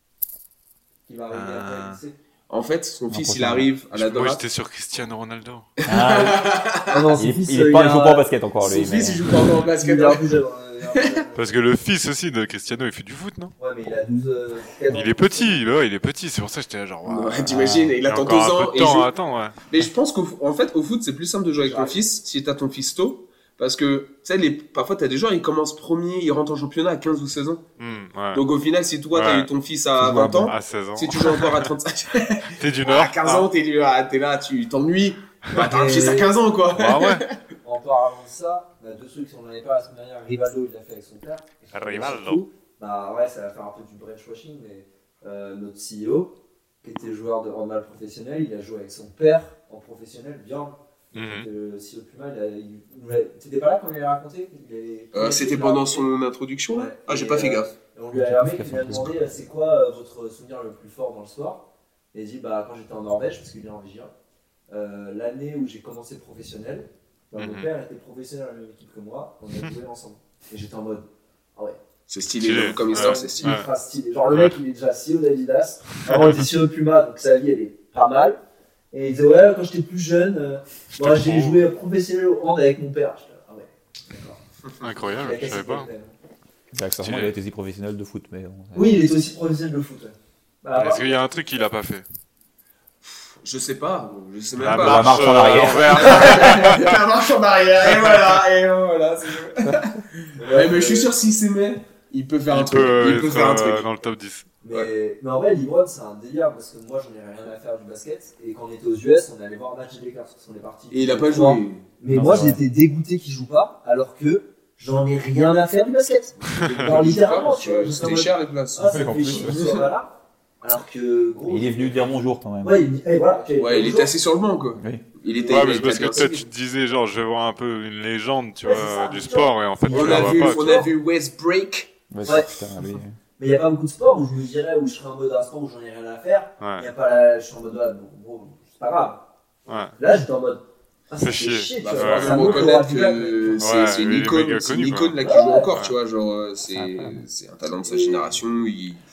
Qui va arriver Ah. après, tu sais. En fait, son L'an fils, il prochain. arrive à la Moi, draft. j'étais sur Cristiano Ronaldo. Ah, Ah non, son il, fils, il, euh, est pas, il a- joue pas au basket encore, Son lui. fils, mais- il joue pas encore au Il basket. est un peu jeune, euh, il est un peu jeune. Parce que le fils aussi de Cristiano, il fait du foot, non? Ouais, mais il a douze. euh, quinze ans. Il est petit, ouais, il est petit, c'est pour ça que j'étais là, genre, waouh. Ouais, t'imagines, il Il a attend deux encore un ans peu et de il temps joue. à attendre, ouais. Mais je pense qu'en fait, au foot, c'est plus simple de jouer avec ton fils si t'as ton fils tôt. Parce que, tu sais, les... parfois, t'as des joueurs, ils commencent premier, ils rentrent en championnat à quinze ou seize ans. Hmm, ouais. Donc, au final, si toi, t'as Ouais. eu ton fils à Tu joues à vingt ans, À seize ans. si tu joues encore à trente-cinq, T'es du à Nord. quinze ans, t'es là, t'es là, tu t'ennuies. Bah, t'as un Et- fils à quinze ans, quoi. Ah ouais. En parlant de ça, bah, deux trucs, on en avait pas la semaine dernière. Rivaldo, il l'a fait avec son père. Et je trouvais Rivaldo. ça fou. Bah ouais, ça va faire un peu du brainwashing, mais euh, notre C E O, qui était joueur de handball professionnel, il a joué avec son père en professionnel, Bjorn. Mhm. Le C E O de Puma, il a, il, il a- t'étais pas là quand il a raconté il avait- Euh, C'était il a pendant raconté. son introduction, là Ouais. Ah, j'ai Et, pas fait euh, gaffe. Et on lui a, un mec qui lui a demandé euh, c'est quoi euh, votre souvenir le plus fort dans le sport. Et il dit bah quand j'étais en Norvège, parce qu'il est norvégien, euh, l'année où j'ai commencé professionnel, bah, mon Mhm. père était professionnel dans la même équipe que moi, on a joué ensemble. Et j'étais en mode ah ouais, C'est stylé, Stylé. j'avoue, comme histoire, Ouais. c'est stylé. ultra stylé. Genre le mec il est déjà C E O d'Adidas, avant il était C E O de Puma, donc sa vie elle est pas mal. Et il disait ouais quand j'étais plus jeune, euh, moi J'étais j'ai pro. joué professionnel au hand avec mon père. J'étais là, ah ouais, d'accord. Incroyable, Il a je cassé savais le pas. code, quand même. C'est accessoirement, il a été aussi professionnel de foot, mais bon, Oui, il est aussi professionnel de foot. Ouais. Bah, Est-ce qu'il y a un truc qu'il a pas fait? Je sais pas, je sais même La pas. marche marche en euh, arrière. envers. La marche en arrière, et voilà, et voilà. c'est- Ouais, mais je suis sûr, s'il s'aimait, il peut faire un Il truc. peut Il peut être faire un euh, truc. dans le top dix. Mais, mais en vrai, LeBron, c'est un délire parce que moi, j'en ai rien à faire du basket. Et quand on était aux U S, on allait voir un match des Lakers parce qu'on est parti. Et il a pas joué. Mais Non, moi, c'est vrai. j'étais dégoûté qu'il joue pas, alors que j'en ai rien à faire du basket. Genre, littéralement, tu vois. j'étais en C'était mode, cher les places. Ah, ça En fait plus, chier ouais. que ce soit là. Alors que, gros. il est venu dire bonjour quand même. Ouais, il dit, hey, voilà. ok, Ouais, il était bonjour. assis sur le banc, quoi. Oui. Il était. Ouais, il mais c'est était parce que bien toi, assis. tu te disais, genre, je vais voir un peu une légende, tu Ouais, vois, c'est ça, du tu sport, et en fait, tu On la a vois vu, pas. tu on vois. a vu West Break. Ouais, Ouais. putain, lui. Mais il n'y a pas beaucoup de sports où je me dirais, où je serais en mode un sport où j'en ai rien à faire. Il Ouais, n'y a pas la. Je suis en mode, ouais, bon, bon, c'est pas grave. ouais. Là, j'étais en mode. Ah, ça Fait fait chier. chier, tu Bah, vois. faut Ouais, quand Ça même montre le reconnaître roi du que lac, c'est Ouais, c'est une il est icône, méga c'est une connu, icône quoi. là qui Ouais, joue ouais. encore, tu vois, genre euh, c'est Ouais. c'est un talent de sa génération. Il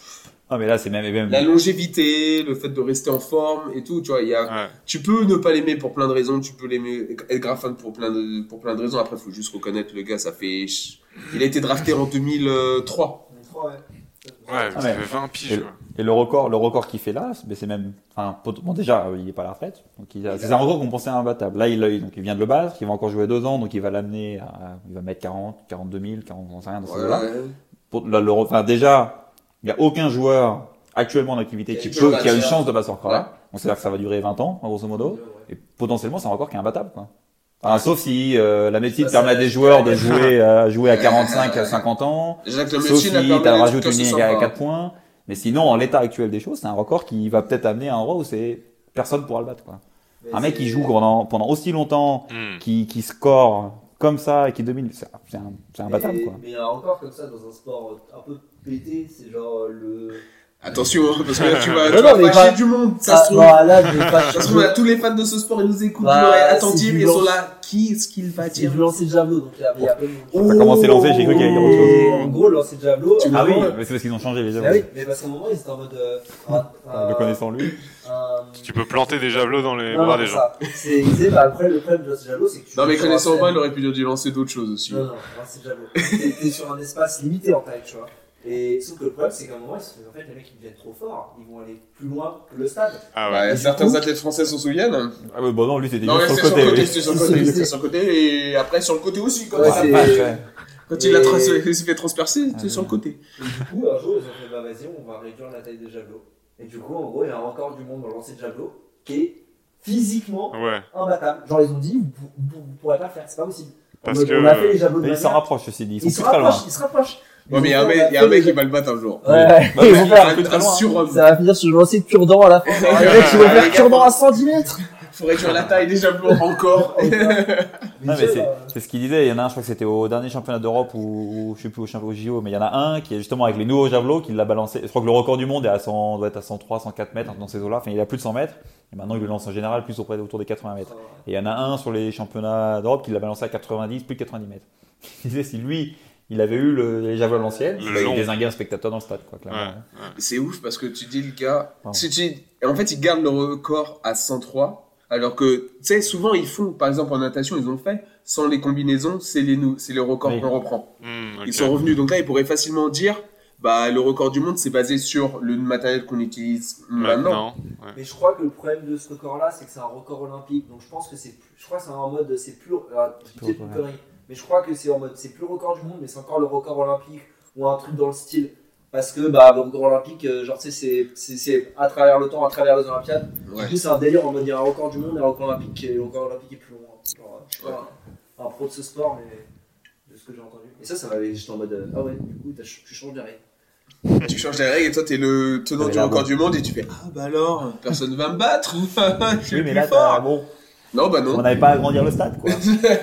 Ah, mais là, c'est même, même... La longévité, le fait de rester en forme et tout, tu vois, il y a, Ouais. tu peux ne pas l'aimer pour plein de raisons, tu peux l'aimer, être grave fan pour plein de, pour plein de raisons. Après, faut juste reconnaître le gars, ça fait, il a été drafté en deux mille trois. deux mille trois, ouais. Ouais, Ah, ça mais- fait vingt piges. Et, ouais. et le record, le record qu'il fait là, c'est- mais c'est même, enfin, pot- bon, déjà, euh, il est pas à la retraite, donc il a- c'est un record qu'on pensait imbattable. Là, il, il- donc il vient de le battre, il va encore jouer deux ans, donc il va l'amener à, il va mettre quarante, quarante-deux mille, quarante, j'en sais rien dans ce là Pour, là, le, enfin, déjà, il y a aucun joueur actuellement en activité qui, Qui a peut, une qui a une chance. chance de battre ce record-là. Donc c'est-à-dire que ça va durer vingt ans, en grosso modo, et potentiellement c'est un record qui est imbattable, quoi. Enfin, sauf si euh, la médecine Ça, ça permet à va des être- joueurs de jouer, à jouer à quarante-cinq, à cinquante ans. Jacques le Sauf Messi si n'a tu permis des rajoutes trucs une aussi ligne à sympas. quatre points. Mais sinon, en l'état actuel des choses, c'est un record qui va peut-être amener à un endroit où c'est personne pourra le battre, quoi. Mais Un mec c'est- qui joue pendant, pendant aussi longtemps, Hmm. qui, qui score comme ça et qui domine, c'est c'est un, c'est imbattable, mais, quoi. mais il y a encore comme ça dans un sport un peu pété, c'est genre euh, le. Attention, hein, parce que là, tu vas, Non, tu non, vas mais fâcher pas- du monde, ça Ah, se trouve. non, là, je vais pas. Ça se trouve, là, tous les fans de ce sport, ils nous écoutent, Bah, l'oreille c'est attentive, du ils sont lance- là. Qui est-ce qu'il va C'est dire? du lancer de javelot, donc il y a- il y a plein de- T'as commencé à lancer, j'ai cru qu'il allait dire autre chose. Et En gros, le lancer de javelot. Tu Ah oui, Ouais. mais c'est parce qu'ils ont changé les Ah javelots. oui, mais parce qu'à un moment, ils étaient en mode. euh, un- un- Le connaissant lui. un- Tu peux planter des javelots dans les Non, bras non, des gens. ça. C'est, ils disaient, bah, après, le problème du lancer de javelot, c'est que tu. Non, mais es sur un connaissant scène- pas, il aurait pu dire du lancer d'autres choses aussi. Non, non, lancer de javelot. T'es t'es sur un espace limité en taille, tu vois. Et sauf que le problème, c'est qu'à un moment, ils se disent, en fait, les mecs, ils deviennent trop forts, ils vont aller plus loin que le stade. Ah Ouais, ouais. du certains coup- athlètes français s'en souviennent. Ah ouais, bon non, lui c'était Non, mais juste c'est sur le côté. oui. c'était sur le côté, c'était sur le côté, et après sur le côté aussi, quand, Ouais, il c'est- a- Ah, ouais. quand il a Et- trans- il s'est fait transpercer, Ah, c'était sur le côté. Et du coup, un jour, ils ont fait, bah vas-y, on va réduire la taille des javelots. Et du coup, en gros, il y a un record du monde dans le lancer de javelot qui est physiquement Ouais. imbattable. Genre, ils ont dit, vous, vous, vous pourrez pas le faire, c'est pas possible. En Parce mode, que, on a fait les javelots de Mais il s'en manière- rapproche, ceci dit. Ils Ils sont se plus très loin. rapprochent, ils se rapprochent. Ouais, mais il y a un Ils mec, ont il y a un fait mec les- qui va le battre un jour. Ouais, Bah, ils oui, vont il faire. va plus très Un loin. surhomme. Ça va finir sur le lancer de cure-dent à la fin. Les mecs, ils vont Ouais, faire les gars, cure-dent à faut- cent dix mètres. Faut réduire la taille des javelots encore. Non, mais tu c'est, vois, c'est ce qu'il disait. Il y en a un, je crois que c'était au dernier championnat d'Europe ou, ou je sais plus au championnat au J O, mais il y en a un qui est justement avec les nouveaux javelots qui l'a balancé. Je crois que le record du monde est à cent, doit être à cent trois, cent quatre mètres dans ces eaux-là. Enfin, il a plus de cent mètres. Et maintenant, il le lance en général plus auprès, autour des quatre-vingts mètres. Et il y en a un sur les championnats d'Europe qui l'a balancé à quatre-vingt-dix, plus de quatre-vingt-dix mètres. Il disait si lui, il avait eu le, les javelots à l'ancienne, Le bah, il long. désinguait un spectateur dans le stade, quoi, Ouais. clairement. C'est ouf parce que tu dis le gars. Pardon. tu dis- En fait, il garde le record à cent trois. Alors que, tu sais, souvent ils font, par exemple en natation, ils ont fait, sans les combinaisons, c'est les, nou- c'est les records Oui. qu'on reprend. Hmm, ok. Ils sont revenus. Donc là, ils pourraient facilement dire, bah, le record du monde, c'est basé sur le matériel qu'on utilise maintenant. Maintenant. Ouais. Mais je crois que le problème de ce record-là, c'est que c'est un record olympique. Donc je pense que c'est plus. Je crois que c'est en mode. C'est plus. alors, je dis peut-être une Ouais. connerie. Mais je crois que c'est en mode. C'est plus le record du monde, mais c'est encore le record olympique ou un truc dans le style. Parce que bah, le record olympique, euh, genre, tu sais, c'est- c'est c'est à travers le temps, à travers les Olympiades. Ouais. Du coup, c'est un délire en mode. Il y a un record du monde et un record olympique. Et le record olympique est plus loin. Genre, je suis pas un, un pro de ce sport, mais de ce que j'ai entendu. Et ça, ça m'avait. J'étais en mode. euh, ah ouais, du coup, t'as- tu changes des règles. Tu changes les règles et toi, t'es le tenant Mais du là, record bon. du monde et tu fais, ah bah alors, personne va me battre. Je suis Oui, le mais plus là, fort. t'as- bon, Non, bah on non. n'avait pas à agrandir le stade, quoi.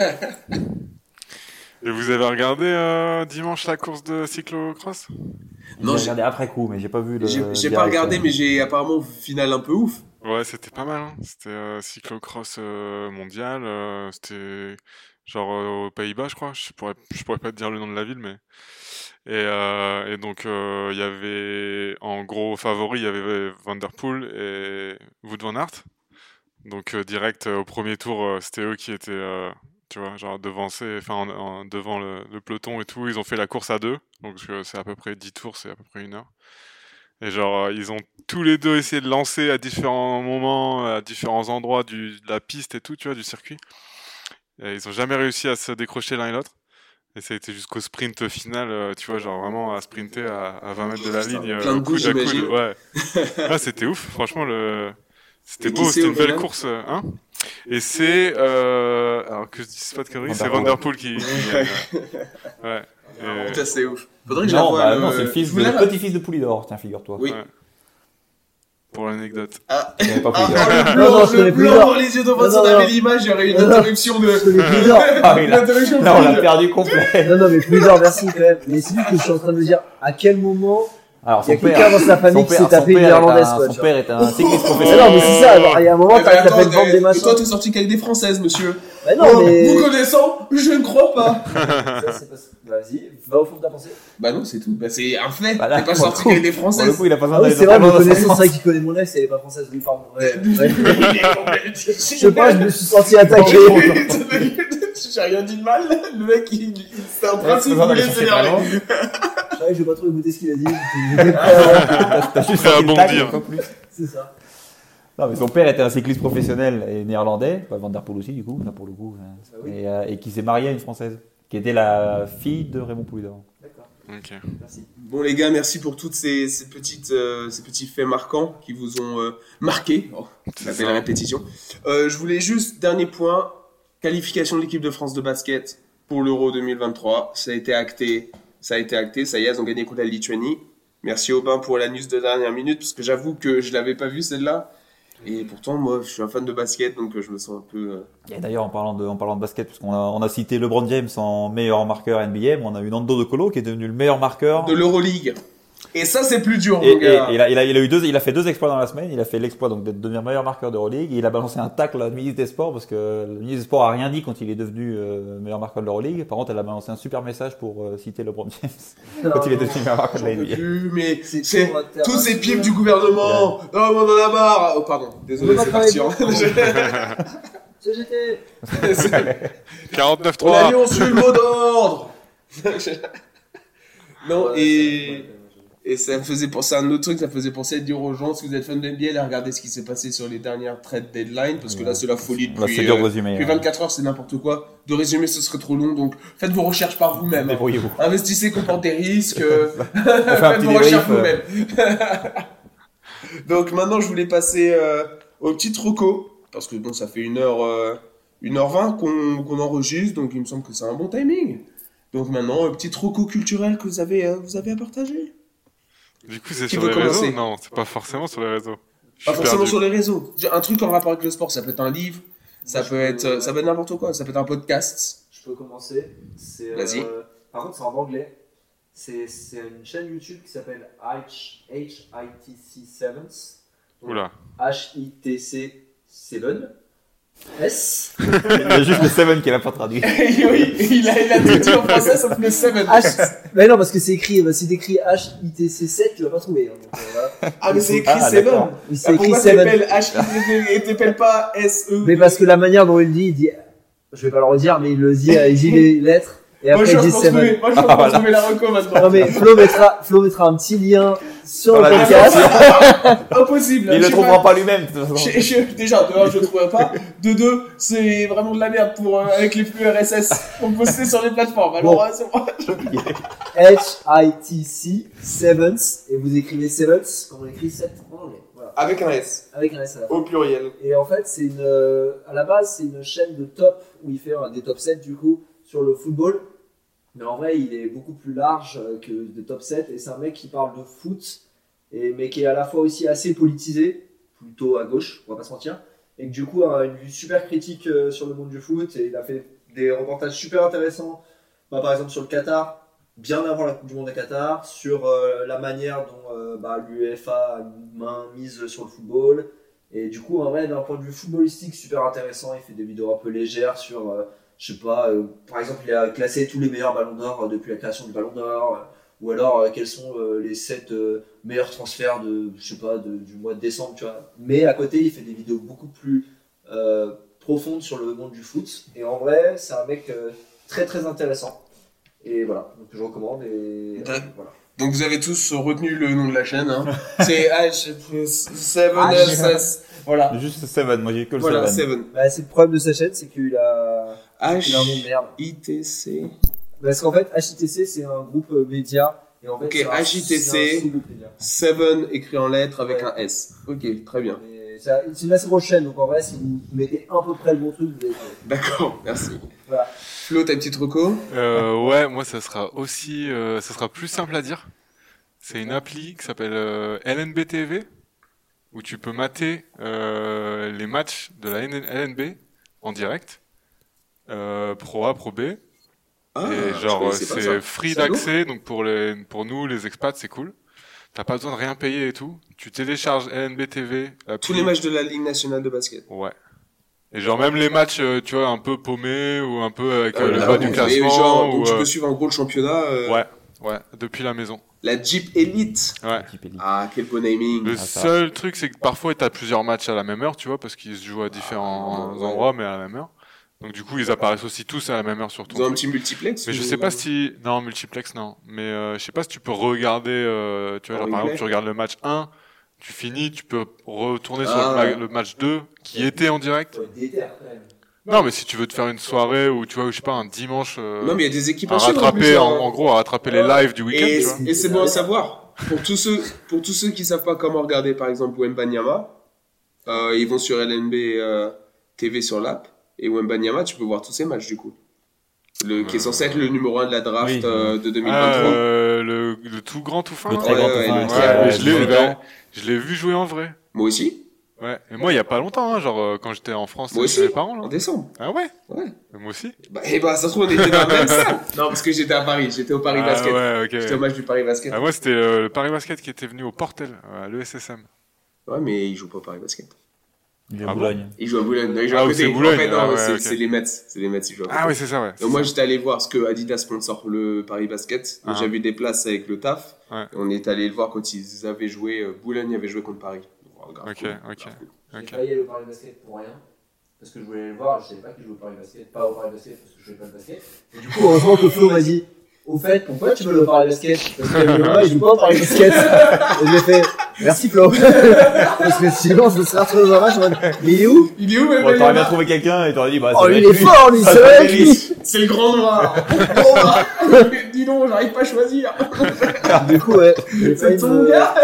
Et vous avez regardé euh, dimanche la course de cyclocross? Non, j'ai j'ai- regardé après coup, mais j'ai pas vu le. J'ai j'ai direct, pas regardé, euh. mais j'ai apparemment final un peu ouf. Ouais, c'était pas mal. Hein. C'était euh, cyclocross euh, mondial. euh, c'était genre euh, aux Pays-Bas, je crois. Je pourrais, je pourrais pas te dire le nom de la ville, mais. Et, euh, et donc, euh, il y avait en gros favori, il y avait Van Der Poel et Wout van Aert. Donc, euh, direct euh, au premier tour, euh, c'était eux qui étaient, euh, tu vois, genre devancés, enfin, en- en- devant le, le peloton et tout. Ils ont fait la course à deux. Donc, euh, c'est à peu près dix tours, c'est à peu près une heure. Et genre, euh, ils ont tous les deux essayé de lancer à différents moments, à différents endroits du, de la piste et tout, tu vois, du circuit. Et ils ont jamais réussi à se décrocher l'un et l'autre. Et ça a été jusqu'au sprint final, euh, tu vois, genre vraiment à sprinter à, à vingt mètres de la Putain, ligne, plein de euh, boules, coude à coude. j'imagine. Ouais. Ah, c'était ouf, franchement, le... c'était Et qui beau, c'est c'était au une belle final course. euh, Hein et c'est, euh... alors que je dise pas de conneries, Van c'est Der Van Poel. Der Poel qui, qui gagne. Ouais. Ouais. Et- Putain, c'est ouf. Faudrait que je la Non, voie. bah, le- non, c'est le fils Je de, voulais le la- petit-fils de Poulidor, tiens, figure-toi. Oui. Ouais. Pour l'anecdote. Ah, Il n'y avait pas ah, Poulidor. oh, le Non, blanc, non, je le connais plus blanc l'heure. dans les yeux de Non, Vincent, non, on avait non. l'image, il y aurait eu une Non, non. interruption de. Je connais plus d'or. Ah oui, Une là, interruption de là, on l'a Poulidor. perdu complet. Non, non, mais plusieurs, merci quand même. Mais c'est juste que je suis en train de me dire à quel moment Alors, Il y a son père, quelqu'un dans sa famille son qui s'est père, tapé son une père est néerlandaise, un- quoi, son tu père est un cycliste Mais professionnel. non, mais c'est ça, alors, il y a un moment, Eh ben, t'as attends, t'appelles vendre eh, des et machins. toi, t'es sorti qu'avec des françaises, monsieur. Bah non, Oh, mais. Vous connaissant, je ne crois pas. Ça, c'est pas- Vas-y, va au fond de ta pensée. Bah non, c'est tout. Bah, c'est un fait. Bah là, T'es pas pour le sorti coup- qu'avec des Pour le françaises. coup, il a pas besoin Ah oui, d'aller c'est dans vrai, la me France. connaissant, c'est vrai qu'il connaît mon ex, elle est pas française, oui, pardon. Ouais, ouais. Je Je sais pas, je me suis senti attaqué. J'ai rien dit de mal. Le mec, il, il- c'est un Ouais, principe, besoin il d'aller voulait chercher s'énerver. Je savais que je vais pas trop écouter ce qu'il a dit. j'étais pas- T'as juste Fait sorti le tag, rebondir. pas plus. C'est ça. Non, mais son père était un cycliste professionnel et néerlandais, pas Van der Poel aussi du coup, là pour le coup, hein. Ah oui. et, euh, et qui s'est marié à une française, qui était la fille de Raymond Poulidor. D'accord, Ok. merci. Bon les gars, merci pour toutes ces, ces petites, euh, ces petits faits marquants qui vous ont euh, marqué. Oh, C'est ça fait ça. la répétition. Euh, je voulais juste dernier point, qualification de l'équipe de France de basket pour l'Euro deux mille vingt-trois. Ça a été acté, ça a été acté. Ça y est, ils ont gagné contre la Lituanie. Merci Aubin pour la news de dernière minute parce que j'avoue que je l'avais pas vue celle-là. Et pourtant, moi, je suis un fan de basket, donc euh, je me sens un peu. euh, Et d'ailleurs, en parlant de, en parlant de basket, parce qu'on a, on a cité LeBron James en meilleur marqueur N B A, mais on a eu Nando De Colo qui est devenu le meilleur marqueur. de l'Euroleague. Et ça, c'est plus dur, Et, mon et, gars. et il, a, il, a, il a eu deux, il a fait deux exploits dans la semaine. Il a fait l'exploit donc d'être devenir meilleur marqueur d'Euroleague. Et il a balancé un tacle à la ministre des Sports parce que le ministre des Sports a rien dit quand il est devenu euh, meilleur marqueur de l'Euroleague. Par contre, elle a balancé un super message pour euh, citer LeBron James quand il est devenu meilleur marqueur de la J'en peux N B A. plus, mais C'est c'est trop intéressant. tous ces pipes du gouvernement. Non, on en a marre. Oh, pardon. Désolé, On va c'est pas parti. travailler hein. C G T. quarante-neuf On a trois. mis on suit le mot d'ordre. Non, Ouais, et, c'est- et ça me faisait penser à un autre truc, ça me faisait penser à dire aux gens, si vous êtes fan de N B A, allez regarder ce qui s'est passé sur les dernières trade deadline, parce que là, c'est la folie Là, depuis, c'est dur de euh, résumer. depuis hein. vingt-quatre heures, c'est n'importe quoi. De résumer, ce serait trop long, donc faites vos recherches par vous-même. hein. Débrouillez-vous. Investissez, comportez des risques, euh, On fait un faites petit vos recherches débrief. vous-même. Donc maintenant, je voulais passer euh, au petit troco, parce que bon, ça fait une heure, euh, une heure vingt qu'on qu'on enregistre, donc il me semble que c'est un bon timing. Donc maintenant, un petit troco culturel que vous avez, euh, vous avez à partager. Du coup, c'est Qui sur veut les commencer réseaux? Non, c'est pas forcément sur les réseaux. Je Pas suis forcément perdu. sur les réseaux. J'ai Un truc en rapport avec le sport, ça peut être un livre, ça Moi, je peut peux- être, euh, ça peut être n'importe quoi, ça peut être un podcast. Je peux commencer. C'est, euh, Vas-y. Par contre, c'est en anglais. C'est c'est une chaîne YouTube qui s'appelle H I T C sept. Oula. H I T C sept. S. Il y a juste le Seven qui l'a pas traduit. Oui, il a, il a tout dit en français sauf le seven. H. Mais non, parce que c'est écrit, bah, c'est écrit H I T C sept, tu vas pas trouver. hein, donc, euh, voilà. Ah, mais c'est écrit Ah, seven. d'accord. Oui, Ah, c'est écrit pourquoi sept. t'appelles H I T C et t'appelles pas S E Mais parce que la manière dont il le dit, il dit. Je vais pas le redire, mais il le dit, il dit les lettres. Et Moi, après, je il suis dit en train de sept. trouver- moi, je suis en train de trouver la reco maintenant. Non, mais Flo mettra, Flo mettra un petit lien sur Dans le la podcast. Impossible. Il Je le sais trouvera pas. pas lui-même. de toute façon. Je- je- déjà, de un, je le trouverai pas. De deux, c'est vraiment de la merde pour, euh, avec les flux R S S pour poster sur les plateformes. Alors, Bon. euh, c'est moi. H I T C sept. Et vous écrivez sept comme on écrit sept en anglais. Voilà. Avec un S, Avec un S à la fin. au pluriel. Et en fait, c'est une, euh, à la base, c'est une chaîne de top où il fait euh, des top sept du coup sur le football. Mais en vrai, il est beaucoup plus large euh, que des top sept. Et c'est un mec qui parle de foot, et, mais qui est à la fois aussi assez politisé, plutôt à gauche, on va pas se mentir. Et que du coup a une vue super critique euh, sur le monde du foot. Et il a fait des reportages super intéressants, bah, par exemple sur le Qatar, bien avant la Coupe du Monde à Qatar, sur euh, la manière dont euh, bah, l'UEFA a une main mise sur le football. Et du coup, en vrai, d'un point de vue footballistique, super intéressant. Il fait des vidéos un peu légères sur, euh, je sais pas, euh, par exemple, il a classé tous les meilleurs ballons d'or euh, depuis la création du ballon d'or. euh, ou alors, euh, quels sont euh, les sept euh, meilleurs transferts de, je sais pas, de- du mois de décembre, tu vois. Mais à côté, il fait des vidéos beaucoup plus euh, profondes sur le monde du foot. Et en vrai, c'est un mec euh, très très intéressant. Et voilà, donc je recommande. Et euh, D'accord. voilà. Donc vous avez tous retenu le nom de la chaîne. Hein. C'est H sept H. S S. Voilà. Juste Seven, moi j'ai que le Voilà, Seven. seven. Bah, c'est le problème de sa chaîne, c'est qu'il a, il a un nom de merde. H I T C. Parce qu'en fait, H I T C, c'est un groupe euh, média. Et en fait, Ok, c'est un- H I T C. c'est un sous-groupe média. seven écrit en lettres avec Ouais. un S. Ok, très bien. Mais c'est c'est une assez grosse chaîne, donc en vrai, si vous mettez à peu près le bon truc, vous allez trouver. D'accord, merci. Voilà. Flo, ta petite reco? Euh, ouais, moi ça sera aussi, euh, ça sera plus simple à dire. C'est une appli qui s'appelle euh, L N B T V où tu peux mater euh, les matchs de la N- L N B en direct, euh, Pro A, Pro B. Ah, Et je genre connaissais pas c'est ça. free C'est lourd. d'accès, donc pour les pour nous les expats c'est cool. T'as pas besoin de rien payer et tout. Tu télécharges L N B T V. Tous les matchs de la Ligue nationale de basket. Ouais. Et genre même les matchs, euh, tu vois, un peu paumés ou un peu avec euh, Euh, le là, bas donc, du classement. et genre, ou, donc tu euh, peux suivre en gros le championnat. euh, Ouais, ouais, depuis la maison. La Jeep Elite. Ouais. Équipe élite. Ah, quel beau naming. Le Ah, ça. seul truc, c'est que parfois, t'as plusieurs matchs à la même heure, tu vois, parce qu'ils se jouent à différents Ah, ouais. endroits, mais à la même heure. Donc du coup, ils apparaissent aussi tous à la même heure sur ton Ils ont un truc. petit multiplex. Mais je ou- sais pas si... Non, multiplex, non. Mais euh, je sais pas si tu peux regarder... euh, tu vois, En genre, par replay. exemple, tu regardes le match un, tu finis, tu peux retourner sur Ah, le, ma- ouais. le match deux, qui était en direct. Faut être déter, quand même. Non, mais si tu veux te faire une soirée ou, tu vois, je sais pas, un dimanche... euh, Non, mais il y a des équipes à à suivre, en rattraper, plus, en, hein. en gros, à rattraper les lives du week-end, Et, tu vois. et c'est bon à savoir. Pour tous ceux, pour tous ceux qui savent pas comment regarder, par exemple, Wembanyama, euh, ils vont sur L N B euh, T V sur l'app. Et Wembanyama, tu peux voir tous ses matchs, du coup. Le, qui est censé être le numéro un de la draft Oui. euh, de deux mille Ah, vingt-trois. euh, le, le tout grand, tout fin. Le là. très Ouais, grand ouais, tout fin le qui très- a Ouais, ouais, je l'ai, dix-huit ouais, ans. je l'ai vu jouer en vrai. Moi aussi, Ouais. Et moi, il y a pas longtemps, hein, genre euh, quand j'étais en France, Moi chez aussi. mes parents. en Là. décembre. Ah ouais. Ouais. Et moi aussi. Bah, et bah, ça se trouve, on était dans la même salle. Non, parce que j'étais à Paris. J'étais au Paris ah Basket. ouais, ok. J'étais au match du Paris Basket. Ah, moi, c'était euh, le Paris Basket qui était venu au Portel, euh, à l'E S S M. Ouais, mais ils jouent pas au Paris Basket. Il est Ah à bon Boulogne. Ils jouent à Boulogne. Non, ils jouent Ah, à ou côté. c'est Boulogne. En fait, non, Ah, ouais, c'est ok. c'est les Mets. C'est les Mets, ils jouent à côté. Ah oui, c'est ça, ouais. c'est Donc moi ça. j'étais allé voir ce que Adidas sponsor le Paris Basket. Donc Ah. j'avais des places avec le taf. Ouais. Et on est allé le voir quand ils avaient joué. euh, Boulogne avait joué contre Paris. Donc, oh, grave Ok, cool, ok. grave cool. J'ai Ok. failli aller au Paris Basket pour rien. Parce que je voulais le voir, je savais pas qu'il jouait au Paris Basket. Pas au Paris Basket parce que je jouais pas le basket. Et du coup, heureusement que Flo m'a dit au fait, pourquoi tu veux le Paris Basket? Parce que moi, il joue pas au Paris Basket. Et j'ai fait merci Flo. Parce que sinon, je me serais retrouvé dans un match en mode mais il est où? Il est où même Bon, t'aurais bien trouvé quelqu'un et t'aurais dit, bah, Oh, ça va il être est lui. fort, lui, Ça c'est va vrai être que lui. lui. C'est le grand noir. Oh, bah, dis donc, j'arrive pas à choisir. Du coup, ouais. J'ai C'est failli ton me- gars.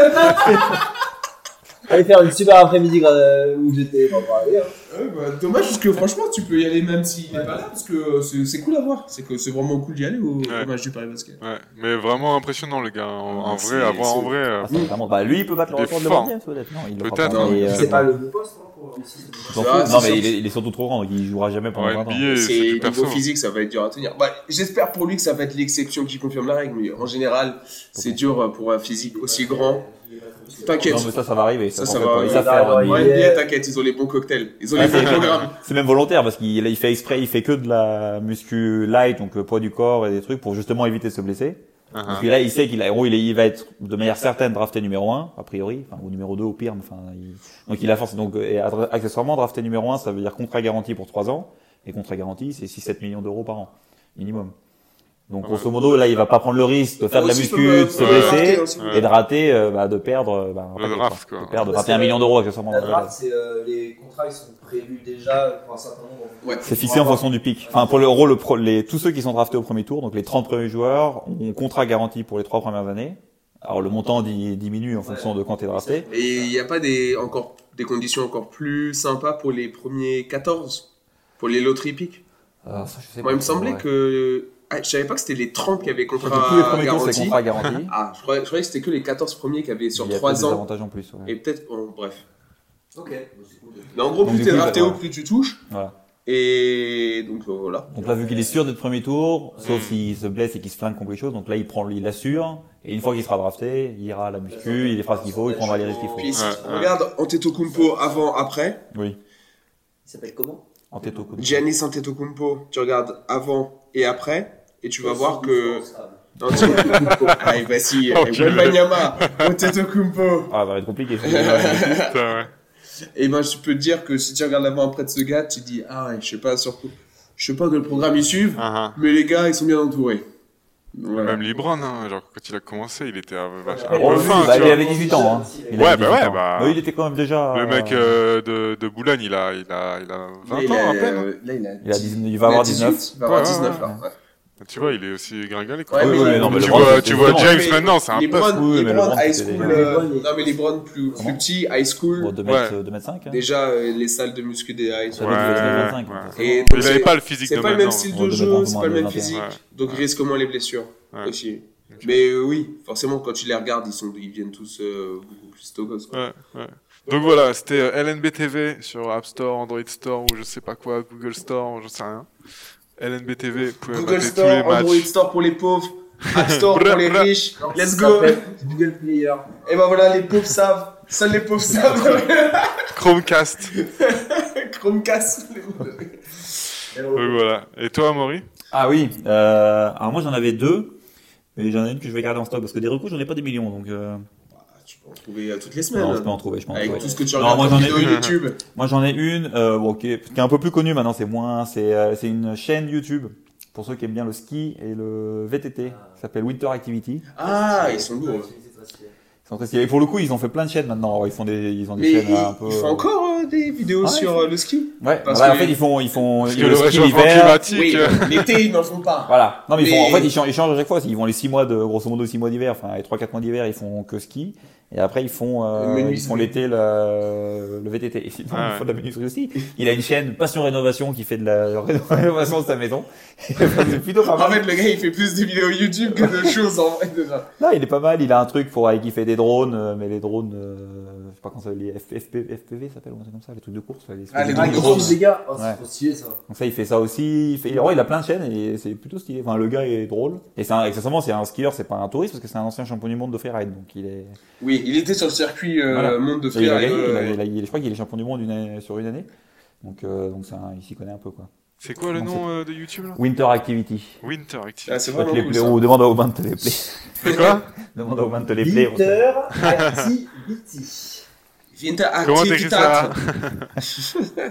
aller faire une super après-midi euh, où j'étais pas parlé. Hein. Ouais, bah, dommage parce que franchement tu peux y aller même s'il est pas là parce que euh, c'est c'est cool à voir. C'est que c'est vraiment cool d'y aller au, Ouais. au match du Paris Basket. Ouais. Mais vraiment impressionnant, le gars. En, en Ah, vrai, c'est- à voir en c'est- vrai. euh, Ah, c'est vraiment- Bah, lui, il peut battre le Il est record de fort. LeBron James, peut-être. Non, il le fera Peut-être, pas. non, Mais, mais euh, C'est pas le bon poste hein, pour ici. il s'en Ah, fout. c'est Non, mais sûr. il est, il est surtout trop grand, donc il jouera jamais pendant En vingt ans. N B A, c'est C'est du niveau perso. physique, ça va être dur à tenir. Bah, j'espère pour lui que ça va être l'exception qui confirme la règle, mais en général, c'est dur pour un physique aussi grand. T'inquiète. Non, mais ça, ça va arriver. Ça, Ça, ça t'en va fais pas. Ils arriver. savent faire. Ouais, ils- En il est- N B A, t'inquiète, ils ont les bons cocktails. Ils ont les Ah, bons c'est- programmes. C'est même volontaire parce qu'il il fait exprès, il fait que de la muscu light, donc le poids du corps et des trucs pour justement éviter de se blesser. Uh-huh. Parce que là, il sait qu'il a, en gros, il, est- il va être de manière certaine drafté numéro un, a priori, enfin, ou numéro deux au pire, mais enfin, il- donc il a force, donc, et adre- accessoirement, drafté numéro un, ça veut dire contrat garanti pour trois ans, et contrat garanti, c'est six sept millions d'euros par an, minimum. Donc, grosso modo, là, il va pas prendre le risque de faire de la Aussi, je peux muscu, me- de se ouais, blesser, marquer aussi. Ouais. et de rater, euh, bah, de perdre, euh, bah, un Le paquet, draft, quoi. De perdre Parce vingt et un que millions d'euros, accessoirement. La dans le draft, c'est euh, les contrats ils sont prévus déjà pour un certain nombre. Ouais. C'est fixé en fonction du pic. Enfin, pour le rôle, le pro- les, tous ceux qui sont draftés au premier tour, donc les trente premiers joueurs, ont contrat garanti pour les trois premières années. Alors, le montant di- diminue en fonction de quand tu es drafté. Et il n'y a pas des, encore, des conditions encore plus sympas pour les premiers quatorze, pour les loteries pick. Alors, ça, je sais Moi, pas. il me semblait Ouais. que. Ah, je savais pas que c'était les trente qui avaient Je crois contrat que tous les premiers tours, c'est garanti. contrat garanti. Ah, je croyais, je croyais que c'était que les quatorze premiers qui avaient sur Il y a trois peut-être des ans. avantages en plus. Ouais. Et peut-être. Bon, bref. Ok, c'est cool. Mais en gros, Donc, plus du t'es coup, drafté bah, haut, ouais. plus tu touches. Voilà. Et donc euh, voilà. Donc là, vu qu'il est sûr d'être premier tour, sauf Mm. s'il se blesse et qu'il se flingue contre quelque chose, donc là, il prend, il assure. Et une fois qu'il sera drafté, il ira à la muscu, il fera ce qu'il faut, il prendra les risques qu'il faut. Puis si Ouais, tu ouais. regardes Antetokounmpo avant, après, Oui. Il s'appelle comment? En tête au coup. Giannis Antetokounmpo, tu regardes avant et après, et tu vas voir que. Ah, Non, tu- ah, et bah si, Oh, et quel- Wembanyama, Antetokounmpo. Ah, ça va être compliqué. ça. Putain, ouais. Et ben, je peux te dire que si tu regardes l'avant après de ce gars, tu te dis, ah ouais, je sais pas sur quoi. Je sais pas quel programme ils suivent, Uh-huh. mais les gars, ils sont bien entourés. Voilà. Même LeBron, hein, genre quand il a commencé, il était un, vache- un Ouais, peu Oh, fin, bah, tu il vois. avait dix-huit ans. Hein. Il Ouais, avait bah dix-huit ouais, ans. bah- Oui, il était quand même déjà. Le mec euh, de, de Boulogne, il a, il a, il a Là, vingt il ans a, à peine. euh, là, il a, Il, a dix- il va avoir dix-neuf. dix-huit, il va avoir Ouais, ouais, dix-neuf, ouais. là. Ouais. Tu vois, il est aussi gringalé, quoi. Ouais, Oui, mais oui, non, mais tu LeBron, vois, c'est tu vois évident. James Mais maintenant, c'est un les peu. Bron, Oui, les mais Bron LeBron, high c'était school, des- euh, LeBron, il- non mais les Bron plus, plus Comment petits, high school, Bon, deux Ouais. mètres, deux mètres cinq. Hein. déjà euh, les salles de muscu des high Ça school. doit Ouais, être ouais. vingt-cinq, Et Mais donc, il avait c'est- pas le physique C'est de pas le même maintenant. style Oh, de de jeu, maintenant, c'est moins pas le de même vingt et un. physique, Ouais. donc il risque moins les blessures Ouais. aussi. Mais euh, oui, forcément quand tu les regardes, ils sont, ils viennent tous euh, beaucoup plus stokos. quoi. Ouais, ouais. Donc voilà, c'était euh, L N B T V sur App Store, Android Store ou je sais pas quoi, Google Store, je sais rien. L N B T V, vous pouvez Google mater tous Store, les matchs. Android Store pour les pauvres, App Store pour les riches. Non, Let's ça go. s'appelle Google Player. Et ben voilà, les pauvres savent. Seuls les pauvres savent. Chromecast. Chromecast. Oui, voilà. Et toi, Amaury? Ah oui, euh, alors moi j'en avais deux, mais j'en ai une que je vais garder en stock parce que des recours j'en ai pas des millions donc. Euh... Tu peux en trouver euh, toutes les semaines. Non, je peux en trouver, je peux en Avec trouver. tout ce que tu Non, regardes moi, sur j'en ai vidéo une. YouTube. Moi j'en ai une, euh, bon, qui, est, qui est un peu plus connue maintenant, c'est moins, c'est euh, c'est une chaîne YouTube pour ceux qui aiment bien le ski et le V T T, qui s'appelle Winter Activity. Ah, ils sont lourds. Ils sont très stylés. Et pour le coup, ils ont fait plein de chaînes maintenant. Ils font des, ils ont des Mais chaînes ils, un peu. ils font encore euh, des vidéos Ah, sur ils euh, le ski. Ouais. Parce Bah, que- En fait, ils font, ils font Parce que le le ski réchauffement l'hiver. climatique. Oui, euh, l'été, ils n'en font pas. Voilà. Non, mais, ils font, Mais- en fait, ils changent, ils changent à chaque fois. Ils vont les six mois de, grosso modo, six mois d'hiver. Enfin, les trois, quatre mois d'hiver, ils font que ski. Et après, ils font, euh, Le menuiserie. ils font l'été le, le V T T. Et sinon, Ah ils font ouais. de la menuiserie aussi. Il a une chaîne Passion Rénovation qui fait de la rénovation de sa maison. C'est plutôt pas En mal. fait, le gars, il fait plus de vidéos YouTube que de choses en vrai, déjà. Non, il est pas mal. Il a un truc pour, avec, il fait des drones, euh, mais les drones, euh, je sais pas comment ça s'appelle, les F- FP F P V ça s'appelle ou un truc comme ça, les trucs de course. là, les Ah, les espèces de Ah, trucs ils de drones. font grosse. des gars. Oh, Ouais. c'est trop stylé ça. Donc ça, il fait ça aussi. Il, fait... oh, il a plein de chaînes et c'est plutôt stylé. Enfin, le gars est drôle. Et c'est un... accessoirement, c'est un skieur, c'est pas un touriste parce que c'est un ancien champion du monde de freeride. Donc il est. Oui, il était sur le circuit euh, Voilà. monde de Et il a freeride. gagné, il a- euh, il a- il- je crois qu'il est champion du monde une année- sur une année. Donc, euh, donc c'est un- il s'y connaît un peu quoi. C'est quoi le Non, nom euh, de YouTube là? Winter Activity. Winter Activity. Ah, c'est Je crois vraiment que les cool, play- ça. ou demande à Aubin de te les play. C'est quoi? Demande à Aubin de te les play. Winter Activity. Winter Comment t'écris ça? Activitat.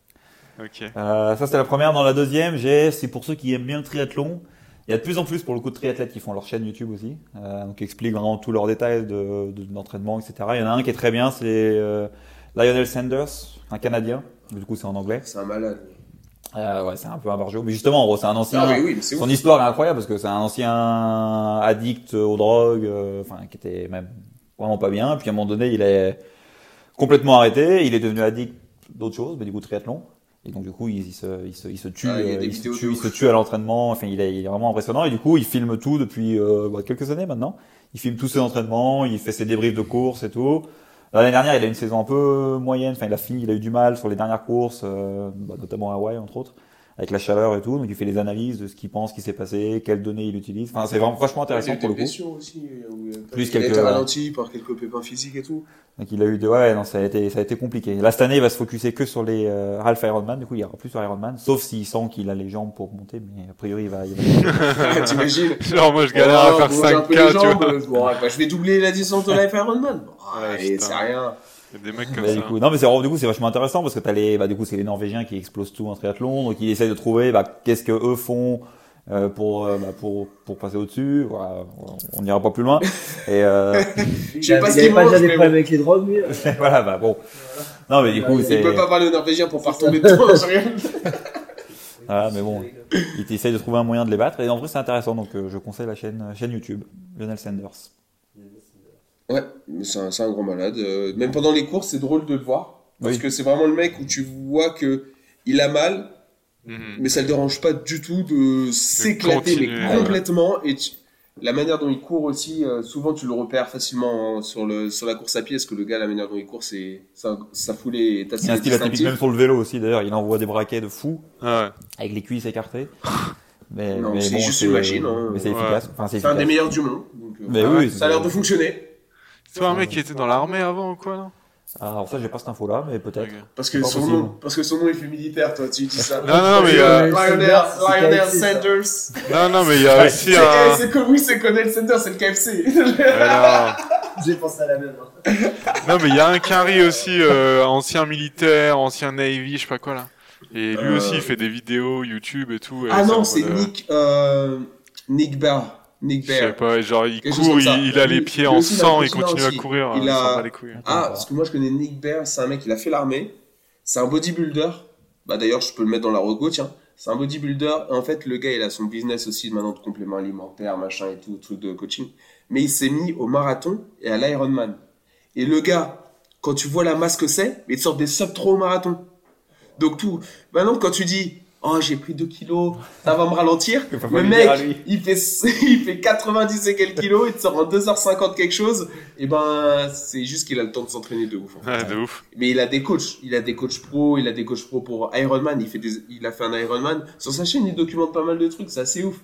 Ok. Euh, ça c'est la première. Dans la deuxième, j'ai, c'est pour ceux qui aiment bien le triathlon. Il y a de plus en plus pour le coup de triathlètes qui font leur chaîne YouTube aussi, euh, donc qui expliquent vraiment tous leurs détails de, de- d'entraînement, et cetera. Il y en a un qui est très bien, c'est euh, Lionel Sanders, un Canadien. Du coup, c'est en anglais. C'est un malade. Euh, ouais, c'est un peu un barjot, mais justement, en gros, c'est un ancien. Ah, mais oui, mais c'est Son ouf. histoire est incroyable parce que c'est un ancien addict aux drogues, euh, enfin qui était même vraiment pas bien. Puis à un moment donné, il est complètement arrêté. Il est devenu addict d'autres choses, mais du coup triathlon. Et donc du coup, il, il se, il se, il se tue, Ah, il y a euh, des il, se vidéos tue de il se ouf. tue à l'entraînement. Enfin, il est, il est vraiment impressionnant. Et du coup, il filme tout depuis euh, bah, quelques années maintenant. Il filme tous ses entraînements, il fait ses débriefs de courses et tout. L'année dernière, il a une saison un peu moyenne. Enfin, il a fini, il a eu du mal sur les dernières courses, euh, bah, notamment à Hawaï entre autres, avec la chaleur et tout. Donc, il fait les analyses de ce qu'il pense qui s'est passé, quelles données il utilise. Enfin, c'est vraiment vachement Il y a intéressant des pour le coup. blessures aussi. euh, où, euh, Plus il quelques- a été ralenti par quelques pépins physiques et tout. Donc, il a eu de, ouais, non, ça a été, ça a été compliqué. Là, cette année, il va se focuser que sur les euh, Half Ironman. Du coup, il y aura plus sur Ironman, sauf s'il sent qu'il a les jambes pour monter. Mais a priori, il va, il va... T'imagines? Genre, moi je galère Oh, à faire pour manger un cinq peu K, les tu vois. jambes, bon, ouais, bah, je vais doubler la distance de Life Ironman. Bon, Ouais, allez, putain. c'est rien. Il y a des mecs comme Bah, ça. du coup, non mais c'est du coup c'est vachement intéressant parce que t'as les bah du coup c'est les Norvégiens qui explosent tout en triathlon, donc ils essayent de trouver bah, qu'est-ce que eux font euh, pour euh, bah, pour pour passer au-dessus. Voilà, on n'ira pas plus loin. Et euh, Je sais pas ce Il avait qu'il pas mange, déjà des mais problèmes avec les drogues, lui. voilà bah bon. Non mais du coup Il c'est il peut pas parler au norvégien pour pas C'est ça. retomber dedans, je rien. voilà, mais bon, ils essayent de trouver un moyen de les battre et en vrai c'est intéressant donc euh, je conseille la chaîne chaîne YouTube Lionel Sanders. Ouais, mais c'est un, c'est un gros malade. Euh, même pendant les courses, c'est drôle de le voir. Parce Oui. que c'est vraiment le mec où tu vois que il a mal, Mhm. mais ça le dérange pas du tout de s'éclater, mais continuer, complètement. Et tu- la manière dont il court aussi, euh, souvent tu le repères facilement hein, sur, le, sur la course à pied, parce que le gars, la manière dont il court, c'est sa, sa foulée est assez Il a un style atypique distinctive. même sur le vélo aussi d'ailleurs, il envoie des braquets de fou Ah ouais. avec les cuisses écartées. Mais, Non, mais c'est bon, juste c'est une machine, hein. Mais c'est Ouais. efficace. Enfin, c'est C'est un des efficace. meilleurs du monde. Donc, euh, Mais voilà. oui, ça a l'air de c'est- fonctionner. C'est toi un mec qui était dans l'armée avant ou quoi, non? Ah, alors ça, j'ai pas cette info-là, mais peut-être. Ok. Parce que, Pas son possible. nom, parce que son nom il fait militaire, toi, tu dis ça. Non, non, mais il y a- Lionel, C'est Lionel K F C, ça. Sanders. Non, non, mais il y a Ouais, aussi C'est, un. eh, c'est que oui, c'est Colonel Sanders, c'est le K F C. Ouais, non. J'ai pensé à la même. hein. Non, mais il y a un Carrie aussi, euh, ancien militaire, ancien Navy, je sais pas quoi là. Et lui Euh. aussi, il fait des vidéos YouTube et tout. et Ah non, en c'est mode, euh, Nick, euh, Nick Bear. Nick Je sais Bear. pas, genre il Quelque chose court, comme ça. il, il a les Lui- pieds lui en aussi, il a sang, un il continent continue à aussi. courir, Il il a- s'en bat les couilles. Ah, parce que moi je connais Nick Bear, c'est un mec, il a fait l'armée. C'est un bodybuilder. Bah d'ailleurs, je peux le mettre dans la reco, tiens. C'est un bodybuilder. Et en fait, le gars, il a son business aussi maintenant de compléments alimentaires, machin et tout, truc de coaching. Mais il s'est mis au marathon et à l'Ironman. Et le gars, quand tu vois la masse que c'est, il te sort des sub trois au marathon. Donc tout. Maintenant, quand tu dis, oh, j'ai pris deux kilos, ça va me ralentir. Faut pas Le lui mec, dire à lui. il fait, il fait quatre-vingt-dix et quelques kilos, il te sort en deux heures cinquante quelque chose. Et ben, c'est juste qu'il a le temps de s'entraîner de ouf. en fait. Ouais, de ouf. Mais il a des coachs, il a des coachs pro, il a des coachs pro pour Ironman, il, fait des, il a fait un Ironman. Sur sa chaîne, il documente pas mal de trucs, c'est assez ouf.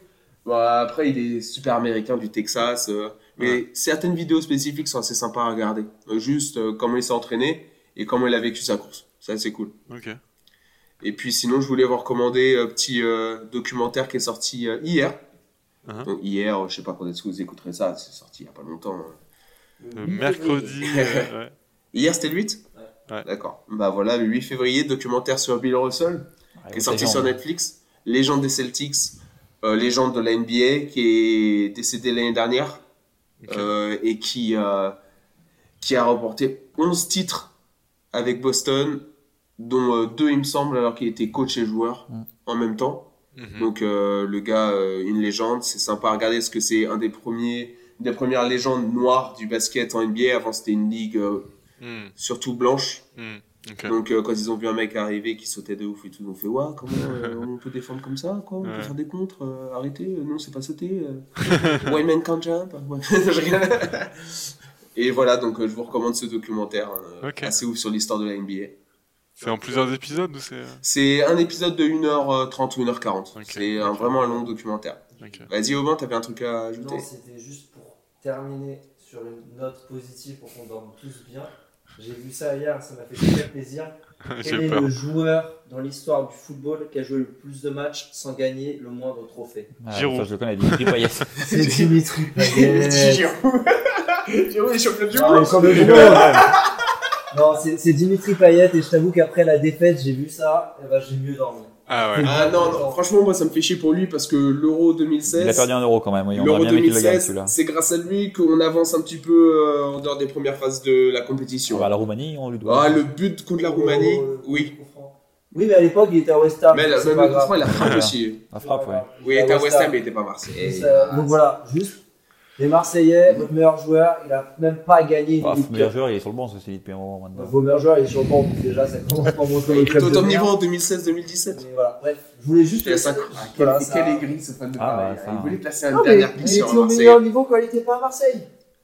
Bah, après, il est super américain du Texas. euh, mais Ouais. certaines vidéos spécifiques sont assez sympas à regarder. Euh, juste euh, comment il s'est entraîné et comment il a vécu sa course. Ça, c'est cool. Ok. Et puis sinon, je voulais vous recommander un petit euh, documentaire qui est sorti euh, hier. Uh-huh. Donc, hier, euh, je sais pas quand est-ce que vous écouterez ça, c'est sorti il y a pas longtemps. hein. Le mercredi. euh, ouais. Hier, c'était le huit Ouais. Ouais. D'accord. Bah voilà, le huit février, documentaire sur Bill Russell, Ouais, qui est sorti légende. sur Netflix. Légende des Celtics, euh, légende de la N B A, qui est décédé l'année dernière Ok. euh, et qui, euh, qui a remporté onze titres avec Boston, dont euh, deux, il me semble, alors qu'il était coach et joueur Mm. en même temps. Mhm. Donc euh, le gars, euh, une légende, c'est sympa à regarder parce que c'est un des premiers, une des premières légendes noires du basket en N B A. Avant, c'était une ligue euh, Mm. surtout blanche. Mm. Ok. Donc euh, quand ils ont vu un mec arriver qui sautait de ouf et tout, ils ont fait ouais, comment euh, on peut défendre comme ça, quoi, on peut Ouais. faire des contres, euh, arrêtez, euh, non c'est pas sauter, euh, one man can't jump. Ouais. Je rigole. Et voilà, donc euh, je vous recommande ce documentaire euh, Ok. assez ouf sur l'histoire de la N B A. C'est en plusieurs épisodes ou c'est. euh, C'est un épisode de une heure trente ou une heure quarante. Ok. C'est un- Ok. vraiment un long documentaire. Ok. Vas-y Aubin, t'avais un truc à ajouter? Non, c'était juste pour terminer sur une note positive pour qu'on dorme tous bien. J'ai vu ça hier, ça m'a fait super plaisir. Quel J'ai est peur. le joueur dans l'histoire du football qui a joué le plus de matchs sans gagner le moindre trophée? Ah, Giroud. ça, je le connais, Dimitri Payet. C'est Dimitri Payet. Giroud. Giroud est champion du Non, monde. mais champion du monde. Non, c'est c'est Dimitri Payet et je t'avoue qu'après la défaite, j'ai vu ça, et ben j'ai mieux dormi. Ah ouais. Ah non, non, franchement, moi ça me fait chier pour lui parce que l'Euro deux mille seize, Il a perdu un euro quand même, oui. On l'Euro aurait bien aimé qu'il le gagne deux mille seize, celui-là. c'est grâce à lui qu'on avance un petit peu euh, en dehors des premières phases de la Ah compétition. bah, la Roumanie, on lui doit. Ah, le but contre la Roumanie, Oh, oui. Oui, mais à l'époque, il était à West Ham. Mais donc là, c'est même pas le coup grave. franc, il a frappé Ouais. aussi. La frappe, ouais. Oui, il était à West Ham, mais il était pas Marseille. Ça- Donc voilà, juste les Marseillais, votre meilleur joueur, il a même pas gagné une Bah, Ligue meilleur Cup. joueur, il est sur le banc, ceci dit, depuis un moment maintenant. Vos meilleurs joueurs, il est sur le banc, donc déjà, ça commence par montrer le Il club était au de top merde. niveau en deux mille seize deux mille dixsept. Mais voilà, bref, je voulais juste. Il a cinq ans. Ah, quel, Voilà, quel ça- aigri ce fan de Ah, Paris. bah, ça- Il voulait placer Non, une mais dernière il pique était sur au Marseille. meilleur niveau quand il était pas à Marseille.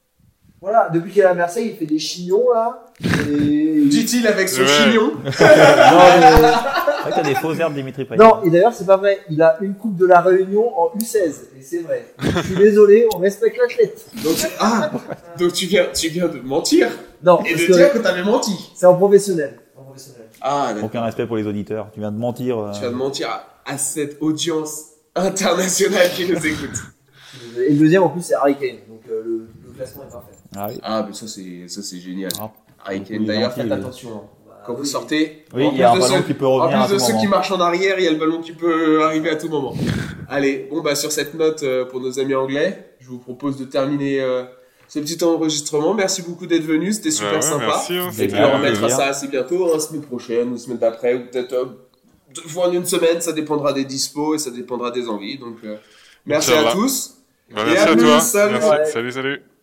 Voilà, depuis qu'il est à Marseille, il fait des chignons là. Et... Dit-il avec son Ouais. chignon. non, mais- C'est vrai que t'as des fausses herbes, Dimitri Payet. non, et d'ailleurs, c'est pas vrai. Il a une coupe de la Réunion en U seize. Et c'est vrai. Je suis désolé, on respecte l'athlète. Donc, ah, donc tu viens, tu viens de mentir Non, et parce de que dire que t'avais menti. c'est en professionnel. En professionnel. Ah, d'accord. Aucun respect pour les auditeurs. Tu viens de mentir. euh, Tu viens de mentir à, à cette audience internationale qui nous écoute. Et le deuxième en plus, c'est Harry Kane. Donc euh, le, le classement est parfait. Ah oui. Ah, mais ça c'est, ça c'est génial. Ah. Harry Il Kane, est d'ailleurs, gentil, faites lui. attention. hein. Bah, Quand vous oui. sortez, Oui, en il y a un plus de ballon ceux- qui peut En revenir à plus de tout ceux qui moment. marchent en arrière, il y a le ballon qui peut arriver à tout moment. Allez, bon bah sur cette note euh, pour nos amis anglais, je vous propose de terminer euh, ce petit enregistrement. Merci beaucoup d'être venu, c'était super Ouais, ouais, sympa. merci, hein, Et c'était puis bien, on remettra plaisir. ça assez bientôt, hein, semaine prochaine ou semaine d'après, ou peut-être euh, deux fois en une semaine, ça dépendra des dispos et ça dépendra des envies. Donc euh, merci Inch'Allah. à tous. Bah, Et merci à à plus, toi. salut. Merci. Ouais. Salut, salut.